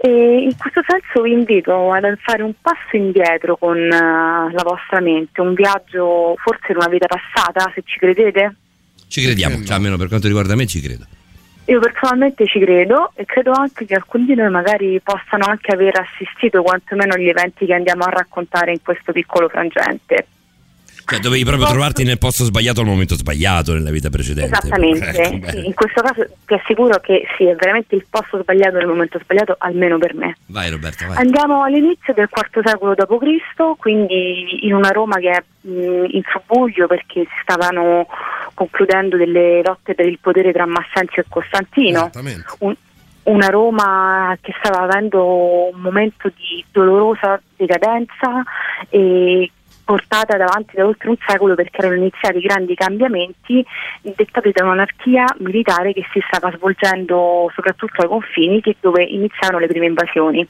E in questo senso vi invito ad fare un passo indietro con la vostra mente, un viaggio forse in una vita passata, se ci credete. Ci crediamo, cioè, almeno per quanto riguarda me ci credo. Io personalmente ci credo e credo anche che alcuni di noi magari possano anche aver assistito quantomeno agli eventi che andiamo a raccontare in questo piccolo frangente. Cioè dovevi proprio trovarti nel posto sbagliato al momento sbagliato nella vita precedente. Esattamente, sì, in questo caso ti assicuro che sì, è veramente il posto sbagliato nel momento sbagliato, almeno per me. Vai Roberta, vai. Andiamo all'inizio del IV secolo d.C., quindi in una Roma che è in subbuglio perché si stavano concludendo delle lotte per il potere tra Massenzio e Costantino. Una Roma che stava avendo un momento di dolorosa decadenza e portata davanti da oltre un secolo perché erano iniziati grandi cambiamenti dettati da un'anarchia militare che si stava svolgendo soprattutto ai confini, dove iniziarono le prime invasioni.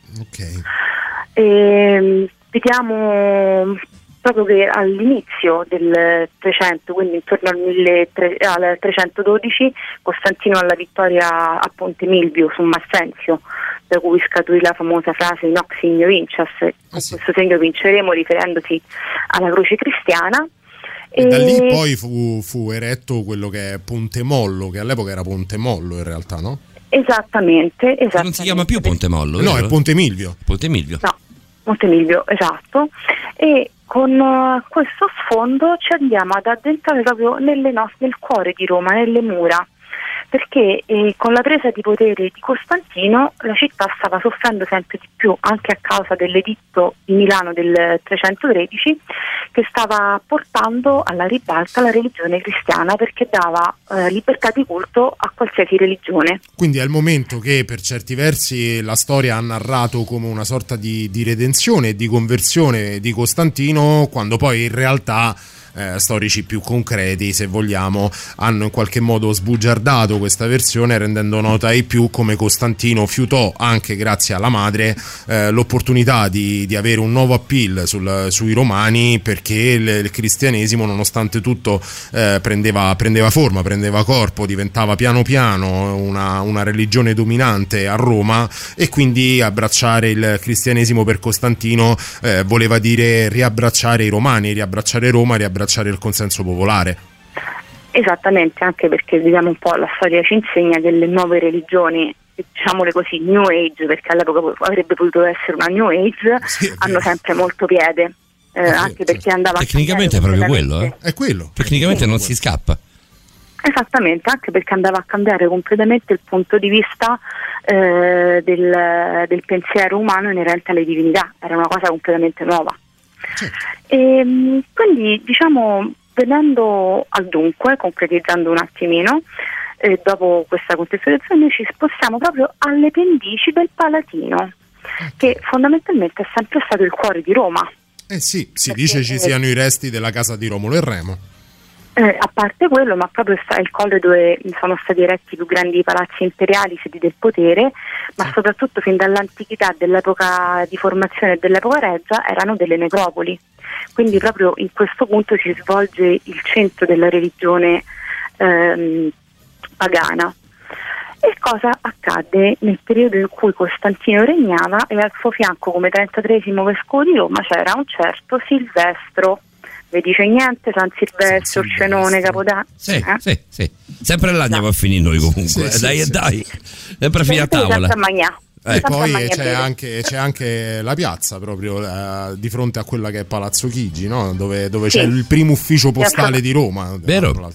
Vediamo proprio che all'inizio del 300, quindi intorno al 312, Costantino ha la vittoria a Ponte Milvio su Massenzio, da cui scaturì la famosa frase "Nox signo vincas", con questo segno vinceremo, riferendosi alla croce cristiana. E da lì poi fu eretto quello che è Ponte Mollo, che all'epoca era Ponte Mollo in realtà, no? Esattamente. Non si chiama più Ponte Mollo? No, è Ponte Milvio. Ponte Milvio. No, Ponte Milvio, esatto. E con questo sfondo ci andiamo ad addentrare proprio nel cuore di Roma, nelle mura, perché con la presa di potere di Costantino la città stava soffrendo sempre di più, anche a causa dell'editto di Milano del 313 che stava portando alla ribalta la religione cristiana, perché dava libertà di culto a qualsiasi religione. Quindi è il momento che per certi versi la storia ha narrato come una sorta di redenzione e di conversione di Costantino, quando poi in realtà storici più concreti, se vogliamo, hanno in qualche modo sbugiardato questa versione, rendendo nota ai più come Costantino fiutò, anche grazie alla madre, l'opportunità di avere un nuovo appeal sui romani, perché il cristianesimo, nonostante tutto, prendeva forma, prendeva corpo, diventava piano piano una religione dominante a Roma, e quindi abbracciare il cristianesimo per Costantino voleva dire riabbracciare i romani, riabbracciare Roma, riabbracciare il consenso popolare. Esattamente, anche perché vediamo un po' la storia ci insegna che le nuove religioni, diciamole così, New Age, perché all'epoca avrebbe potuto essere una New Age, hanno sempre molto piede, anche perché andava tecnicamente a è proprio quello, è quello. Tecnicamente non si scappa. Esattamente, anche perché andava a cambiare completamente il punto di vista del pensiero umano inerente alle divinità, era una cosa completamente nuova. E quindi, diciamo, venendo al dunque, concretizzando un attimino, dopo questa contestualizzazione ci spostiamo proprio alle pendici del Palatino, che fondamentalmente è sempre stato il cuore di Roma. Sì, si dice ci siano i resti della casa di Romolo e Remo. A parte quello, ma proprio sta il colle dove sono stati eretti i più grandi palazzi imperiali, sedi del potere, ma soprattutto fin dall'antichità, dell'epoca di formazione e dell'epoca reggia, erano delle necropoli. Quindi proprio in questo punto si svolge il centro della religione pagana. E cosa accadde nel periodo in cui Costantino regnava e al suo fianco, come 33esimo vescovo di Roma, c'era un certo Silvestro. Vi dice niente? San Silvestro, Cenone, Capodanno? Sì. Sempre là andiamo a finire noi comunque. Dai. Sempre fino a tavola. E poi c'è anche la piazza proprio di fronte a quella che è Palazzo Chigi, no? Dove c'è il primo ufficio postale di Roma. Vero.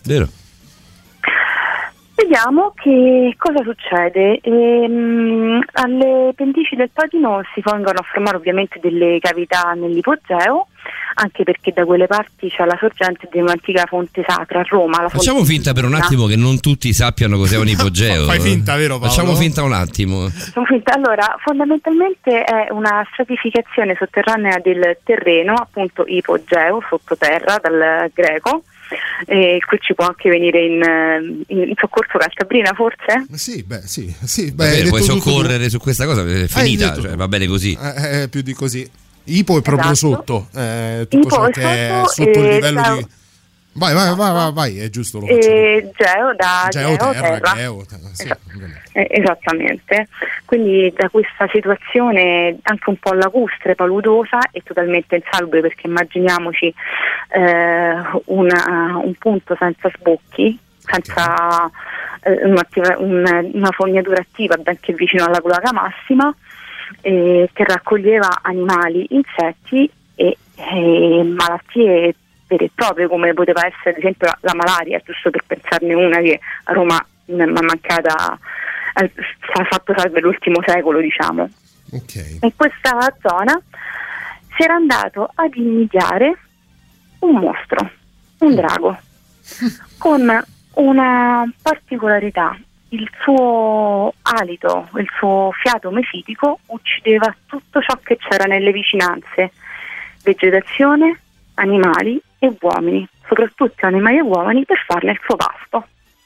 Vediamo che cosa succede. Alle pendici del Palatino si vengono a formare ovviamente delle cavità nell'ipogeo, anche perché da quelle parti c'è la sorgente di un'antica fonte sacra a Roma. Facciamo finta per un attimo che non tutti sappiano cos'è un ipogeo. Fai finta, vero Paolo? Facciamo finta un attimo. Allora, fondamentalmente è una stratificazione sotterranea del terreno, appunto ipogeo, sottoterra dal greco. Qui ci può anche venire in soccorso Calcabrina, forse? Sì. Puoi soccorrere su questa cosa, è finita, cioè, va bene così. Più di così. Ipo è proprio sotto, tutto Ipo ciò che è sotto il livello Vai, è giusto, lo faccio. Geo, esattamente. Quindi da questa situazione anche un po' lacustre, paludosa e totalmente insalubre, perché immaginiamoci un punto senza sbocchi, senza una fognatura attiva, benché vicino alla cloaca massima, che raccoglieva animali, insetti e malattie vere e proprie, come poteva essere ad esempio la malaria, giusto per pensarne una che a Roma mi è mancata, ha fatto salve l'ultimo secolo, diciamo. In questa zona si era andato ad invidiare un mostro, un drago, con una particolarità: il suo alito, il suo fiato mefitico uccideva tutto ciò che c'era nelle vicinanze, vegetazione, animali e uomini, soprattutto animali e uomini, per farne il suo pasto.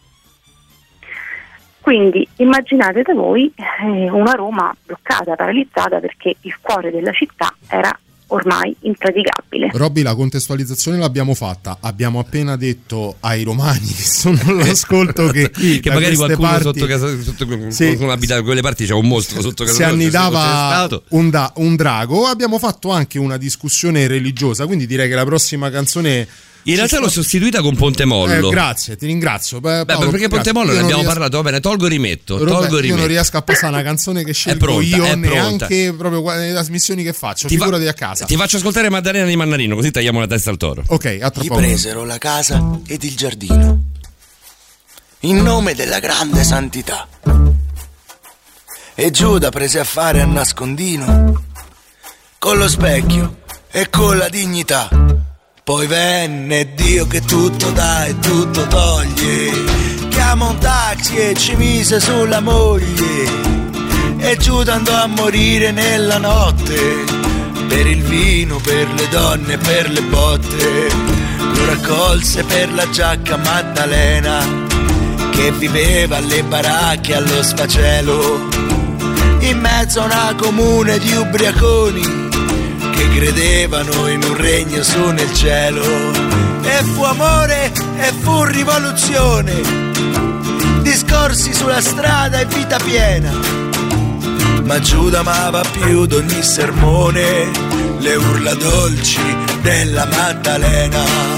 Quindi immaginate da voi una Roma bloccata, paralizzata, perché il cuore della città era ormai impraticabile. Robby, la contestualizzazione l'abbiamo fatta. Abbiamo appena detto ai romani che sono all'ascolto che magari qualcuno parti, sotto casa, qualcuno abita da quelle parti, c'è un mostro sotto casa, si annidava un drago. Abbiamo fatto anche una discussione religiosa, quindi direi che la prossima canzone in realtà l'ho sostituita con Ponte Mollo. Grazie, ti ringrazio. Paolo, perché Ponte Mollo ne abbiamo parlato, va bene, tolgo e rimetto. Io non riesco a passare una canzone che scelgo io, neanche proprio nelle trasmissioni che faccio. Figurati a casa. Ti faccio ascoltare Maddalena di Mannarino, così tagliamo la testa al toro. Ok, a tra poco. Gli presero la casa ed il giardino in nome della grande santità, e Giuda prese a fare a nascondino con lo specchio e con la dignità. Poi venne Dio che tutto dà e tutto toglie, chiamò un taxi e ci mise sulla moglie, e Giuda andò a morire nella notte, per il vino, per le donne, per le botte. Lo raccolse per la giacca Maddalena, che viveva alle baracche allo sfacelo, in mezzo a una comune di ubriaconi che credevano in un regno su nel cielo. E fu amore e fu rivoluzione, discorsi sulla strada e vita piena, ma Giuda amava più d'ogni sermone le urla dolci della Maddalena.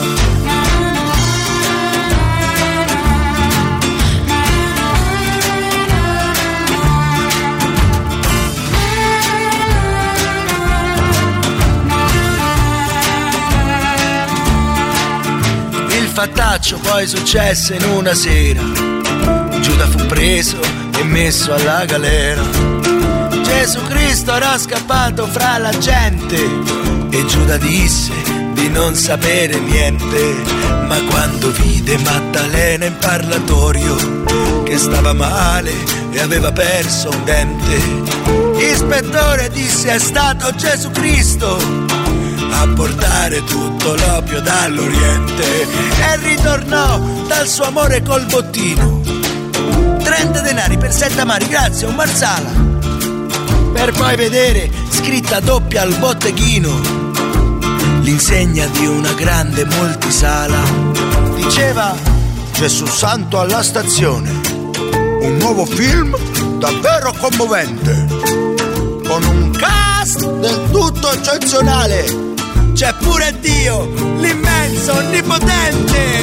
Il fattaccio poi successe in una sera, Giuda fu preso e messo alla galera. Gesù Cristo era scappato fra la gente e Giuda disse di non sapere niente, ma quando vide Maddalena in parlatorio che stava male e aveva perso un dente, ispettore disse: è stato Gesù Cristo a portare tutto l'opio dall'Oriente. E ritornò dal suo amore col bottino, 30 denari per 7 amari, grazie, un marsala, per poi vedere scritta doppia al botteghino l'insegna di una grande multisala. Diceva: Gesù Santo alla stazione, un nuovo film davvero commovente, con un cast del tutto eccezionale. C'è pure Dio, l'immenso, onnipotente.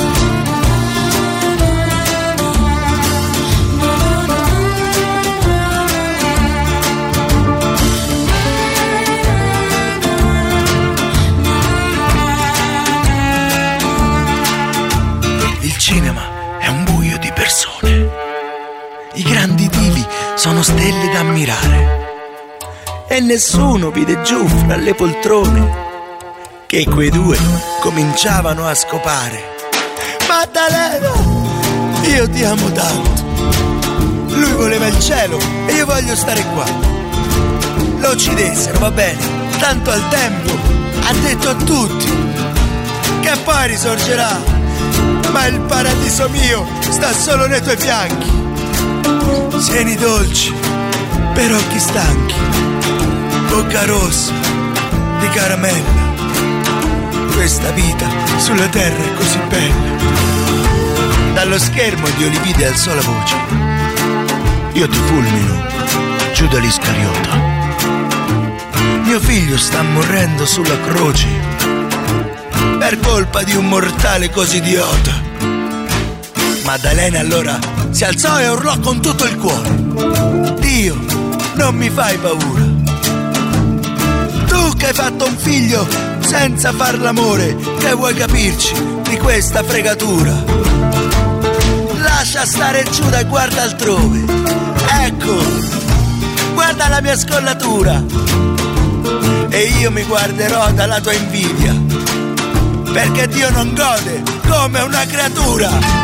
Il cinema è un buio di persone. I grandi divi sono stelle da ammirare, e nessuno vide giù fra le poltrone che quei due cominciavano a scopare. Maddalena, io ti amo tanto. Lui voleva il cielo e io voglio stare qua. Lo uccidessero, va bene, tanto al tempo ha detto a tutti che poi risorgerà, ma il paradiso mio sta solo nei tuoi fianchi. Seni dolci per occhi stanchi, bocca rossa di caramella, questa vita sulla terra è così bella. Dallo schermo di Olivide alzò la voce: io ti fulmino, Giuda l'Iscariota. Mio figlio sta morendo sulla croce per colpa di un mortale così idiota. Maddalena allora si alzò e urlò con tutto il cuore: Dio, non mi fai paura. Tu che hai fatto un figlio senza far l'amore, che vuoi capirci di questa fregatura? Lascia stare Giuda e guarda altrove. Ecco, guarda la mia scollatura. E io mi guarderò dalla tua invidia, perché Dio non gode come una creatura.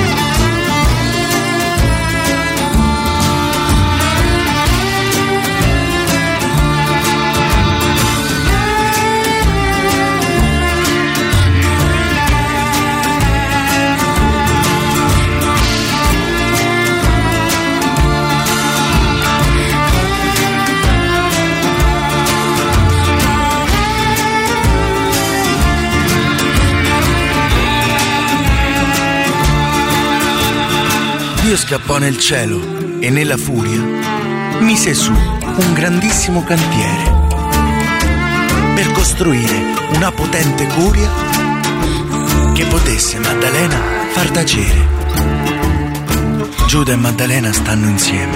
Dio scappò nel cielo e nella furia mise su un grandissimo cantiere per costruire una potente curia che potesse Maddalena far tacere. Giuda e Maddalena stanno insieme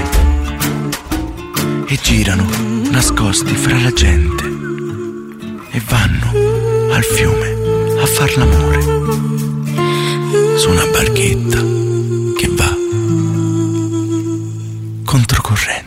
e girano nascosti fra la gente e vanno al fiume a far l'amore su una barchetta che va controcorrente.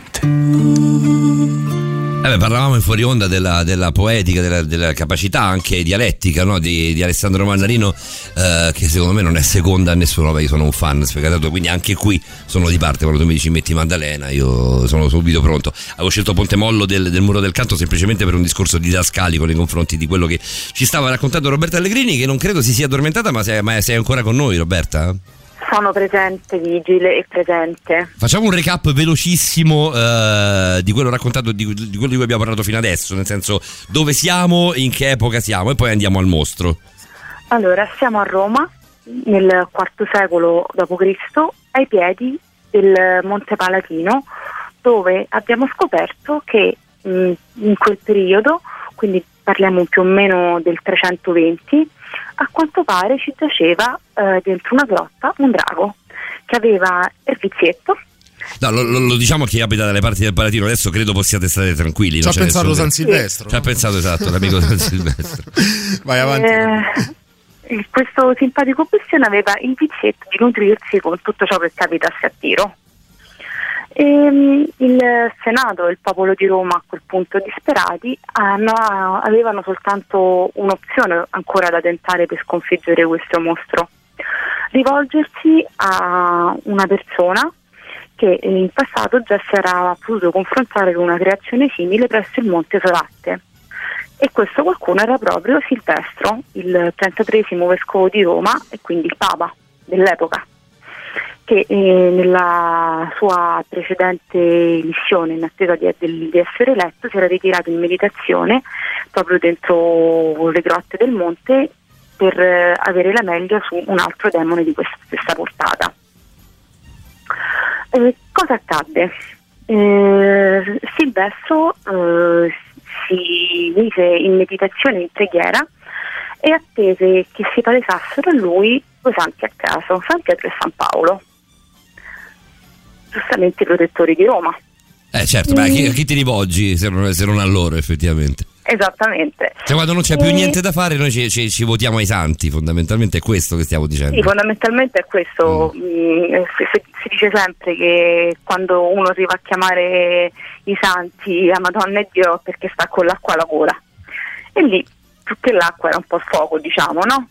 Parlavamo in fuori onda della poetica, della capacità anche dialettica, no? di Alessandro Mannarino, che secondo me non è seconda a nessuno. Io sono un fan sfegatato, quindi anche qui sono di parte. Quando tu mi dici metti Maddalena, io sono subito pronto. Avevo scelto Ponte Mollo del Muro del Canto semplicemente per un discorso didascalico nei confronti di quello che ci stava raccontando Roberta Allegrini, che non credo si sia addormentata, ma sei ancora con noi, Roberta? Sono presente, vigile e presente. Facciamo un recap velocissimo di quello raccontato, di quello di cui abbiamo parlato fino adesso, nel senso dove siamo, in che epoca siamo, e poi andiamo al mostro. Allora, siamo a Roma nel IV secolo d.C., ai piedi del Monte Palatino, dove abbiamo scoperto che in quel periodo, quindi parliamo più o meno del 320, a quanto pare ci giaceva dentro una grotta un drago che aveva il vizietto. No, lo diciamo a chi abita dalle parti del Palatino, adesso credo possiate stare tranquilli. Ci ha pensato San Silvestro. Ci ha pensato, esatto, l'amico San Silvestro. Vai avanti. Questo simpatico bestione aveva il vizietto di nutrirsi con tutto ciò che capitasse a tiro. Il Senato e il popolo di Roma, a quel punto disperati, avevano soltanto un'opzione ancora da tentare per sconfiggere questo mostro: rivolgersi a una persona che in passato già si era potuto confrontare con una creazione simile presso il Monte Solatte, e questo qualcuno era proprio Silvestro, il 33esimo vescovo di Roma e quindi il Papa dell'epoca, che nella sua precedente missione, in attesa di essere eletto, si era ritirato in meditazione proprio dentro le grotte del monte per avere la meglio su un altro demone di questa stessa portata. Cosa accadde? Silvestro si mise in meditazione, in preghiera, e attese che si palesassero a lui due santi a caso, San Pietro e San Paolo, giustamente i protettori di Roma. Certo, ma a chi ti rivolgi se non a loro, effettivamente? Esattamente. Cioè, quando non c'è più niente da fare, noi ci votiamo ai santi, fondamentalmente è questo che stiamo dicendo. Sì, fondamentalmente è questo. Si dice sempre che quando uno arriva a chiamare i santi la Madonna e Dio, perché sta con l'acqua alla gola, e lì più che l'acqua era un po' il fuoco, diciamo, no?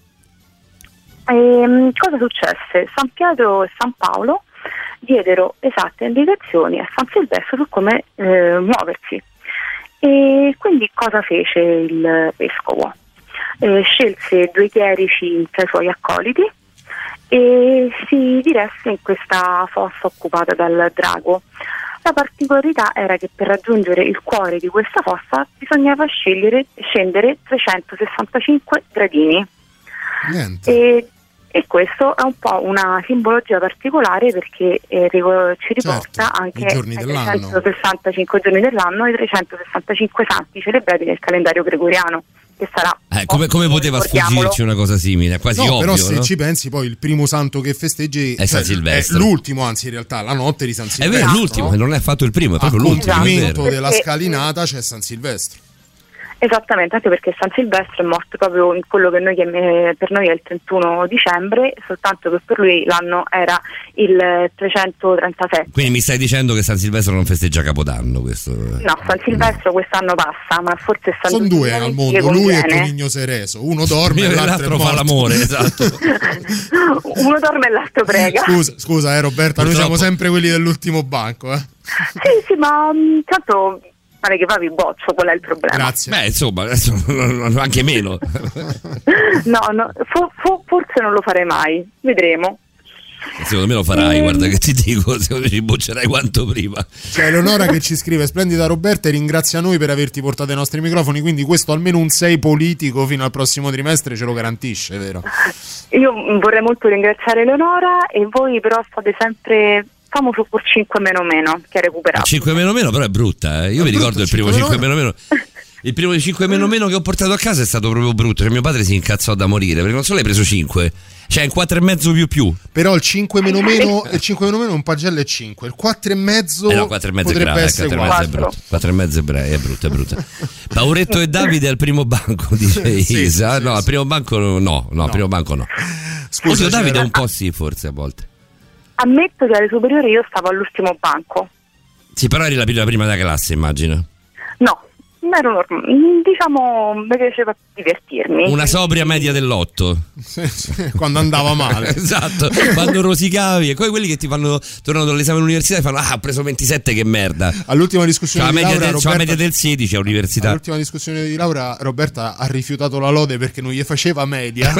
Cosa successe? San Pietro e San Paolo diedero esatte indicazioni a San Silvestro su come muoversi. E quindi cosa fece il vescovo? Scelse due chierici tra i suoi accoliti e si diresse in questa fossa occupata dal drago, La particolarità era che per raggiungere il cuore di questa fossa bisognava scendere 365 gradini. E questo è un po' una simbologia particolare perché ci riporta anche ai 365 giorni dell'anno e ai 365 santi celebrati nel calendario gregoriano. Che sarà come poteva sfuggirci una cosa simile? È quasi ovvio. Però se ci pensi, poi il primo santo che festeggi è San Silvestro. È l'ultimo, anzi, in realtà, la notte di San Silvestro. È vero, l'ultimo, non è affatto il primo, è proprio l'ultimo. A compimento della scalinata c'è San Silvestro. Esattamente, anche perché San Silvestro è morto proprio in quello che per noi è il 31 dicembre, soltanto che per lui l'anno era il 337. Quindi mi stai dicendo che San Silvestro non festeggia Capodanno? Questo? No, San Silvestro quest'anno passa, ma forse sono due al mondo, lui e Tonigno Sereso, uno dorme e l'altro fa l'amore, esatto. Uno dorme e l'altro prega. Scusa Roberta, noi siamo sempre quelli dell'ultimo banco. Sì, ma tanto pare che va vi boccio, qual è il problema? Grazie. Beh, insomma, adesso anche meno. No, forse non lo farei mai, vedremo. Secondo me lo farai, guarda che ti dico, secondo me ci boccerai quanto prima. C'è Eleonora che ci scrive: splendida Roberta, e ringrazia noi per averti portato ai nostri microfoni, quindi questo almeno un 6 politico fino al prossimo trimestre ce lo garantisce, vero? Io vorrei molto ringraziare Eleonora, e voi però state sempre... Stiamo su por 5 meno che ha recuperato. 5 meno però è brutta, Io mi ricordo il primo 5 meno. Il primo di 5 meno che ho portato a casa è stato proprio brutto, cioè mio padre si incazzò da morire, perché non solo hai preso 5, cioè il 4,5 più. Però il 5 meno un pagello è 5, il 4,5 no, 4,5 potrebbe essere 4,5 è brutta. Pauretto e Davide al primo banco, dice Isa. Sì, al primo banco no. Al primo banco no. Scusa, Davide un po' sì, forse a volte. Ammetto che alle superiori io stavo all'ultimo banco. Sì, però eri la prima della classe, immagino. No, ero normale. Diciamo, mi piaceva divertirmi. Una sobria media dell'8. Quando andava male. Esatto, quando rosicavi. E poi quelli che ti fanno, tornano dall'esame all'università e fanno: ho preso 27, che merda. All'ultima discussione di laurea Roberta, la media del 16 all'università. All'ultima discussione di laurea Roberta ha rifiutato la lode perché non gli faceva media.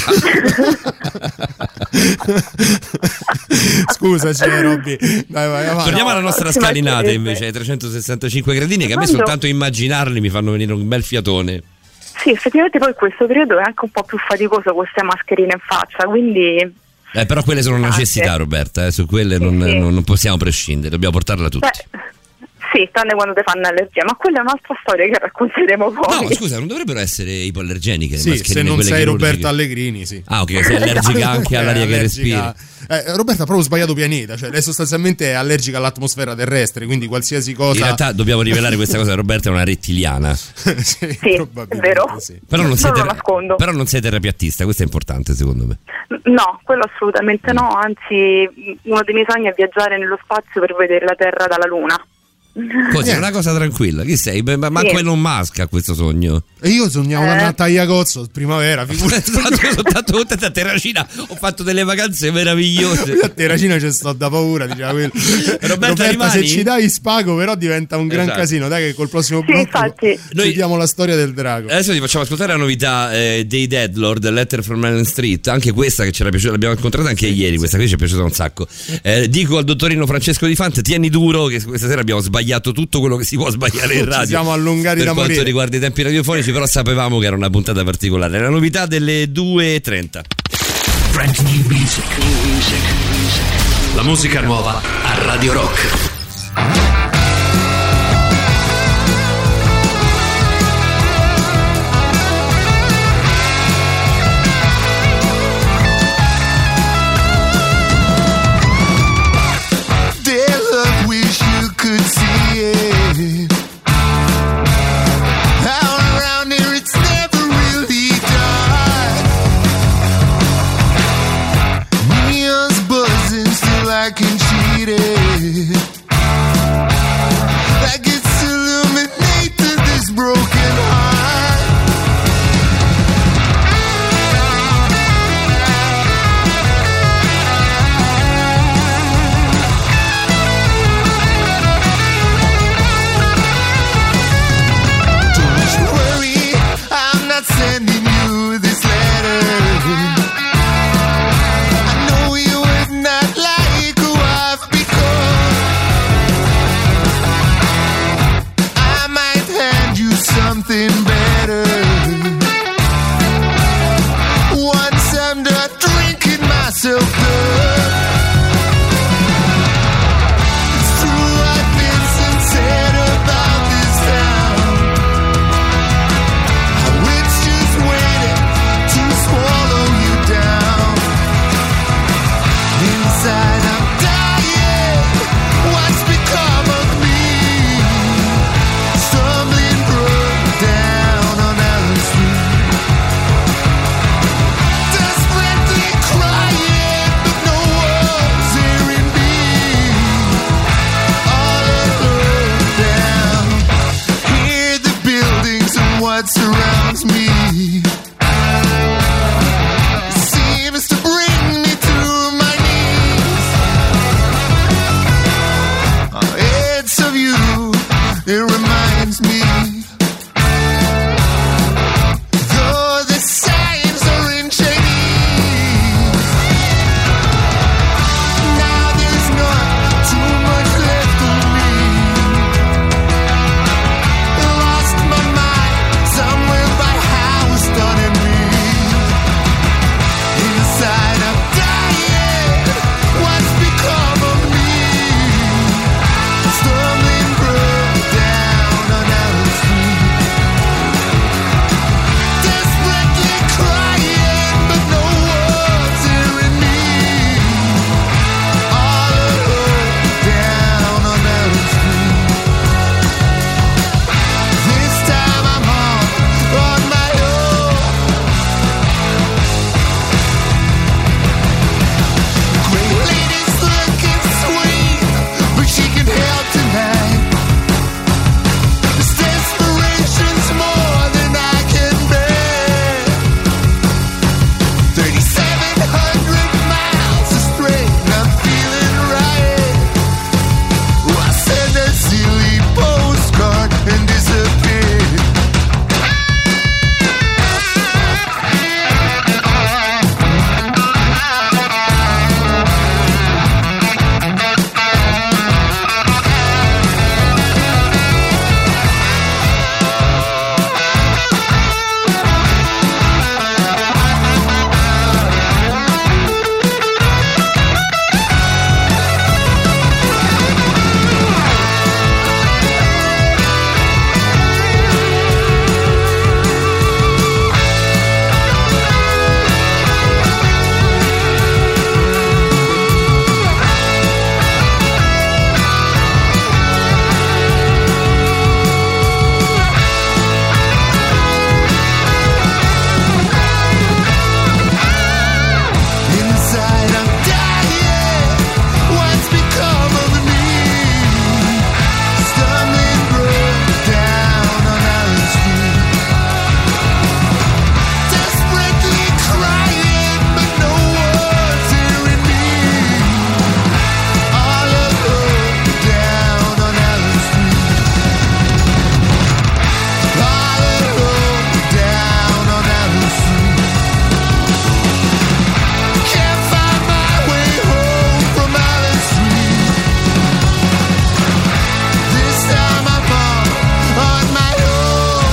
Scusaci Robby, vai avanti. Torniamo alla nostra scalinata invece, ai 365 gradini, che a me soltanto immaginarli mi fanno venire un bel fiatone. Sì, effettivamente poi questo periodo è anche un po' più faticoso con queste mascherine in faccia, quindi... però quelle sono necessità, Roberta, su quelle non possiamo prescindere, dobbiamo portarla tutti. Sì, tranne quando ti fanno allergia, ma quella è un'altra storia che racconteremo poi. No, scusa, non dovrebbero essere ipoallergeniche? Sì, se non sei Roberta Allegrini, sì. Ah, ok, sei allergica anche all'aria che respiri. Roberta ha proprio sbagliato pianeta, cioè lei sostanzialmente è allergica all'atmosfera terrestre, quindi qualsiasi cosa... In realtà dobbiamo rivelare questa cosa: Roberta è una rettiliana. Sì, è vero. Sì. Però non sei terapiattista, questo è importante secondo me. No, quello assolutamente no, anzi uno dei miei sogni è viaggiare nello spazio per vedere la Terra dalla Luna. Così, è una cosa tranquilla. Chi sei? Manco Elon Musk ha questo sogno. E io sognavo una tagliacozzo primavera, figurati. Soltanto contento a Terracina, ho fatto delle vacanze meravigliose. A Terracina c'è sto da paura, diceva quello. Roberta, se ci dai spago però diventa un gran casino. Dai che col prossimo blocco noi diamo la storia del drago. Adesso ti facciamo ascoltare la novità dei Deadlord, Letter from Allen Street. Anche questa che ci era piaciuta, l'abbiamo incontrata anche ieri. Questa qui ci è piaciuta un sacco. Dico al dottorino Francesco Di Fant: tieni duro che questa sera abbiamo sbagliato tutto quello che si può sbagliare in radio. Ci siamo allungati per da quanto morire. riguarda i tempi radiofonici, però sapevamo che era una puntata particolare. La novità delle 2:30. Brand new music. La musica nuova a Radio Rock. I can cheat it. something better. Once I'm done drinking myself up. It's true, I've been sincere about this town. How it's just waiting to swallow you down. Inside I'm dying. What's become of me? Stumbling broke down on Allen Street. Desperately crying, but no one's hearing me. All alone down. Hear the buildings and what surrounds me. Seems to bring me to my knees. It's of you, it reminds me. Though the signs are in Chinese, now there's not too much left of me. Lost my mind somewhere by house done in me. Inside I'm dying. What's become of me? Stumbling broke down on Allen Street. Desperately crying, but no one's hearing me. All alone down on Allen Street. This time I'm on my own. Great lady's looking sweet, but she can help tonight. This desperation's more than I can bear. 3,700 miles straight, and I'm feeling right. Oh, I sent a silly postcard and disappeared. Inside I'm dying. What's become of me? Stumbling broke down on Allen Street. Desperately crying, but no one's hearing me. All alone down on Allen Street. All alone down on Allen Street. Can't find my way home from Allen Street. This time I'm on my own.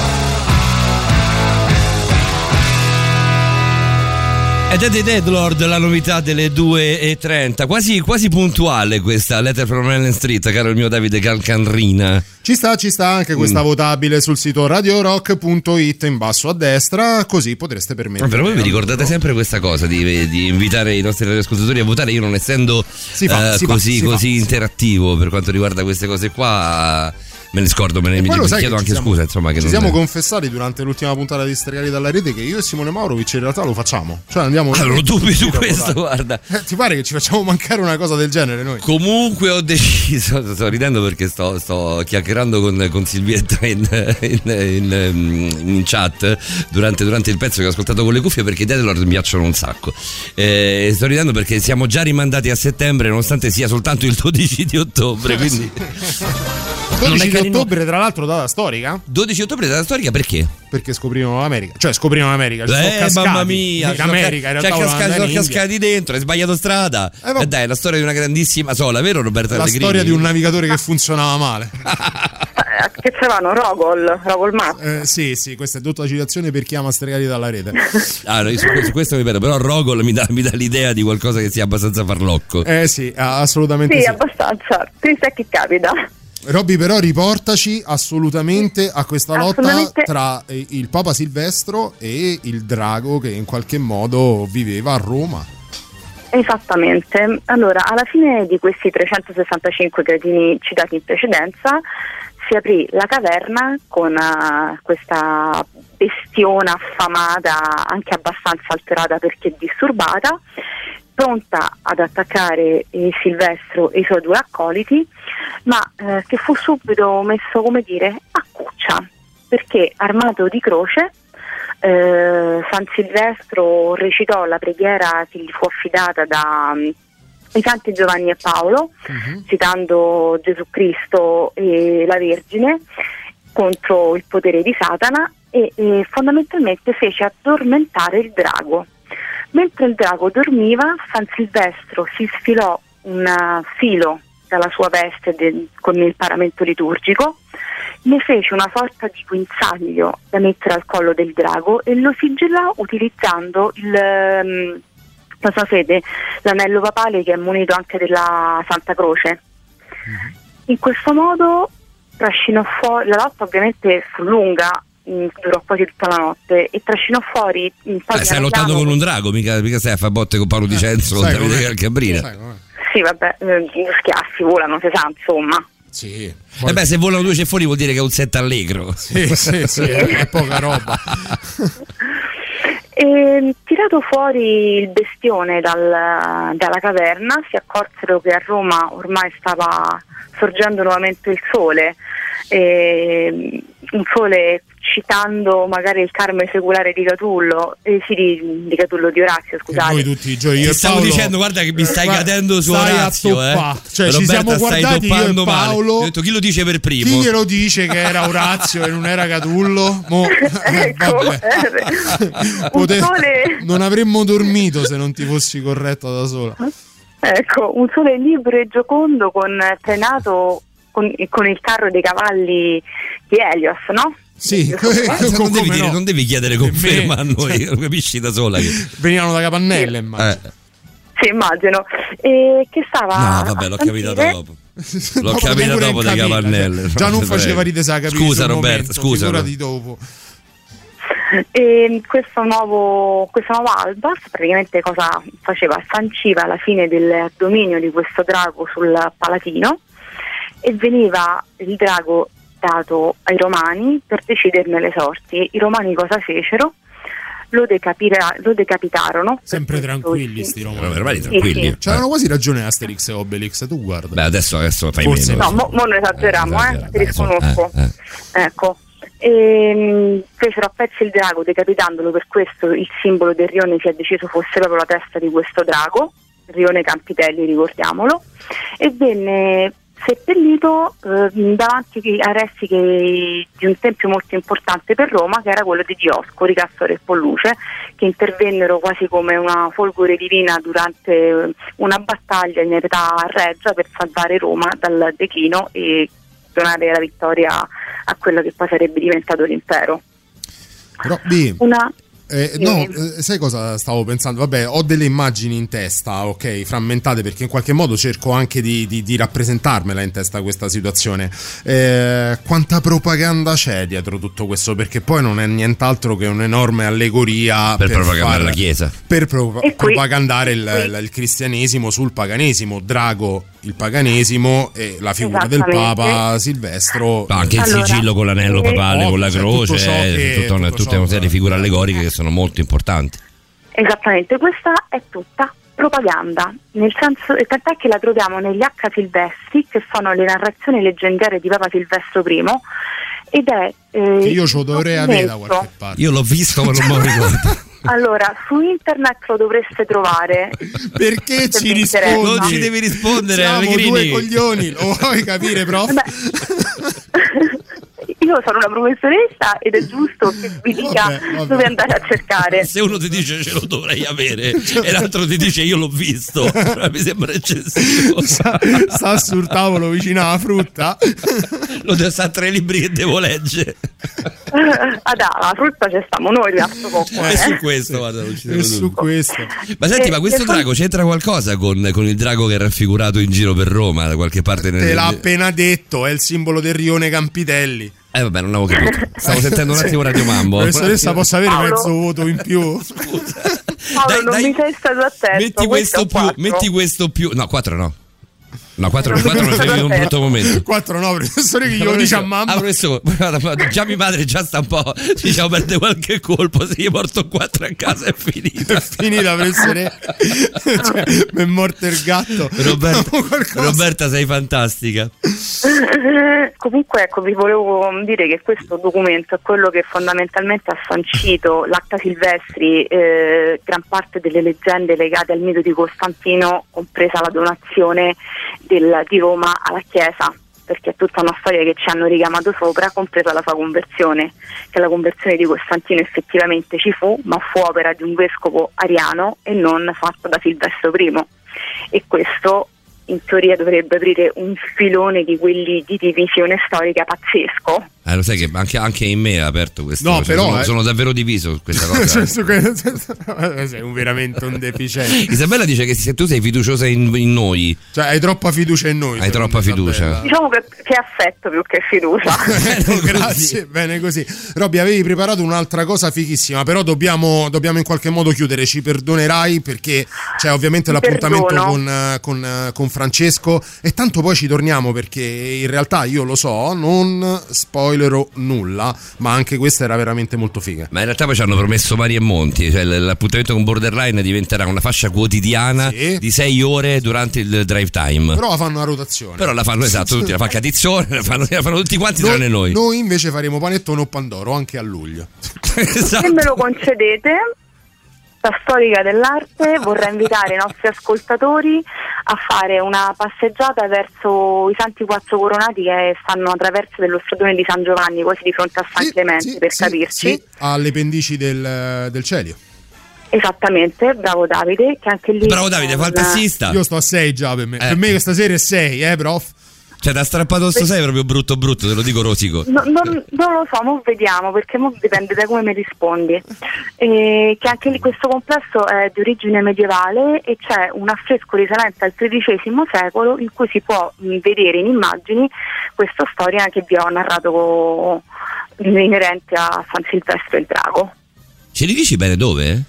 Ed è dei Deadlord la novità delle 2:30, quasi puntuale questa Letter from Allen Street, caro il mio Davide Calcanrina. Ci sta anche questa votabile sul sito radiorock.it in basso a destra, così potreste permettere. Però voi vi ricordate sempre questa cosa di invitare i nostri radioascoltatori a votare, io non essendo così interattivo per quanto riguarda queste cose qua, me ne scordo, mi chiedo anche scusa, insomma, che ci non siamo confessati durante l'ultima puntata di Stregali dalla Rete che io e Simone Maurovic in realtà lo facciamo, cioè andiamo. Allora, dubbi su questo, guarda. Ti pare che ci facciamo mancare una cosa del genere noi? Comunque ho deciso, sto ridendo perché sto chiacchierando con Silvietta in chat durante il pezzo che ho ascoltato con le cuffie, perché i Deadlord mi piacciono un sacco. Sto ridendo perché siamo già rimandati a settembre nonostante sia soltanto il 12 di ottobre, quindi 12 di ottobre, tra l'altro, data storica. 12 ottobre data storica perché? Perché scoprirono l'America. Cioè scoprirono l'America. Mamma mia, in America, in realtà sono cascati dentro, hai sbagliato strada. Dai, è la storia di una grandissima sola, vero Roberta La Allegrini? storia di un navigatore che funzionava male. Che c'erano Rogol Matt. Sì, questa è dotta citazione per chi ama stregati dalla rete. Su questo ripeto, però Rogol mi dà l'idea di qualcosa che sia abbastanza farlocco. Sì, assolutamente sì. Abbastanza. Pensa che capita. Robby, però riportaci assolutamente a questa lotta tra il Papa Silvestro e il drago che in qualche modo viveva a Roma. Esattamente. Allora, alla fine di questi 365 gradini citati in precedenza si aprì la caverna con questa bestiona affamata, anche abbastanza alterata perché disturbata, pronta ad attaccare Silvestro e i suoi 2 accoliti, ma che fu subito messo, come dire, a cuccia, perché armato di croce San Silvestro recitò la preghiera che gli fu affidata dai santi Giovanni e Paolo, citando Gesù Cristo e la Vergine contro il potere di Satana, e fondamentalmente fece addormentare il drago. Mentre il drago dormiva, San Silvestro si sfilò un filo dalla sua veste con il paramento liturgico, ne fece una sorta di guinzaglio da mettere al collo del drago e lo sigillò utilizzando la sua fede, l'anello papale che è munito anche della Santa Croce. In questo modo trascinò fuori, la lotta ovviamente fu lunga, durò quasi tutta la notte, e trascinò fuori stai lottando con un drago, mica stai a fare botte con Paolo Di Cenzo, Davide Calcabrina. Sì, vabbè, gli schiaffi volano, se sa, insomma. Sì. Se volano 2 ceffoni vuol dire che è un set allegro. Sì, è poca roba. E, tirato fuori il bestione dalla caverna, si accorsero che a Roma ormai stava sorgendo nuovamente il sole, un sole citando magari il Carme secolare di Catullo, di Catullo di Orazio, scusate. Noi tutti i giorni, io stavo Paolo, dicendo, guarda che mi stai cadendo su Orazio, cioè Roberta, ci siamo guardati io e Paolo. Ho detto, chi lo dice per primo? Chi glielo dice che era Orazio e non era Catullo? Non avremmo dormito se non ti fossi corretta da sola. Ecco, un sole libero e giocondo trainato con il carro dei cavalli di Helios, no? Sì, non devi chiedere conferma a noi, lo capisci da sola che venivano da Capannelle, immagino. Sì, immagino. E che stava. No, vabbè, l'ho capito dopo. L'ho capito dopo dei Capannelle. Già non faceva ridere, sa, capire. Scusa Roberto, scusa. Dopo. E questa nuova alba praticamente cosa faceva? Sanciva la fine del dominio di questo drago sul Palatino, e veniva il drago dato ai Romani per deciderne le sorti. I Romani cosa fecero? Lo decapitarono. Sempre tranquilli sti Romani. Tranquilli. Sì. C'avevano quasi ragione Asterix e Obelix, tu guarda. Beh, adesso fai forse meno. No, mo non esageriamo, ti riconosco. Ecco. E fecero a pezzi il drago decapitandolo, per questo il simbolo del rione si è deciso fosse proprio la testa di questo drago, rione Campitelli, ricordiamolo, e venne seppellito davanti ai resti di un tempio molto importante per Roma, che era quello di Dioscuri, Castore e Polluce, che intervennero quasi come una folgore divina durante una battaglia in età reggia per salvare Roma dal declino e donare la vittoria a quello che poi sarebbe diventato l'impero. Sai cosa stavo pensando? Vabbè, ho delle immagini in testa, ok, frammentate, perché in qualche modo cerco anche di rappresentarmela in testa questa situazione. Quanta propaganda c'è dietro tutto questo? Perché poi non è nient'altro che un'enorme allegoria per propagandare la Chiesa, per propagandare il cristianesimo sul paganesimo. Drago, il paganesimo, e la figura del Papa Silvestro, anche il sigillo con l'anello papale, con la croce, tutta una serie di figure allegoriche che sono molto importanti. Esattamente, questa è tutta propaganda, nel senso, tant'è che la troviamo negli H. Silvestri, che sono le narrazioni leggendarie di Papa Silvestro I, ed è che io ce lo dovrei avere da qualche parte. Io l'ho visto ma non me lo ricordo. Allora, su internet lo dovreste trovare. Perché ci rispondi? Non ci devi rispondere, siamo Allegrini. Due coglioni, lo vuoi capire, prof? io sono una professoressa ed è giusto che vi dica dove andare a cercare. Se uno ti dice ce lo dovrei avere e l'altro ti dice io l'ho visto, mi sembra eccessivo. Sta sul tavolo vicino alla frutta. Lo sa 3 libri che devo leggere. La frutta ci stiamo noi rimasto poco. E su questo vado, su questo. Ma senti, ma questo drago c'entra qualcosa con il drago che è raffigurato in giro per Roma da qualche parte? Te l'ha appena detto, è il simbolo del rione Campitelli. Vabbè, non avevo capito. Stavo sentendo un attimo Radio Mambo. Professoressa, posso avere mezzo voto in più? Scusa. Paolo, non mi sei stato attento. Metti questo più. No, 4 no. No, 4 mi fai un brutto momento. 4 no, professore, che glielo dice a mamma. Professore, già mia madre già sta un po', diciamo, perde qualche colpo. Se gli porto 4 a casa è finita. È finita, professore. Cioè, mi è morto il gatto. Roberta, sei fantastica. Comunque, ecco, vi volevo dire che questo documento è quello che fondamentalmente ha sancito l'Acta Silvestri, gran parte delle leggende legate al mito di Costantino, compresa la donazione di Roma alla Chiesa, perché è tutta una storia che ci hanno richiamato sopra, compresa la sua conversione, che la conversione di Costantino effettivamente ci fu, ma fu opera di un vescovo ariano e non fatta da Silvestro I, e questo in teoria dovrebbe aprire un filone di quelli di divisione storica pazzesco. Lo sai che anche in me ha aperto questo. No, però sono davvero diviso su questa cosa. Sei veramente un deficiente. Isabella dice che se tu sei fiduciosa in noi, cioè hai troppa fiducia in noi. Hai troppa fiducia. Diciamo che affetto più che fiducia. Grazie, bene così. Robby, avevi preparato un'altra cosa fighissima, però dobbiamo in qualche modo chiudere. Ci perdonerai perché c'è ovviamente l'appuntamento con Francesco e tanto poi ci torniamo, perché in realtà io lo so, non spoilerò nulla, ma anche questa era veramente molto figa. Ma in realtà poi ci hanno promesso mari e monti, cioè l'appuntamento con Borderline diventerà una fascia quotidiana di 6 ore durante il drive time. Però la fanno a rotazione. Però la fanno, esatto, tutti, la fa Catizzone, la fanno tutti quanti tranne noi. Noi invece faremo Panettone o Pandoro anche a luglio. Esatto. Se me lo concedete, da storica dell'arte vorrei invitare i nostri ascoltatori a fare una passeggiata verso i Santi Quattro Coronati che stanno a traverso dello stradone di San Giovanni, quasi di fronte a San Clemente, per capirci. Sì, alle pendici del Celio. Esattamente, bravo Davide, che anche lì. Bravo Davide, fa il tassista. Io sto a 6 già per me. Per me questa sera è 6, prof. Cioè, da strappato sto 6 proprio brutto, te lo dico rosico. Non lo so, mo vediamo, perché mo dipende da come mi rispondi. Che anche lì questo complesso è di origine medievale e c'è un affresco risalente al XIII secolo in cui si può vedere in immagini questa storia che vi ho narrato inerente a San Silvestro il Drago. Ce li dici bene dove?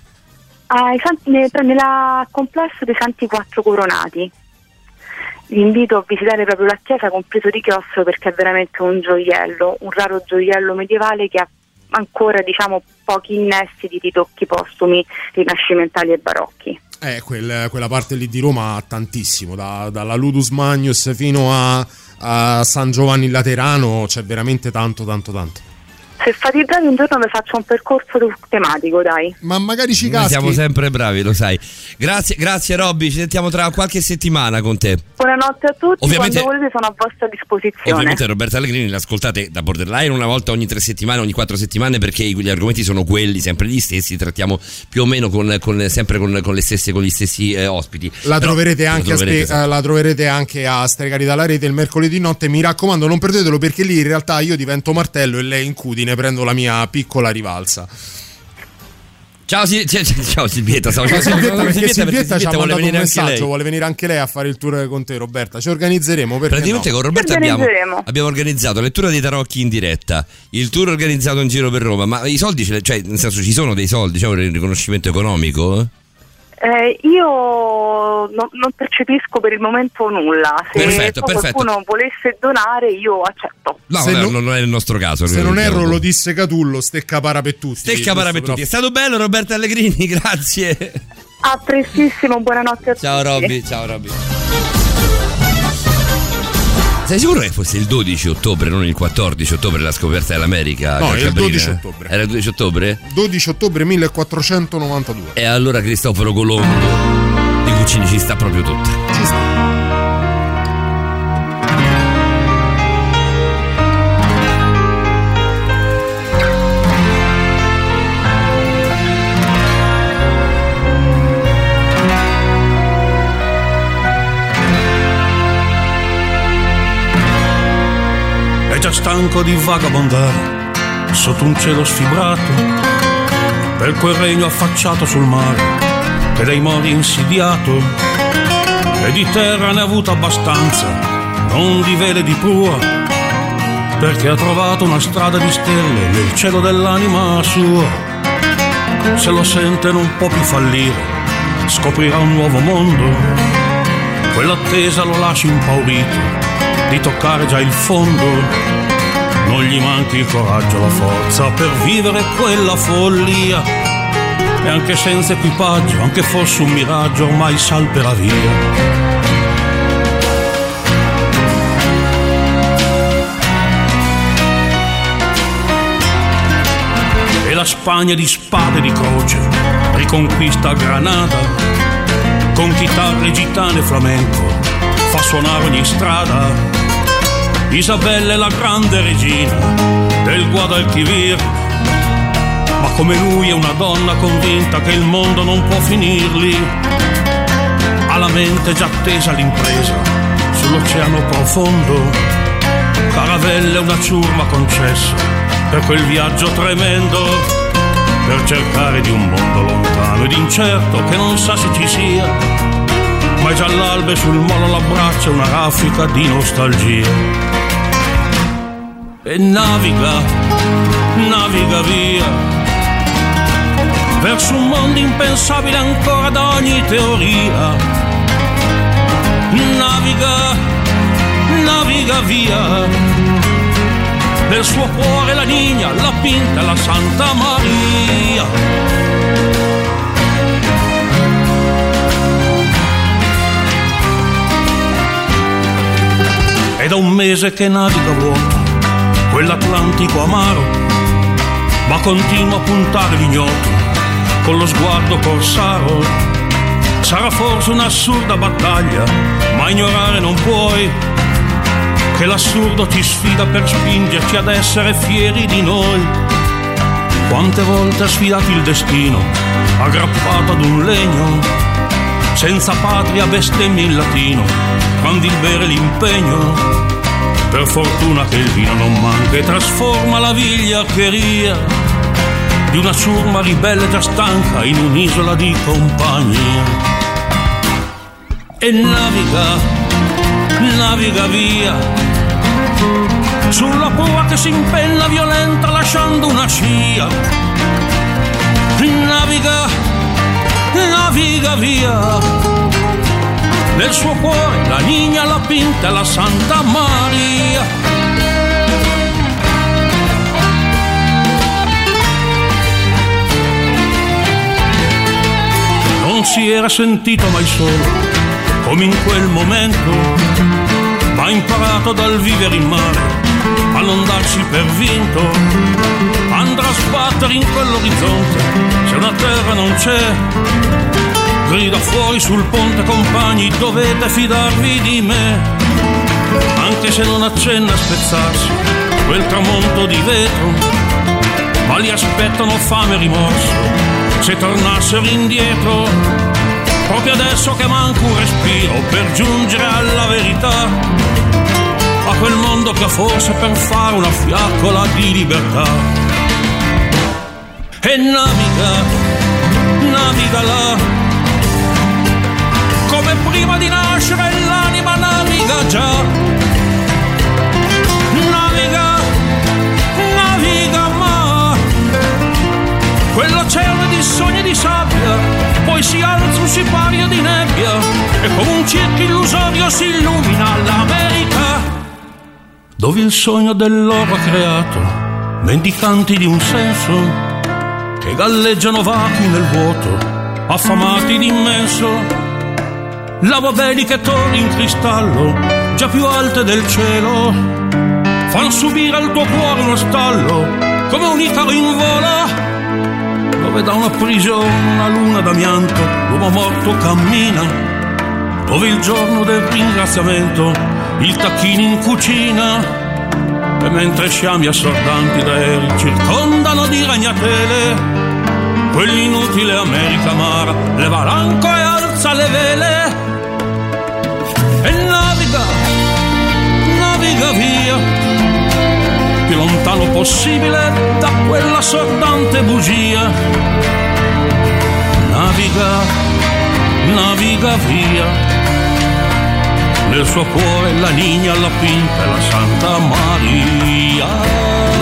Nel complesso dei Santi Quattro Coronati. Vi invito a visitare proprio la chiesa, compreso di chiostro, perché è veramente un gioiello, un raro gioiello medievale che ha ancora, diciamo, pochi innesti di ritocchi postumi rinascimentali e barocchi. Quella parte lì di Roma ha tantissimo, dalla Ludus Magnus fino a San Giovanni Laterano, c'è veramente tanto. Se fate i bravi un giorno vi faccio un percorso tematico, dai. Ma magari ci caschi. Siamo sempre bravi, lo sai. Grazie Robby, ci sentiamo tra qualche settimana con te. Buonanotte a tutti, ovviamente, quando volete sono a vostra disposizione. Ovviamente Roberta Allegrini l'ascoltate da Borderline una volta ogni 3 settimane, ogni 4 settimane, perché gli argomenti sono quelli, sempre gli stessi, trattiamo più o meno sempre con gli stessi ospiti. La troverete anche a Stregari dalla Rete il mercoledì notte, mi raccomando non perdetelo, perché lì in realtà io divento martello e lei incudine, prendo la mia piccola rivalsa. Ciao Silvietta, Silvietta ci ha mandato un messaggio, vuole venire anche lei a fare il tour con te, Roberta. Ci organizzeremo, perché praticamente no? Con Roberta abbiamo organizzato lettura dei tarocchi in diretta, il tour organizzato in giro per Roma, ma i soldi, cioè nel senso ci sono dei soldi, c'è un riconoscimento economico? Io non percepisco per il momento nulla. Se qualcuno volesse donare, io accetto. No, non è il nostro caso. Se non erro, lo disse Catullo, stecca para per tutti. È stato bello, Roberta Allegrini, grazie. A prestissimo, buonanotte a tutti. Ciao Robby. Sei sicuro che fosse il 12 ottobre, non il 14 ottobre, la scoperta dell'America? No, il 12 ottobre. Era il 12 ottobre? 12 ottobre 1492. E allora Cristoforo Colombo di Guccini ci sta proprio tutta. Ci sta. già stanco di vagabondare sotto un cielo sfibrato, per quel regno affacciato sul mare che dai mori è insidiato, e di terra ne ha avuto abbastanza, non di vele di prua, perché ha trovato una strada di stelle nel cielo dell'anima sua. Se lo sente non può più fallire, scoprirà un nuovo mondo, quell'attesa lo lascia impaurito di toccare già il fondo. Non gli manchi il coraggio, la forza per vivere quella follia, e anche senza equipaggio, anche fosse un miraggio, ormai salperà via. E la Spagna di spade e di croce riconquista Granada, con chitarre gitane e flamenco fa suonare ogni strada. Isabella è la grande regina del Guadalquivir, ma come lui è una donna convinta che il mondo non può finir lì. Ha la mente già tesa all'impresa sull'oceano profondo, caravella è una ciurma concessa per quel viaggio tremendo, per cercare di un mondo lontano ed incerto che non sa se ci sia, ma è già l'albe sul molo l'abbraccia una raffica di nostalgia. E naviga, naviga via, verso un mondo impensabile ancora da ogni teoria. Naviga, naviga via, nel suo cuore la Niña, la Pinta, la Santa Maria. È da un mese che naviga vuoto quell'Atlantico amaro, ma continua a puntare l'ignoto con lo sguardo corsaro. Sarà forse un'assurda battaglia, ma ignorare non puoi che l'assurdo ci sfida per spingerci ad essere fieri di noi. Quante volte ha sfidato il destino, aggrappato ad un legno, senza patria bestemmia in latino, quando il bere l'impegno. Per fortuna che il vino non manca e trasforma la vigliaccheria di una ciurma ribelle già stanca in un'isola di compagnia. E naviga, naviga via, sulla prua che si impenna violenta lasciando una scia. Naviga, naviga via, nel suo cuore la Niña, la Pinta e la Santa Maria. Non si era sentito mai solo come in quel momento, ma ha imparato dal vivere in mare a non darsi per vinto. Andrà a sbattere in quell'orizzonte se una terra non c'è, grida fuori sul ponte: compagni, dovete fidarvi di me. Anche se non accenna a spezzarsi quel tramonto di vetro, ma li aspettano fame e rimorso se tornassero indietro. Proprio adesso che manca un respiro per giungere alla verità, a quel mondo che ha forse per fare una fiaccola di libertà. E naviga, naviga là, come prima di nascere l'anima naviga già. Naviga, naviga ma quell'oceano di sogni e di sabbia poi si alza un sipario di nebbia e come un circo illusorio si illumina l'America, dove il sogno dell'oro ha creato mendicanti di un senso che galleggiano vacui nel vuoto, affamati d'immenso. Lava beliche torri in cristallo, già più alte del cielo, fan subire al tuo cuore uno stallo, come un Icaro in vola, dove da una prigione, una luna d'amianto, l'uomo morto cammina, dove il giorno del ringraziamento, il tacchino in cucina, e mentre sciami assordanti d'aerei circondano di ragnatele quell'inutile America amara, leva l'ancora e alza le vele e naviga, naviga via, possibile da quella sordante bugia. Naviga via, nel suo cuore la Niña, la Pinta e la Santa Maria.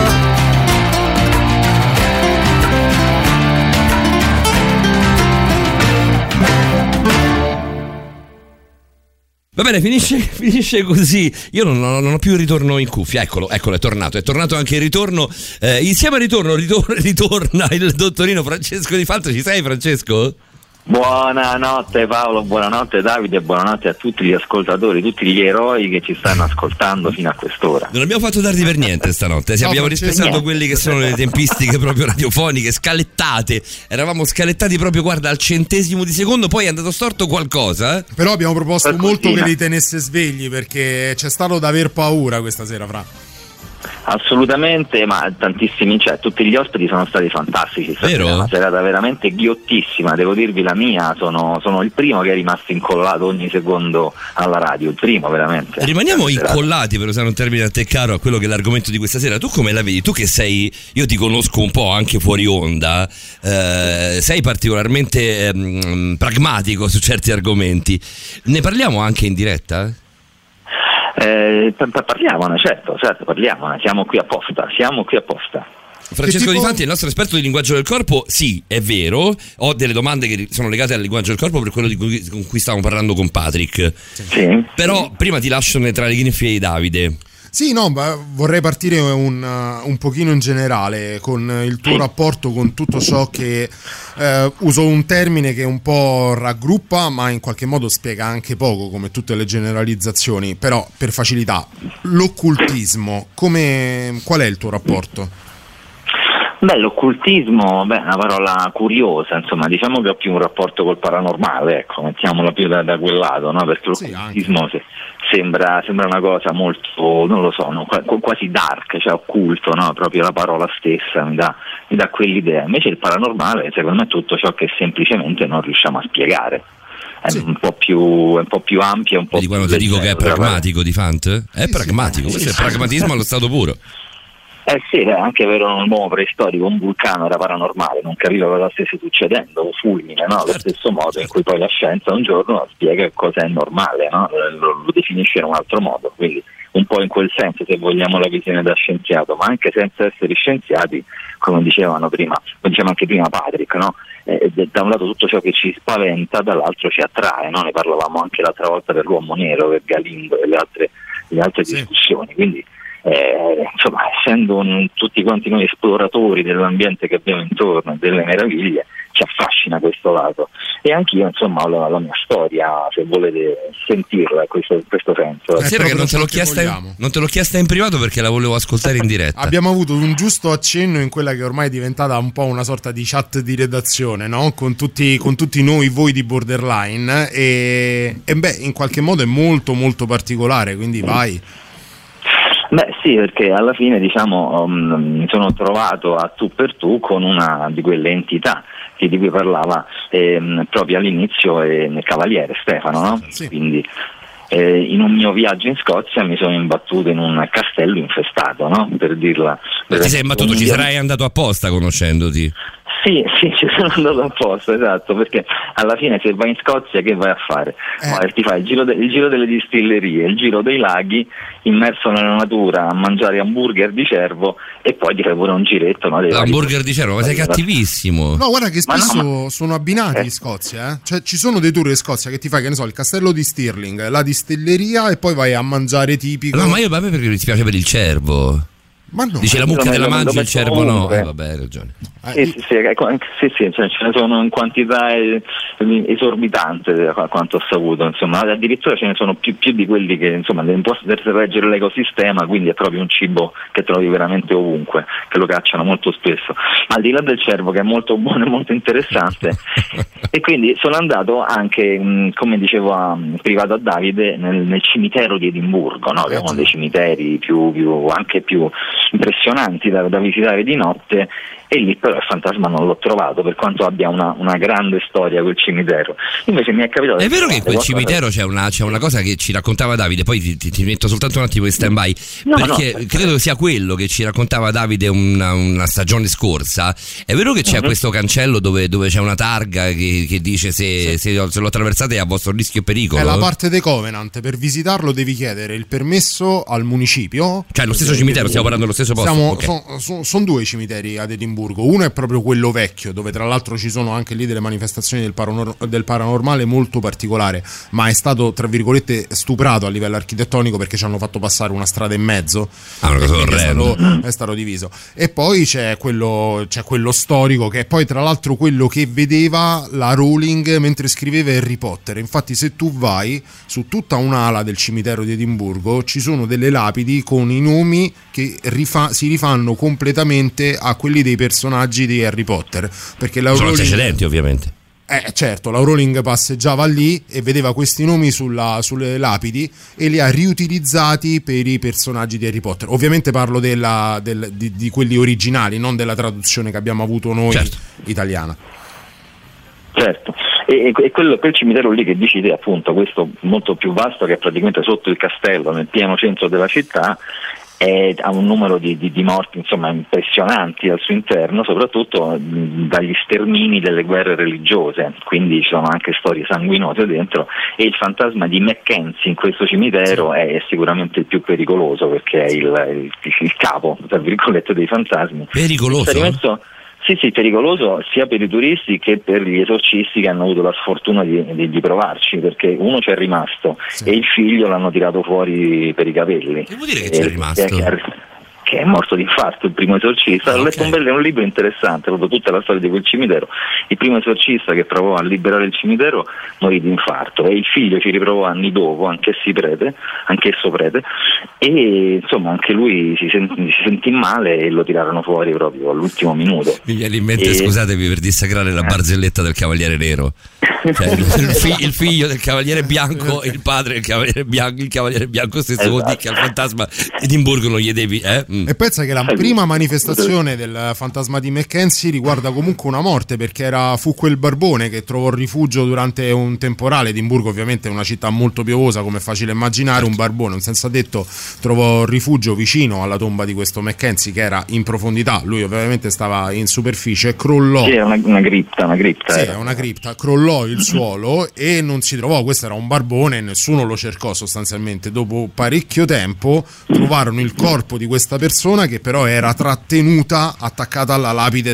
Va bene, finisce così. Io non ho più il ritorno in cuffia. Eccolo, è tornato anche il ritorno. Insieme al ritorna il dottorino Francesco Di Falto. Ci sei, Francesco? Buonanotte Paolo, buonanotte Davide, buonanotte a tutti gli ascoltatori, tutti gli eroi che ci stanno ascoltando fino a quest'ora. Non abbiamo fatto tardi per niente stanotte, abbiamo rispettato quelli che sono le tempistiche proprio radiofoniche, scalettate. Eravamo scalettati proprio, guarda, al centesimo di secondo, poi è andato storto qualcosa. Però abbiamo proposto molto che li tenesse svegli, perché c'è stato da aver paura questa sera, Fra. Assolutamente, ma tantissimi, cioè tutti gli ospiti sono stati fantastici. È una serata veramente ghiottissima, devo dirvi la mia, sono il primo che è rimasto incollato ogni secondo alla radio, il primo veramente. Rimaniamo incollati, per usare un termine a te caro, a quello che è l'argomento di questa sera. Tu come la vedi? Tu che sei, io ti conosco un po' anche fuori onda, sei particolarmente pragmatico su certi argomenti. Ne parliamo anche in diretta? Parliamone, certo, parliamone, siamo qui apposta. Francesco Di Fanti è il nostro esperto di linguaggio del corpo. Sì, è vero, ho delle domande che sono legate al linguaggio del corpo per quello con cui stavamo parlando con Patrick. Sì. Però prima ti lascio tra le grinfie di Davide. Sì, no, vorrei partire un pochino in generale con il tuo rapporto con tutto ciò che uso un termine che un po' raggruppa, ma in qualche modo spiega anche poco, come tutte le generalizzazioni, però per facilità. L'occultismo, qual è il tuo rapporto? L'occultismo, è una parola curiosa, insomma, diciamo che ho più un rapporto col paranormale, ecco, mettiamola più da quel lato, no? Perché l'occultismo sembra una cosa molto, non lo so, no? Quasi dark, cioè occulto, no? Proprio la parola stessa mi dà quell'idea. Invece il paranormale, secondo me, è tutto ciò che semplicemente non riusciamo a spiegare. È un po' più ampia, un po' più. Quando ti dico che è pragmatico, Di Fant? È pragmatico, questo è pragmatismo allo stato puro. Sì, è anche vero, nel nuovo preistorico un vulcano era paranormale, non capiva cosa stesse succedendo, un fulmine, no? Allo stesso modo in cui poi la scienza un giorno spiega cosa è normale, no? Lo definisce in un altro modo, quindi un po' in quel senso, se vogliamo, la visione da scienziato, ma anche senza essere scienziati, come diceva anche prima Patrick, no? Da un lato tutto ciò che ci spaventa, dall'altro ci attrae, no? Ne parlavamo anche l'altra volta per l'uomo nero, per Galindo e le altre discussioni, quindi insomma, essendo tutti quanti noi esploratori dell'ambiente che abbiamo intorno e delle meraviglie, ci affascina questo lato. E anch'io, insomma, ho la mia storia, se volete sentirla in questo senso. Sera che non te l'ho chiesta in privato perché la volevo ascoltare in diretta. Abbiamo avuto un giusto accenno in quella che ormai è diventata un po' una sorta di chat di redazione, no? Con tutti noi, voi di Borderline, e in qualche modo è molto molto particolare, quindi vai. Sì, perché alla fine, diciamo, mi sono trovato a tu per tu con una di quelle entità di cui parlava proprio all'inizio il Cavaliere Stefano, no? Sì. Quindi in un mio viaggio in Scozia mi sono imbattuto in un castello infestato, no? Per dirla. Ti sei imbattuto, ci sarai andato apposta conoscendoti? Sì, ci sono andato apposta, esatto, perché alla fine se vai in Scozia che vai a fare? Ti fai il giro delle distillerie, il giro dei laghi, immerso nella natura, a mangiare hamburger di cervo e poi ti fai pure un giretto. No, hamburger di cervo, ma sei cattivissimo. No, guarda che spesso sono abbinati in Scozia, Cioè ci sono dei tour in Scozia che ti fai, che ne so, il castello di Stirling, la distilleria e poi vai a mangiare tipico. No, ma a me perché mi spiace per il cervo. Ma no, dice la mucca te la mangi, il cervo no. Vabbè, hai ragione. Sì, cioè, ce ne sono in quantità esorbitante a quanto ho saputo, insomma, addirittura ce ne sono più di quelli che, insomma, non può reggere l'ecosistema, quindi è proprio un cibo che trovi veramente ovunque, che lo cacciano molto spesso, ma al di là del cervo, che è molto buono e molto interessante. E quindi sono andato anche, come dicevo privato a Davide, nel cimitero di Edimburgo, no? Che è uno dei cimiteri anche più impressionanti da visitare di notte, e lì però il fantasma non l'ho trovato, per quanto abbia una grande storia quel cimitero. Invece mi è capitato. È vero che in quel cimitero c'è una cosa che ci raccontava Davide, poi ti metto soltanto un attimo in stand-by, perché credo sia quello che ci raccontava Davide una stagione scorsa. È vero che c'è questo cancello dove c'è una targa che dice se lo attraversate è a vostro rischio e pericolo? È la parte dei Covenant, per visitarlo devi chiedere il permesso al municipio. Cioè lo stesso cimitero, stiamo parlando dello stesso posto? Sono due cimiteri ad Edimburgo. Uno è proprio quello vecchio, dove tra l'altro ci sono anche lì delle manifestazioni del paranormale molto particolare, ma è stato tra virgolette stuprato a livello architettonico perché ci hanno fatto passare una strada in mezzo. Una cosa orrenda. È stato diviso. E poi c'è quello storico, che è poi tra l'altro quello che vedeva la Rowling mentre scriveva Harry Potter. Infatti se tu vai su tutta un'ala del cimitero di Edimburgo ci sono delle lapidi con i nomi che si rifanno completamente a quelli dei personaggi di Harry Potter, perché la sono Rowling, antecedenti ovviamente. Certo, la Rowling passeggiava lì e vedeva questi nomi sulle lapidi e li ha riutilizzati per i personaggi di Harry Potter. Ovviamente parlo di quelli originali, non della traduzione che abbiamo avuto noi italiana. Certo, e quel cimitero lì che dici te, appunto, questo molto più vasto, che è praticamente sotto il castello, nel pieno centro della città, ha un numero di morti insomma impressionanti al suo interno, soprattutto dagli stermini delle guerre religiose, quindi ci sono anche storie sanguinose dentro, e il fantasma di Mackenzie in questo cimitero è sicuramente il più pericoloso, perché è il capo, tra virgolette, dei fantasmi. Pericoloso? Sì, pericoloso sia per i turisti che per gli esorcisti che hanno avuto la sfortuna di provarci, perché uno c'è rimasto e il figlio l'hanno tirato fuori per i capelli. Che vuol dire che c'è rimasto? Che è morto di infarto, il primo esorcista. Ho letto un libro interessante, proprio tutta la storia di quel cimitero. Il primo esorcista che provò a liberare il cimitero morì di infarto e il figlio ci riprovò anni dopo, anch'esso prete, e insomma anche lui si sentì male e lo tirarono fuori proprio all'ultimo minuto. Mi viene in mente, scusatemi per dissacrare la barzelletta del Cavaliere Nero. Cioè, il figlio del Cavaliere Bianco e il padre del Cavaliere Bianco stesso, vuol dire che al fantasma di Edimburgo non gli devi E pensa che la prima manifestazione del fantasma di Mackenzie riguarda comunque una morte, perché fu quel barbone che trovò rifugio durante un temporale. Edimburgo ovviamente è una città molto piovosa, come è facile immaginare. Un barbone, un senzatetto, trovò rifugio vicino alla tomba di questo Mackenzie, che era in profondità, lui ovviamente stava in superficie, crollò. Sì, è una cripta. Sì, è una cripta, crollò il suolo e non si trovò. Questo era un barbone, nessuno lo cercò sostanzialmente. Dopo parecchio tempo trovarono il corpo di questa persona, che però era trattenuta attaccata alla lapide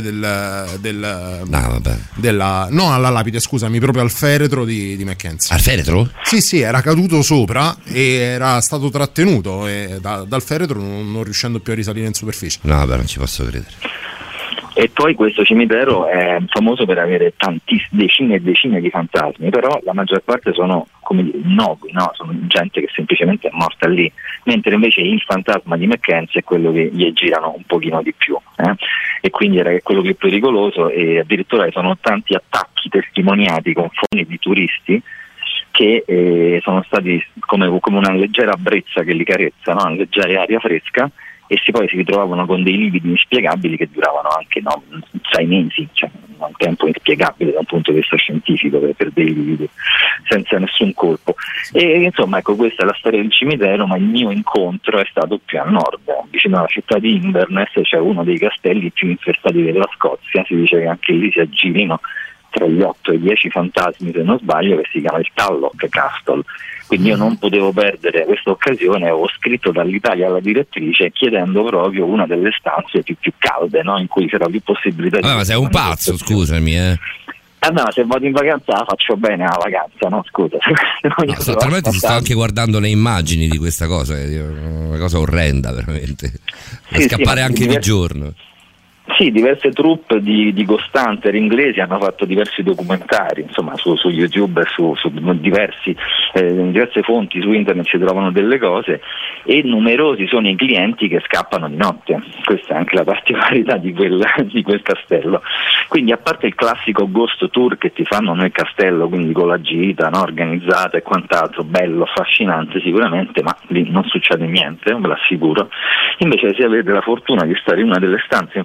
alla lapide, scusami, proprio al feretro di Mackenzie. Al feretro? Sì, era caduto sopra e era stato trattenuto dal feretro, non riuscendo più a risalire in superficie. No, vabbè, non ci posso credere. E poi questo cimitero è famoso per avere decine e decine di fantasmi, però la maggior parte sono come innocui, no? Sono gente che semplicemente è morta lì, mentre invece il fantasma di Mackenzie è quello che gli girano un pochino di più, e quindi era quello più pericoloso, e addirittura sono tanti attacchi testimoniati con fondi di turisti che sono stati come una leggera brezza che li carezza, no? Una leggera aria fresca, e poi si ritrovavano con dei lividi inspiegabili che duravano anche 6 mesi, cioè un tempo inspiegabile da un punto di vista scientifico per dei lividi senza nessun colpo. E insomma, ecco, questa è la storia del cimitero, ma il mio incontro è stato più a nord, vicino alla città di Inverness. C'è uno dei castelli più infestati della Scozia, si dice che anche lì si aggirino tra gli 8 e i 10 fantasmi, se non sbaglio, che si chiama il Talloch Castle. Quindi io non potevo perdere questa occasione, ho scritto dall'Italia alla direttrice chiedendo proprio una delle stanze più calde, no? In cui c'era più possibilità di... ma sei un pazzo, scusami, no, se vado in vacanza la faccio bene la vacanza, no? Scusa. Attualmente si sta anche guardando le immagini di questa cosa, è una cosa orrenda veramente. Scappare anche di giorno. Sì, diverse troupe di ghost hunter inglesi hanno fatto diversi documentari, insomma su YouTube, su diverse fonti su internet si trovano delle cose, e numerosi sono i clienti che scappano di notte. Questa è anche la particolarità di quel castello. Quindi, a parte il classico ghost tour che ti fanno nel castello, quindi con la gita, no, organizzata e quant'altro, bello, affascinante sicuramente, ma lì non succede niente, ve l'assicuro. Invece, se avete la fortuna di stare in una delle stanze infestate,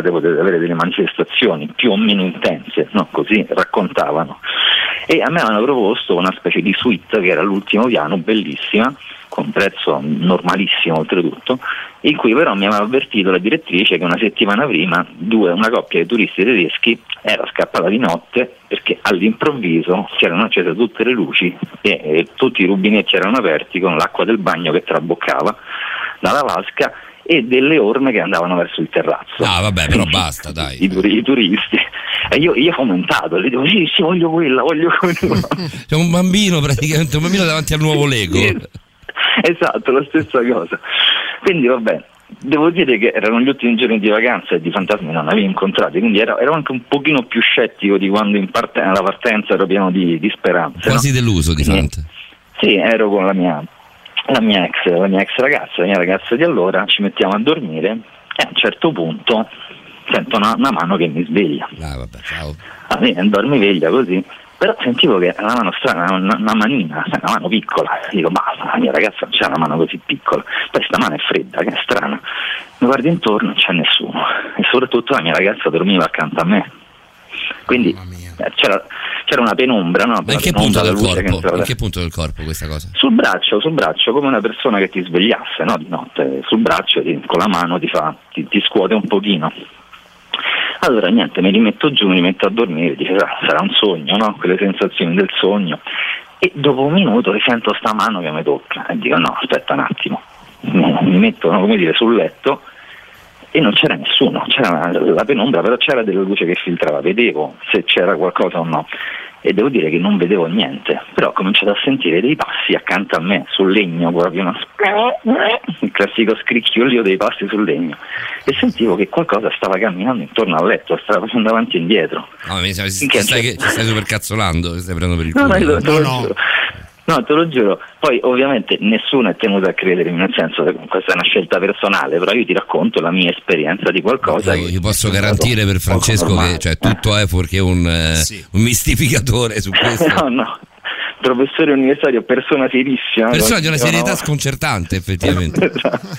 case potete avere delle manifestazioni più o meno intense, no? Così raccontavano. E a me avevano proposto una specie di suite che era all'ultimo piano, bellissima, con prezzo normalissimo oltretutto, in cui però mi aveva avvertito la direttrice che una settimana prima una coppia di turisti tedeschi era scappata di notte perché all'improvviso si erano accese tutte le luci e tutti i rubinetti erano aperti con l'acqua del bagno che traboccava dalla vasca e delle orme che andavano verso il terrazzo. Ah vabbè, però basta, dai. I turisti. E io fomentato, le dico sì, voglio quella. C'è un bambino praticamente, un bambino davanti al nuovo Lego. Esatto, la stessa cosa. Quindi vabbè, devo dire che erano gli ultimi giorni di vacanza e di fantasmi non avevo incontrati, quindi ero anche un pochino più scettico di quando alla partenza ero pieno di speranze. Quasi deluso di fronte. Sì, ero con la mia ex ragazza di allora, ci mettiamo a dormire e a un certo punto sento una mano che mi sveglia. Ah vabbè, ciao. Dormiveglia così. Però sentivo che era una mano strana, una manina, una mano piccola. Dico, ma la mia ragazza non c'ha una mano così piccola. Poi sta mano è fredda, che è strana. Mi guardo intorno, non c'è nessuno. E soprattutto la mia ragazza dormiva accanto a me. Quindi c'era una penombra, no? Ma in che punto del corpo? In che punto del corpo questa cosa? Sul braccio, come una persona che ti svegliasse, no? Di notte, sul braccio, con la mano ti scuote un pochino. Allora niente, mi rimetto giù, mi rimetto a dormire, dice sarà un sogno, no? Quelle sensazioni del sogno. E dopo un minuto risento sta mano che mi tocca e dico no, aspetta un attimo. Mi metto, come dire, sul letto e non c'era nessuno, c'era la penombra, però c'era della luce che filtrava, vedevo se c'era qualcosa o no. E devo dire che non vedevo niente, però ho cominciato a sentire dei passi accanto a me sul legno, proprio il classico scricchiolio dei passi sul legno, e sentivo che qualcosa stava camminando intorno al letto, stava facendo avanti e indietro. No, mi stai super cazzolando, stai prendendo per il culo. No, te lo giuro. Poi ovviamente nessuno è tenuto a credermi, nel senso che questa è una scelta personale, però io ti racconto la mia esperienza di qualcosa. Io posso garantire per Francesco che tutto è fuorché un mistificatore su questo. No. Professore universitario, persona serissima. Persona di una serietà sconcertante, effettivamente.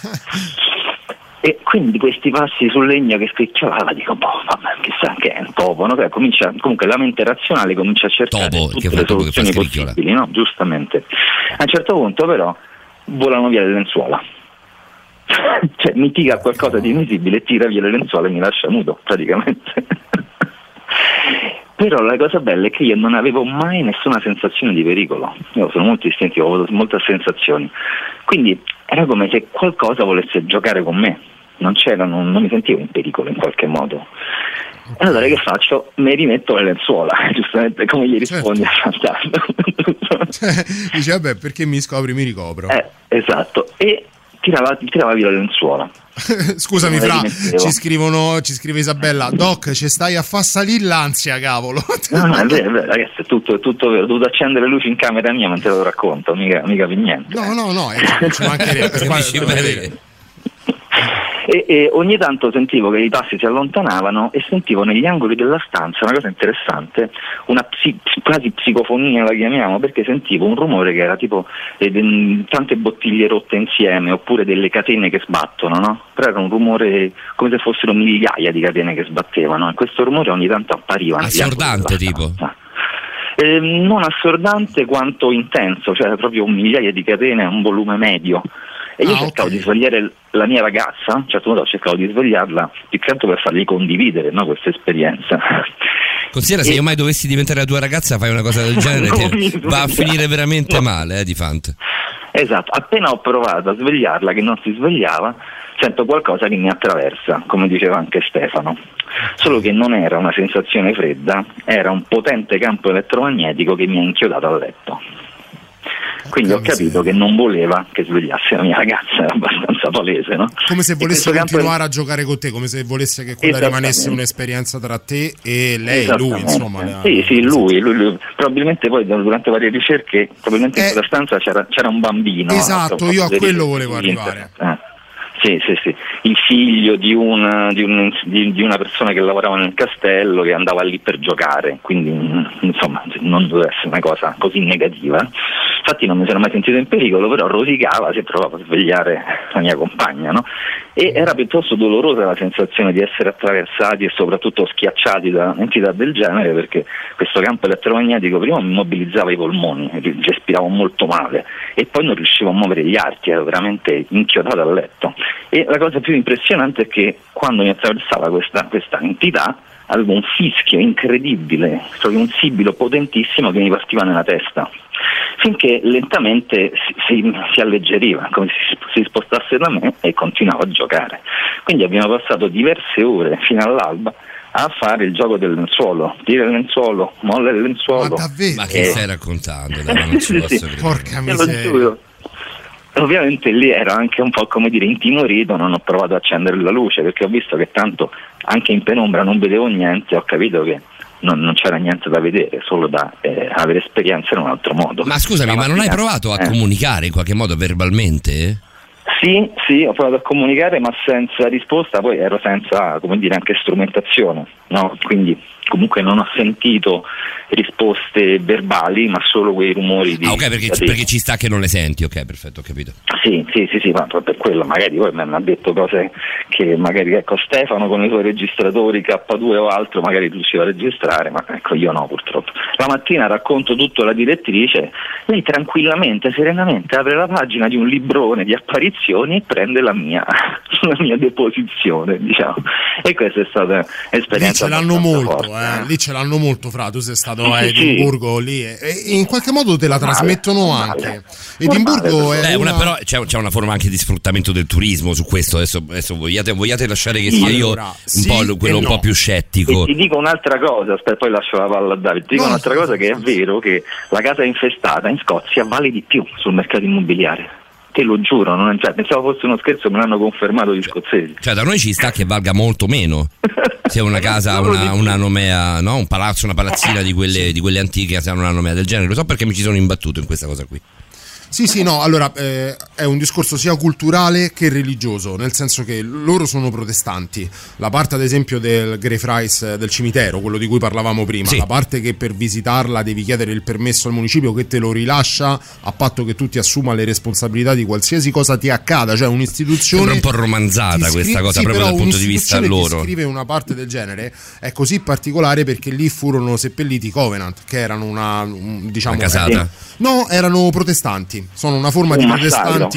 E quindi questi passi sul legno che scricchiolava, dico, vabbè, chissà che è un topo, no? Comunque la mente razionale comincia a cercare tutte le soluzioni possibili, no? Giustamente. A un certo punto però volano via le lenzuola. Cioè mitiga qualcosa di invisibile, tira via le lenzuola e mi lascia nudo, praticamente. Però la cosa bella è che io non avevo mai nessuna sensazione di pericolo. Io sono molto istintivo, ho avuto molte sensazioni. Quindi era come se qualcosa volesse giocare con me. Non mi sentivo in pericolo in qualche modo. E allora che faccio? Mi rimetto le lenzuola, giustamente come gli rispondi a fantasma. Dice vabbè, perché mi scopri mi ricopro. Esatto. E tirava via le lenzuola. Scusami Fra, ci scrive Isabella, Doc, ci stai a far salire l'ansia, cavolo. No, è vero, ragazzi, è tutto vero. Ho dovuto accendere le luci in camera mia, ma te lo racconto, mica per niente. No, ci mancherebbe. E ogni tanto sentivo che i passi si allontanavano e sentivo negli angoli della stanza una cosa interessante, una quasi psicofonia la chiamiamo, perché sentivo un rumore che era tipo tante bottiglie rotte insieme oppure delle catene che sbattono, no? Però era un rumore come se fossero migliaia di catene che sbattevano e questo rumore ogni tanto appariva. Assordante tipo? Non assordante quanto intenso, cioè proprio migliaia di catene a un volume medio. E io cercavo di svegliare la mia ragazza, a un certo punto cercavo di svegliarla più che altro per fargli condividere, no, questa esperienza. Considera, se io mai dovessi diventare la tua ragazza fai una cosa del genere che va a finire veramente male, di Fante. Esatto, appena ho provato a svegliarla, che non si svegliava, sento qualcosa che mi attraversa, come diceva anche Stefano. Solo che non era una sensazione fredda, era un potente campo elettromagnetico che mi ha inchiodato al letto. Quindi ho capito che non voleva che svegliasse la mia ragazza, era abbastanza palese, no? Come se volesse continuare a giocare con te, come se volesse che quella rimanesse un'esperienza tra te e lei, lui, insomma. Sì, lui. Probabilmente poi durante varie ricerche, probabilmente in quella stanza c'era un bambino. Esatto, io a quello volevo arrivare. Sì, il figlio di una persona che lavorava nel castello, che andava lì per giocare, quindi insomma non deve essere una cosa così negativa. Infatti non mi sono mai sentito in pericolo, però rosicava se provavo a svegliare la mia compagna, no? E era piuttosto dolorosa la sensazione di essere attraversati e soprattutto schiacciati da un'entità del genere, perché questo campo elettromagnetico prima mi immobilizzava i polmoni, respiravo molto male e poi non riuscivo a muovere gli arti, ero veramente inchiodato al letto. E la cosa più impressionante è che quando mi attraversava questa entità avevo un fischio incredibile, proprio un sibilo potentissimo che mi partiva nella testa, finché lentamente si alleggeriva, come se si spostasse da me, e continuavo a giocare. Quindi abbiamo passato diverse ore fino all'alba a fare il gioco del lenzuolo, tira il lenzuolo, molla il lenzuolo. Ma che stai raccontando? Non ci posso credere. Porca miseria. Ovviamente lì ero anche un po', come dire, intimorito, non ho provato a accendere la luce perché ho visto che tanto anche in penombra non vedevo niente, ho capito che non c'era niente da vedere, solo da avere esperienza in un altro modo. Ma scusami, ma non hai provato a comunicare in qualche modo verbalmente? Sì, ho provato a comunicare ma senza risposta, poi ero senza, come dire, anche strumentazione, no? Quindi comunque non ho sentito risposte verbali, ma solo quei rumori di... ok, perché ci sta che non le senti, ok, perfetto, ho capito. Sì, ma per quello magari poi mi ha detto cose che magari, ecco, Stefano con i suoi registratori K2 o altro magari riusciva a registrare, ma ecco io no, purtroppo. La mattina racconto tutto alla direttrice, lei tranquillamente, serenamente apre la pagina di un librone di apparizioni e prende la mia deposizione, diciamo. E questa è stata un'esperienza. Lì ce l'hanno molto, lì ce l'hanno molto, Fra, tu sei stato a Edimburgo lì e in qualche modo te la trasmettono anche. Edimburgo è però c'è una forma anche di sfruttamento del turismo su questo. Adesso vogliate lasciare che sia io un po' più scettico. E ti dico un'altra cosa, aspetta, poi lascio la palla a Davide. Ti dico un'altra cosa, che è vero che la casa infestata in Scozia vale di più sul mercato immobiliare. Te lo giuro, pensavo fosse uno scherzo, me l'hanno confermato gli scozzesi. Cioè da noi ci sta che valga molto meno. Se una casa, una nomea, no? Un palazzo, una palazzina di quelle antiche, se hanno una nomea del genere. Lo so perché mi ci sono imbattuto in questa cosa qui. Sì, no, allora è un discorso sia culturale che religioso, nel senso che loro sono protestanti. La parte ad esempio del Greyfriars, del cimitero, quello di cui parlavamo prima, la parte che per visitarla devi chiedere il permesso al municipio che te lo rilascia a patto che tu ti assuma le responsabilità di qualsiasi cosa ti accada, cioè un'istituzione... Sembra un po' romanzata questa cosa, proprio dal punto di vista loro. Che scrive una parte del genere è così particolare perché lì furono seppelliti i Covenant, che erano una casata. No, erano protestanti. Sono una forma di protestanti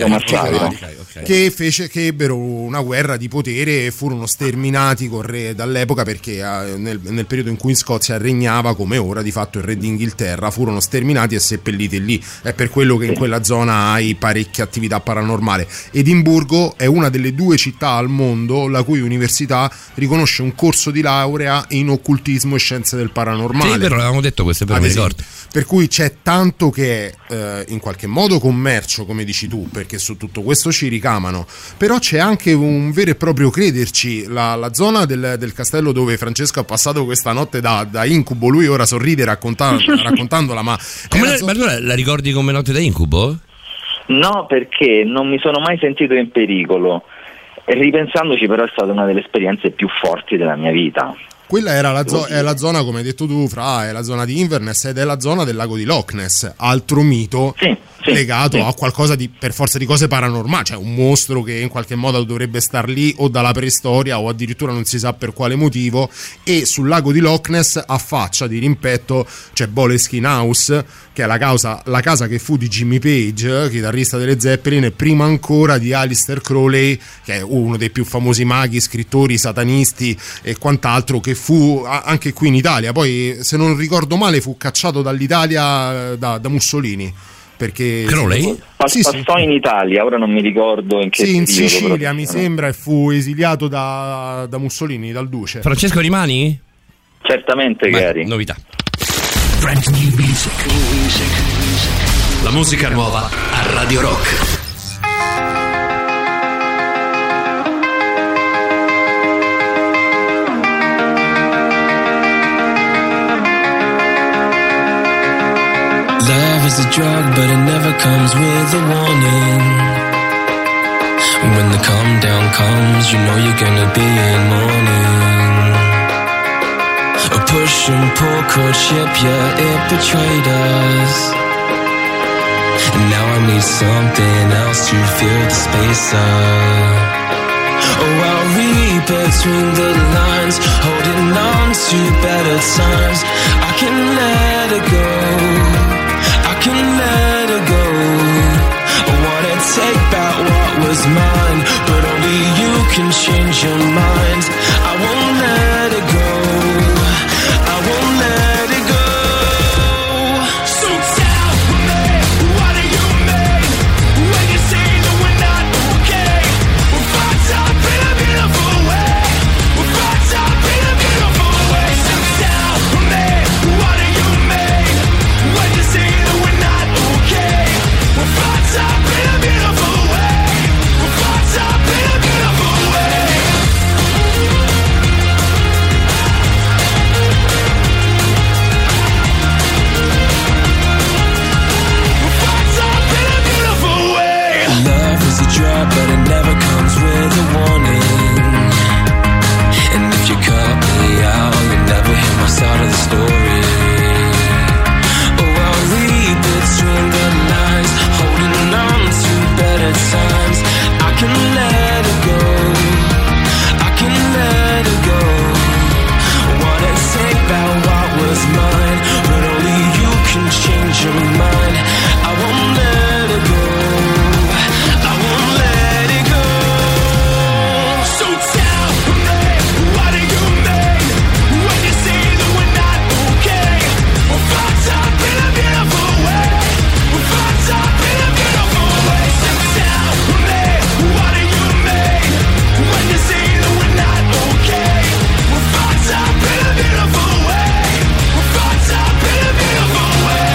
che ebbero una guerra di potere e furono sterminati col re dall'epoca, perché nel periodo in cui in Scozia regnava come ora di fatto il re d'Inghilterra, furono sterminati e seppelliti lì. È per quello che in quella zona hai parecchie attività paranormali. Edimburgo è una delle 2 città al mondo la cui università riconosce un corso di laurea in occultismo e scienze del paranormale. Sì, vero, l'avevamo detto questo, però mi ricordo. Per cui c'è tanto che in qualche modo commercio, come dici tu, perché su tutto questo ci ricamano, però c'è anche un vero e proprio crederci. La zona del castello dove Francesco ha passato questa notte da incubo, lui ora sorride raccontandola, ma tu la ricordi come notte da incubo? No, perché non mi sono mai sentito in pericolo, e ripensandoci però è stata una delle esperienze più forti della mia vita. Quella era è la zona, come hai detto tu, Fra, è la zona di Inverness ed è la zona del lago di Loch Ness, altro mito legato a qualcosa di, per forza di cose, paranormale, cioè un mostro che in qualche modo dovrebbe star lì o dalla preistoria o addirittura non si sa per quale motivo. E sul lago di Loch Ness, a faccia di rimpetto, c'è Boleskine House, che è la casa che fu di Jimmy Page, chitarrista delle Zeppelin, e prima ancora di Aleister Crowley, che è uno dei più famosi maghi, scrittori, satanisti e quant'altro, che fu anche qui in Italia. Poi, se non ricordo male, fu cacciato dall'Italia da Mussolini. Perché Crowley? Passò in Italia, ora non mi ricordo in che periodo, in Sicilia mi sembra, e fu esiliato da Mussolini, dal duce. Francesco, rimani? Certamente, Gary. Novità. Brand new music. La musica nuova a Radio Rock. Love is a drug, but it never comes with a warning. When the calm down comes, you know you're gonna be in mourning. A push and pull courtship, yeah, it betrayed us. and now I need something else to fill the space up. Oh, I'll read between the lines, holding on to better times. I can let it go, I can let it go. I wanna take back what was mine, but only you can change your mind. I won't let it go, I won't let it go. So tell me, what do you mean when you say that we're not okay? We're fucked up in a beautiful way. We're fucked up in a beautiful way. So tell me, what do you mean when you say that we're not okay? We're fucked up in a beautiful way. We're fucked up in a beautiful way. We're fucked up in a beautiful way. Love is a drug, but it never comes with a warning. And if you cut me out, you'll never hear my side of the story. Oh, I'll read between the lines, holding on to better times. I can let it go, I can let it go. Wanna take back what was mine, but only you can change your mind. I won't let it go, I won't let it go. So tell me, what do you mean when you say that we're not okay? We're fucked up in a beautiful way. We're fucked up in a beautiful way. So tell me, what do you mean when you say that we're not okay? We're fucked up in a beautiful way. We're fucked up in a beautiful way.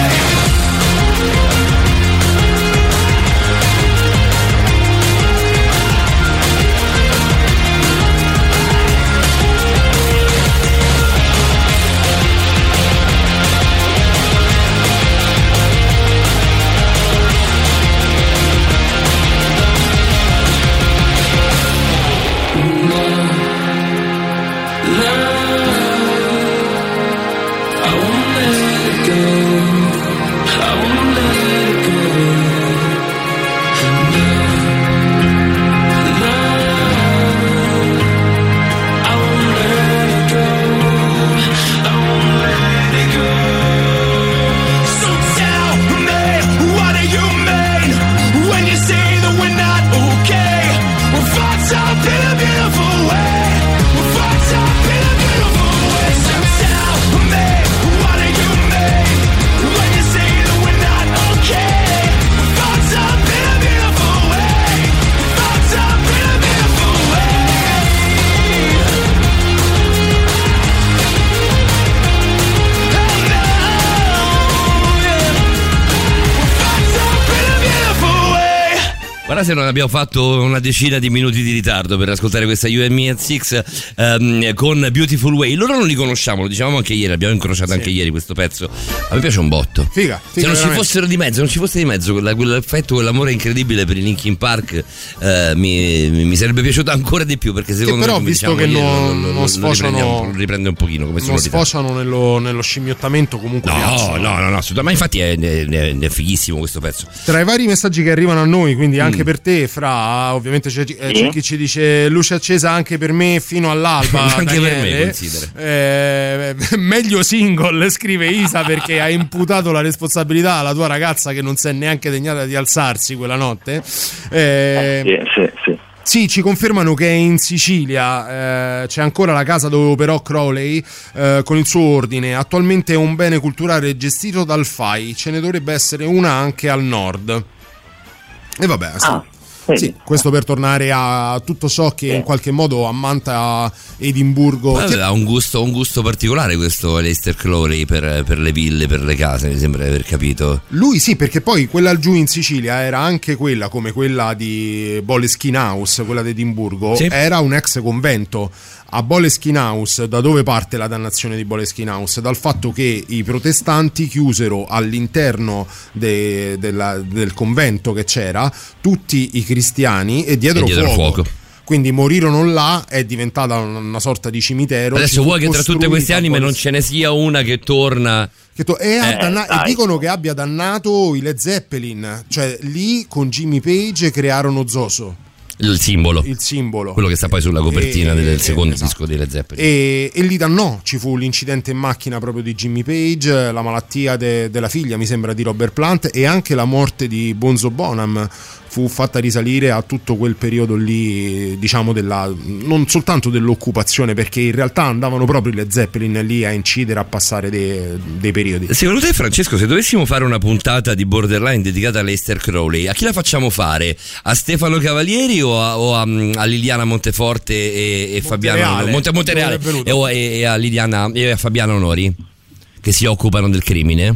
Guarda se non abbiamo fatto una decina di minuti di ritardo per ascoltare questa You and Me at Six con Beautiful Way. Loro non li conosciamo, lo dicevamo anche ieri, l'abbiamo incrociato anche ieri questo pezzo. A me piace un botto. Figa, se non ci fossero di mezzo, non ci fosse di mezzo quell'affetto, quell'amore incredibile per i Linkin Park, mi sarebbe piaciuto ancora di più, perché secondo però, me, visto diciamo, che non sfociano, riprende un pochino come non sfociano nello scimmiottamento, comunque no, assolutamente. Ma infatti è fighissimo questo pezzo. Tra i vari messaggi che arrivano a noi, quindi anche per te, Fra, ovviamente c'è chi ci dice luce accesa anche per me fino all'alba. Anche Daniele. per me, considera. Meglio single, scrive Isa, perché ha imputato la responsabilità alla tua ragazza che non si è neanche degnata di alzarsi quella notte. Sì. Sì, ci confermano che è in Sicilia, c'è ancora la casa dove operò Crowley con il suo ordine. Attualmente è un bene culturale gestito dal FAI, ce ne dovrebbe essere una anche al nord. E vabbè, sì, questo per tornare a tutto ciò che in qualche modo ammanta Edimburgo. Ha un gusto particolare questo Aleister Crowley per le ville, per le case, mi sembra di aver capito. Lui sì, perché poi quella giù in Sicilia era anche quella, come quella di Boleskine House, quella di Edimburgo, sì. Era un ex convento. A Boleskine House, da dove parte la dannazione di Boleskine House? Dal fatto che i protestanti chiusero all'interno del convento che c'era tutti i cristiani e diedero fuoco. quindi morirono là, è diventata una sorta di cimitero. Adesso vuoi che tra tutte queste anime non ce ne sia una che torna e dicono che abbia dannato i Led Zeppelin, cioè lì con Jimmy Page crearono Zoso. Il simbolo, quello che sta poi sulla copertina del secondo disco dei Led Zeppelin, e lì ci fu l'incidente in macchina proprio di Jimmy Page, la malattia della figlia, mi sembra, di Robert Plant, e anche la morte di Bonzo Bonham fu fatta risalire a tutto quel periodo lì, diciamo, non soltanto dell'occupazione, perché in realtà andavano proprio le Zeppelin lì a incidere, a passare dei periodi. Secondo te, Francesco, se dovessimo fare una puntata di Borderline dedicata a Aleister Crowley, a chi la facciamo fare? A Stefano Cavalieri o a Liliana Monteforte e Fabiano Montereale e a Liliana e a Fabiana Onori, che si occupano del crimine?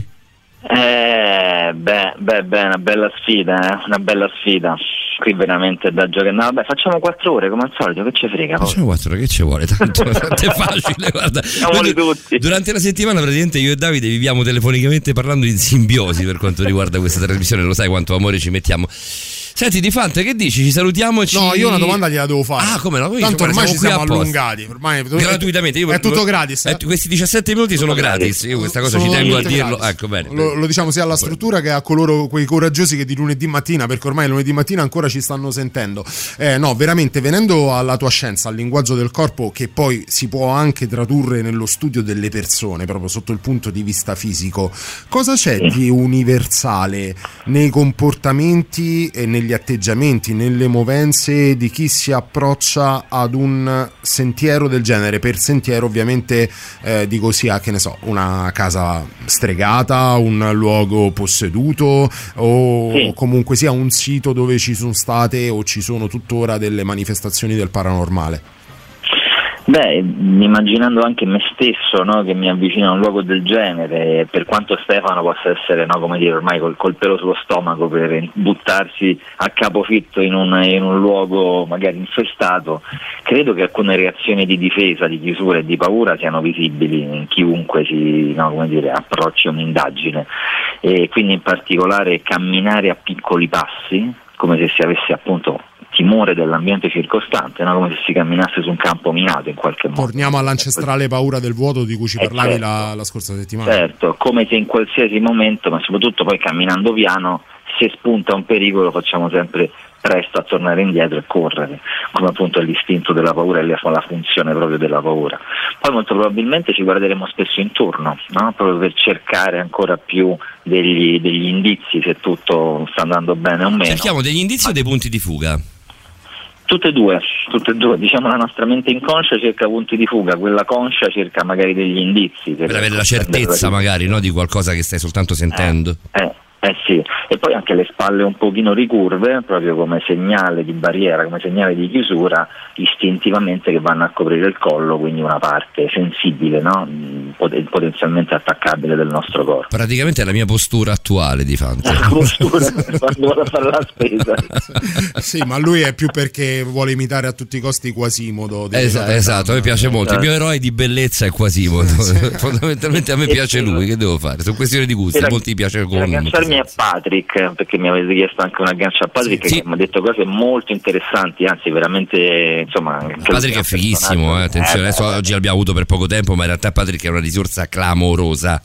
Una bella sfida, qui veramente da giocare. No, vabbè, facciamo 4 ore come al solito, che ci frega. Facciamo 4 ore, che ci vuole, tanto è facile, guarda. Durante la settimana praticamente io e Davide viviamo telefonicamente parlando in simbiosi per quanto riguarda questa trasmissione, lo sai quanto amore ci mettiamo. Senti, Di Fante, che dici? Ci salutiamo e No, io una domanda gliela devo fare. Come no? Tanto ormai ci siamo allungati. Ormai gratuitamente. È tutto gratis. Questi 17 minuti sono gratis. Io questa cosa ci tengo a dirlo. Ecco, bene. Lo diciamo sia alla struttura che a quei coraggiosi che di lunedì mattina, perché ormai lunedì mattina ancora ci stanno sentendo. No, veramente, venendo alla tua scienza, al linguaggio del corpo, che poi si può anche tradurre nello studio delle persone, proprio sotto il punto di vista fisico, cosa c'è di universale nei comportamenti e negli atteggiamenti, nelle movenze di chi si approccia ad un sentiero del genere? Per sentiero ovviamente dico sia, che ne so, una casa stregata, un luogo posseduto o comunque sia un sito dove ci sono state o ci sono tuttora delle manifestazioni del paranormale. Immaginando anche me stesso, no, che mi avvicino a un luogo del genere, per quanto Stefano possa essere, no, come dire, ormai col pelo sullo stomaco per buttarsi a capofitto in un luogo magari infestato, credo che alcune reazioni di difesa, di chiusura e di paura siano visibili in chiunque si, no, come dire, approcci un'indagine, e quindi in particolare camminare a piccoli passi, come se si avesse appunto timore dell'ambiente circostante, no? Come se si camminasse su un campo minato in qualche modo. Torniamo all'ancestrale paura del vuoto di cui ci parlavi la scorsa settimana. Certo, come se in qualsiasi momento, ma soprattutto poi camminando piano, se spunta un pericolo facciamo sempre presto a tornare indietro e correre, come appunto è l'istinto della paura e la funzione proprio della paura. Poi molto probabilmente ci guarderemo spesso intorno, no? Proprio per cercare ancora più degli indizi, se tutto sta andando bene o meno. Cerchiamo degli indizi o dei punti di fuga? Tutte e due, diciamo la nostra mente inconscia cerca punti di fuga, quella conscia cerca magari degli indizi. Per avere la certezza magari, no, di qualcosa che stai soltanto sentendo. Sì, e poi anche le spalle un pochino ricurve, proprio come segnale di barriera, come segnale di chiusura, istintivamente che vanno a coprire il collo, quindi una parte sensibile, no? Potenzialmente attaccabile del nostro corpo. Praticamente è la mia postura attuale, Di Fante. La postura quando vado a fare la spesa. Sì, ma lui è più perché vuole imitare a tutti i costi Quasimodo. Esatto, a me piace molto. Il mio eroe di bellezza è Quasimodo. Fondamentalmente a me piace lui, che devo fare? Sono questioni di gusti, molti piace con a Patrick, perché mi avete chiesto anche un aggancio a Patrick, che mi ha detto cose molto interessanti, anzi veramente, insomma, Patrick è fighissimo, attenzione, adesso oggi l'abbiamo avuto per poco tempo, ma in realtà Patrick è una risorsa clamorosa.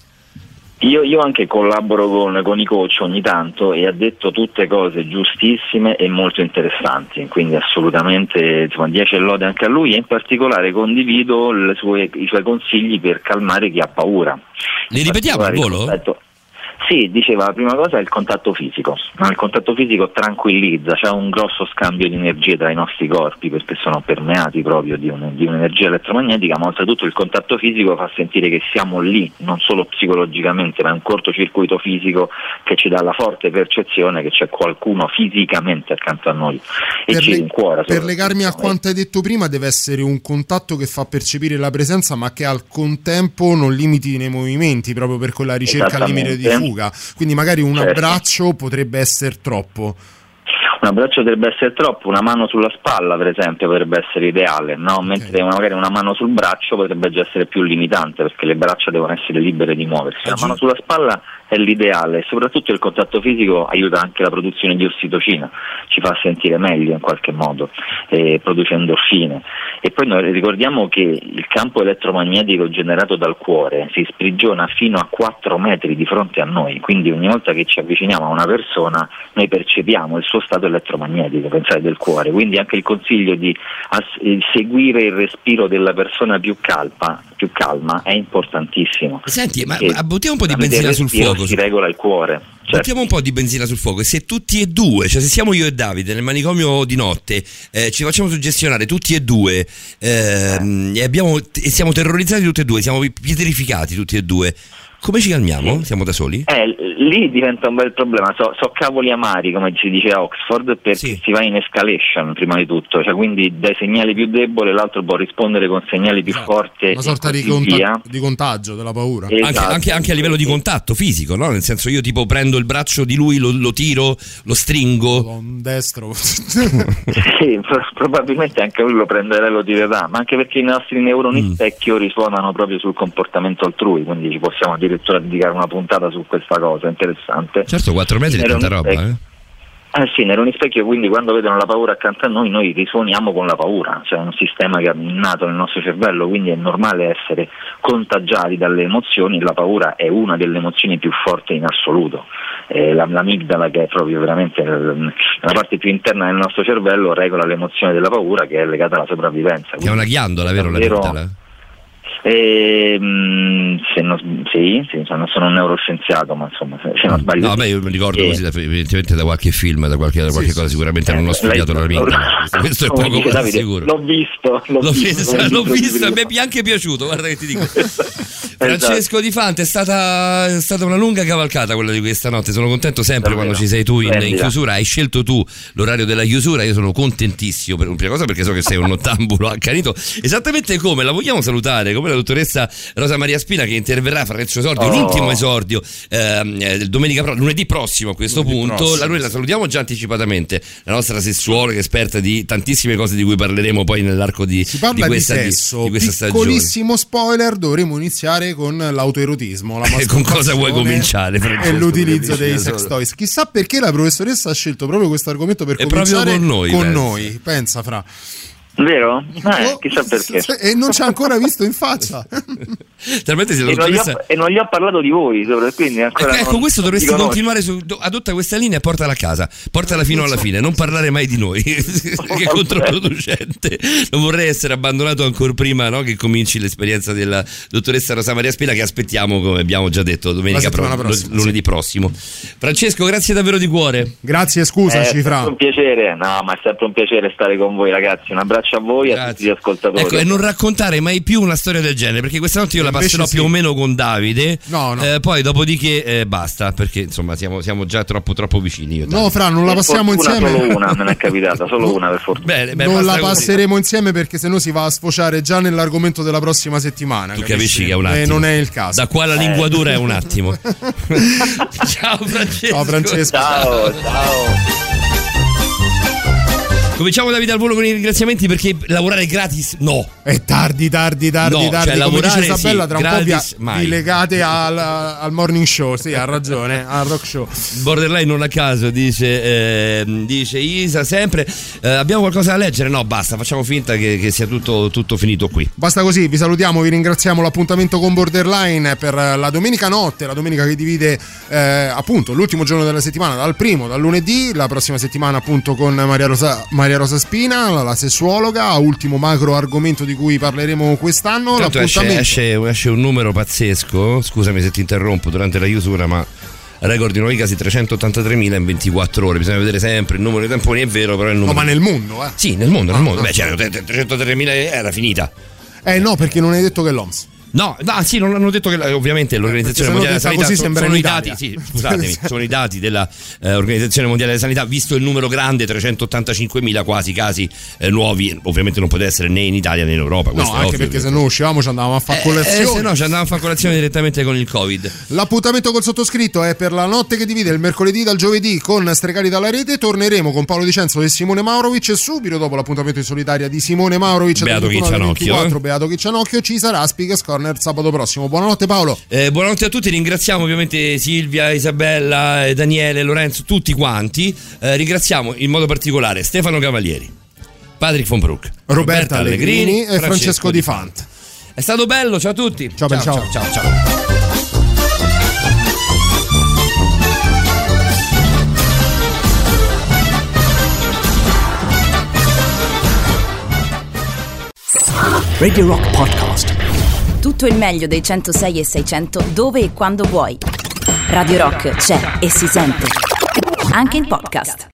Io anche collaboro con i coach ogni tanto e ha detto tutte cose giustissime e molto interessanti, quindi assolutamente, insomma, 10 lode anche a lui, e in particolare condivido i suoi consigli per calmare chi ha paura. Li ripetiamo al volo? Sì, diceva, la prima cosa è il contatto fisico. Il contatto fisico tranquillizza, c'è un grosso scambio di energie tra i nostri corpi perché sono permeati proprio di un'energia elettromagnetica, ma oltretutto il contatto fisico fa sentire che siamo lì, non solo psicologicamente, ma è un cortocircuito fisico che ci dà la forte percezione che c'è qualcuno fisicamente accanto a noi e ci rincuora. Per legarmi a quanto hai detto prima, deve essere un contatto che fa percepire la presenza, ma che al contempo non limiti nei movimenti, proprio per quella ricerca al limite di fuga. Quindi magari un abbraccio potrebbe essere troppo. Un abbraccio potrebbe essere troppo, una mano sulla spalla per esempio potrebbe essere ideale, no? Mentre magari una mano sul braccio potrebbe già essere più limitante, perché le braccia devono essere libere di muoversi. La mano sulla spalla è l'ideale, soprattutto il contatto fisico aiuta anche la produzione di ossitocina, ci fa sentire meglio in qualche modo, produce endorfine. E poi noi ricordiamo che il campo elettromagnetico generato dal cuore si sprigiona fino a 4 metri di fronte a noi, quindi ogni volta che ci avviciniamo a una persona noi percepiamo il suo stato elettromagnetico, pensate, del cuore, quindi anche il consiglio di seguire il respiro della persona più calma è importantissimo. Senti, ma buttiamo un po' di benzina sul fuoco. Si regola il cuore. Mettiamo un po' di benzina sul fuoco e se tutti e due, cioè se siamo io e Davide nel manicomio di notte, ci facciamo suggestionare tutti e due e siamo terrorizzati tutti e due, siamo pietrificati tutti e due, come ci calmiamo? Siamo da soli? Lì diventa un bel problema, so cavoli amari, come si dice a Oxford, perché si va in escalation prima di tutto, cioè quindi dai segnali più deboli l'altro può rispondere con segnali più forti. Una sorta di contagio della paura. Esatto. Anche a livello di contatto fisico, no? Nel senso, io tipo prendo il braccio di lui, lo tiro, lo stringo. Con destro. Sì, probabilmente anche lui lo prenderà e lo tirerà, ma anche perché i nostri neuroni specchio risuonano proprio sul comportamento altrui, quindi ci possiamo addirittura dedicare una puntata su questa cosa interessante. Certo, 4 metri è tanta roba, sì, neuroni specchio, quindi quando vedono la paura accanto a noi risuoniamo con la paura, cioè è un sistema che è nato nel nostro cervello, quindi è normale essere contagiati dalle emozioni. La paura è una delle emozioni più forti in assoluto. L'amigdala, che è proprio veramente la parte più interna del nostro cervello, regola l'emozione della paura, che è legata alla sopravvivenza. Che è una ghiandola, vero, l'amigdala? Sono un neuroscienziato, ma insomma, se non sbaglio. No, io mi ricordo così, evidentemente da qualche film, da qualche cosa, sicuramente non ho studiato la mia. Questo è poco Davide, sicuro. L'ho visto, mi è anche piaciuto, guarda che ti dico. Francesco Di Fante, è stata una lunga cavalcata quella di questa notte. Sono contento sempre quando ci sei tu in chiusura. Hai scelto tu l'orario della chiusura, io sono contentissimo per una prima cosa perché so che sei un nottambulo accanito, esattamente come la vogliamo salutare, come la dottoressa Rosa Maria Spina, che interverrà fra Rezzo Esordio, un intimo esordio lunedì prossimo a questo punto. Noi la salutiamo già anticipatamente, la nostra sessuologa esperta di tantissime cose di cui parleremo poi nell'arco di questa sesso. Di questa stagione. Piccolissimo spoiler, dovremo iniziare con l'autoerotismo, la con cosa vuoi cominciare, e l'utilizzo dei sex toys. Chissà perché la professoressa ha scelto proprio questo argomento per cominciare con noi. Pensa, Fra. Vero? Chissà perché. E non ci ha ancora visto in faccia. E non gli ho parlato di voi, quindi ancora questo dovresti continuare adotta questa linea e portala a casa, portala fino alla fine, non parlare mai di noi che è controproducente. Non vorrei essere abbandonato ancora prima, no, che cominci l'esperienza della dottoressa Rosa Maria Spina, che aspettiamo, come abbiamo già detto, lunedì prossimo. Francesco, grazie davvero di cuore. Grazie, scusaci, Fra. È un piacere, ma è sempre un piacere stare con voi, ragazzi. Un abbraccio a voi e a tutti gli ascoltatori. Ecco, e non raccontare mai più una storia del genere, perché questa notte io la passerò più o meno con Davide. No. Poi dopodiché basta, perché insomma siamo già troppo vicini. Fra, non la passiamo insieme. Solo una me ne è capitata, solo una per fortuna. Bene, non la passeremo insieme, perché sennò si va a sfociare già nell'argomento della prossima settimana. Tu capisci che è un attimo. Non è il caso. Da qua la linguatura è un attimo. Ciao Francesco. Ciao. Cominciamo Davide al volo con i ringraziamenti, perché lavorare gratis no. È tardi. Cioè, Come dice Isabella, tra un po' vi legate al morning show. Sì, ha ragione, al rock show. Borderline non a caso dice Isa sempre. Abbiamo qualcosa da leggere? No, basta, facciamo finta che sia tutto finito qui. Basta così, vi salutiamo, vi ringraziamo. L'appuntamento con Borderline per la domenica notte, la domenica che divide appunto l'ultimo giorno della settimana, dal lunedì. La prossima settimana appunto con Maria Rosa Spina, la sessuologa, ultimo macro argomento di cui parleremo quest'anno. Tanto esce un numero pazzesco, scusami se ti interrompo durante la chiusura, ma record di nuovi casi 383.000 in 24 ore. Bisogna vedere sempre il numero di tamponi, è vero, però è il numero. No, ma nel mondo, Sì, nel mondo. Beh, c'era 383.000, era finita. No, perché non hai detto che è l'OMS. No, sì, non hanno detto che ovviamente l'Organizzazione Mondiale della Sanità sono i dati, scusatemi, sono i dati della Organizzazione Mondiale della Sanità, visto il numero grande, 385.000 quasi casi nuovi. Ovviamente non poteva essere né in Italia né in Europa. No, anche perché se no uscivamo, ci andavamo a fare colazione. Se no, ci andavamo a fare colazione direttamente con il Covid. L'appuntamento col sottoscritto è per la notte che divide il mercoledì dal giovedì con Stregati dalla Rete. Torneremo con Paolo Di Cenzo e Simone Maurovic, e subito dopo l'appuntamento in solitaria di Simone Maurovic Beato Chiccianocchio, Beato Chiccianocchio, ci sarà Spiga Scorna torna il sabato prossimo. Buonanotte Paolo. Buonanotte a tutti, ringraziamo ovviamente Silvia, Isabella, Daniele, Lorenzo, tutti quanti. Ringraziamo in modo particolare Stefano Cavalieri, Patrick von Broek, Roberta Allegrini e Francesco Di Fant. È stato bello, ciao a tutti. Ciao. Radio Rock Podcast. Tutto il meglio dei 106 e 600 dove e quando vuoi. Radio Rock c'è e si sente. Anche in podcast.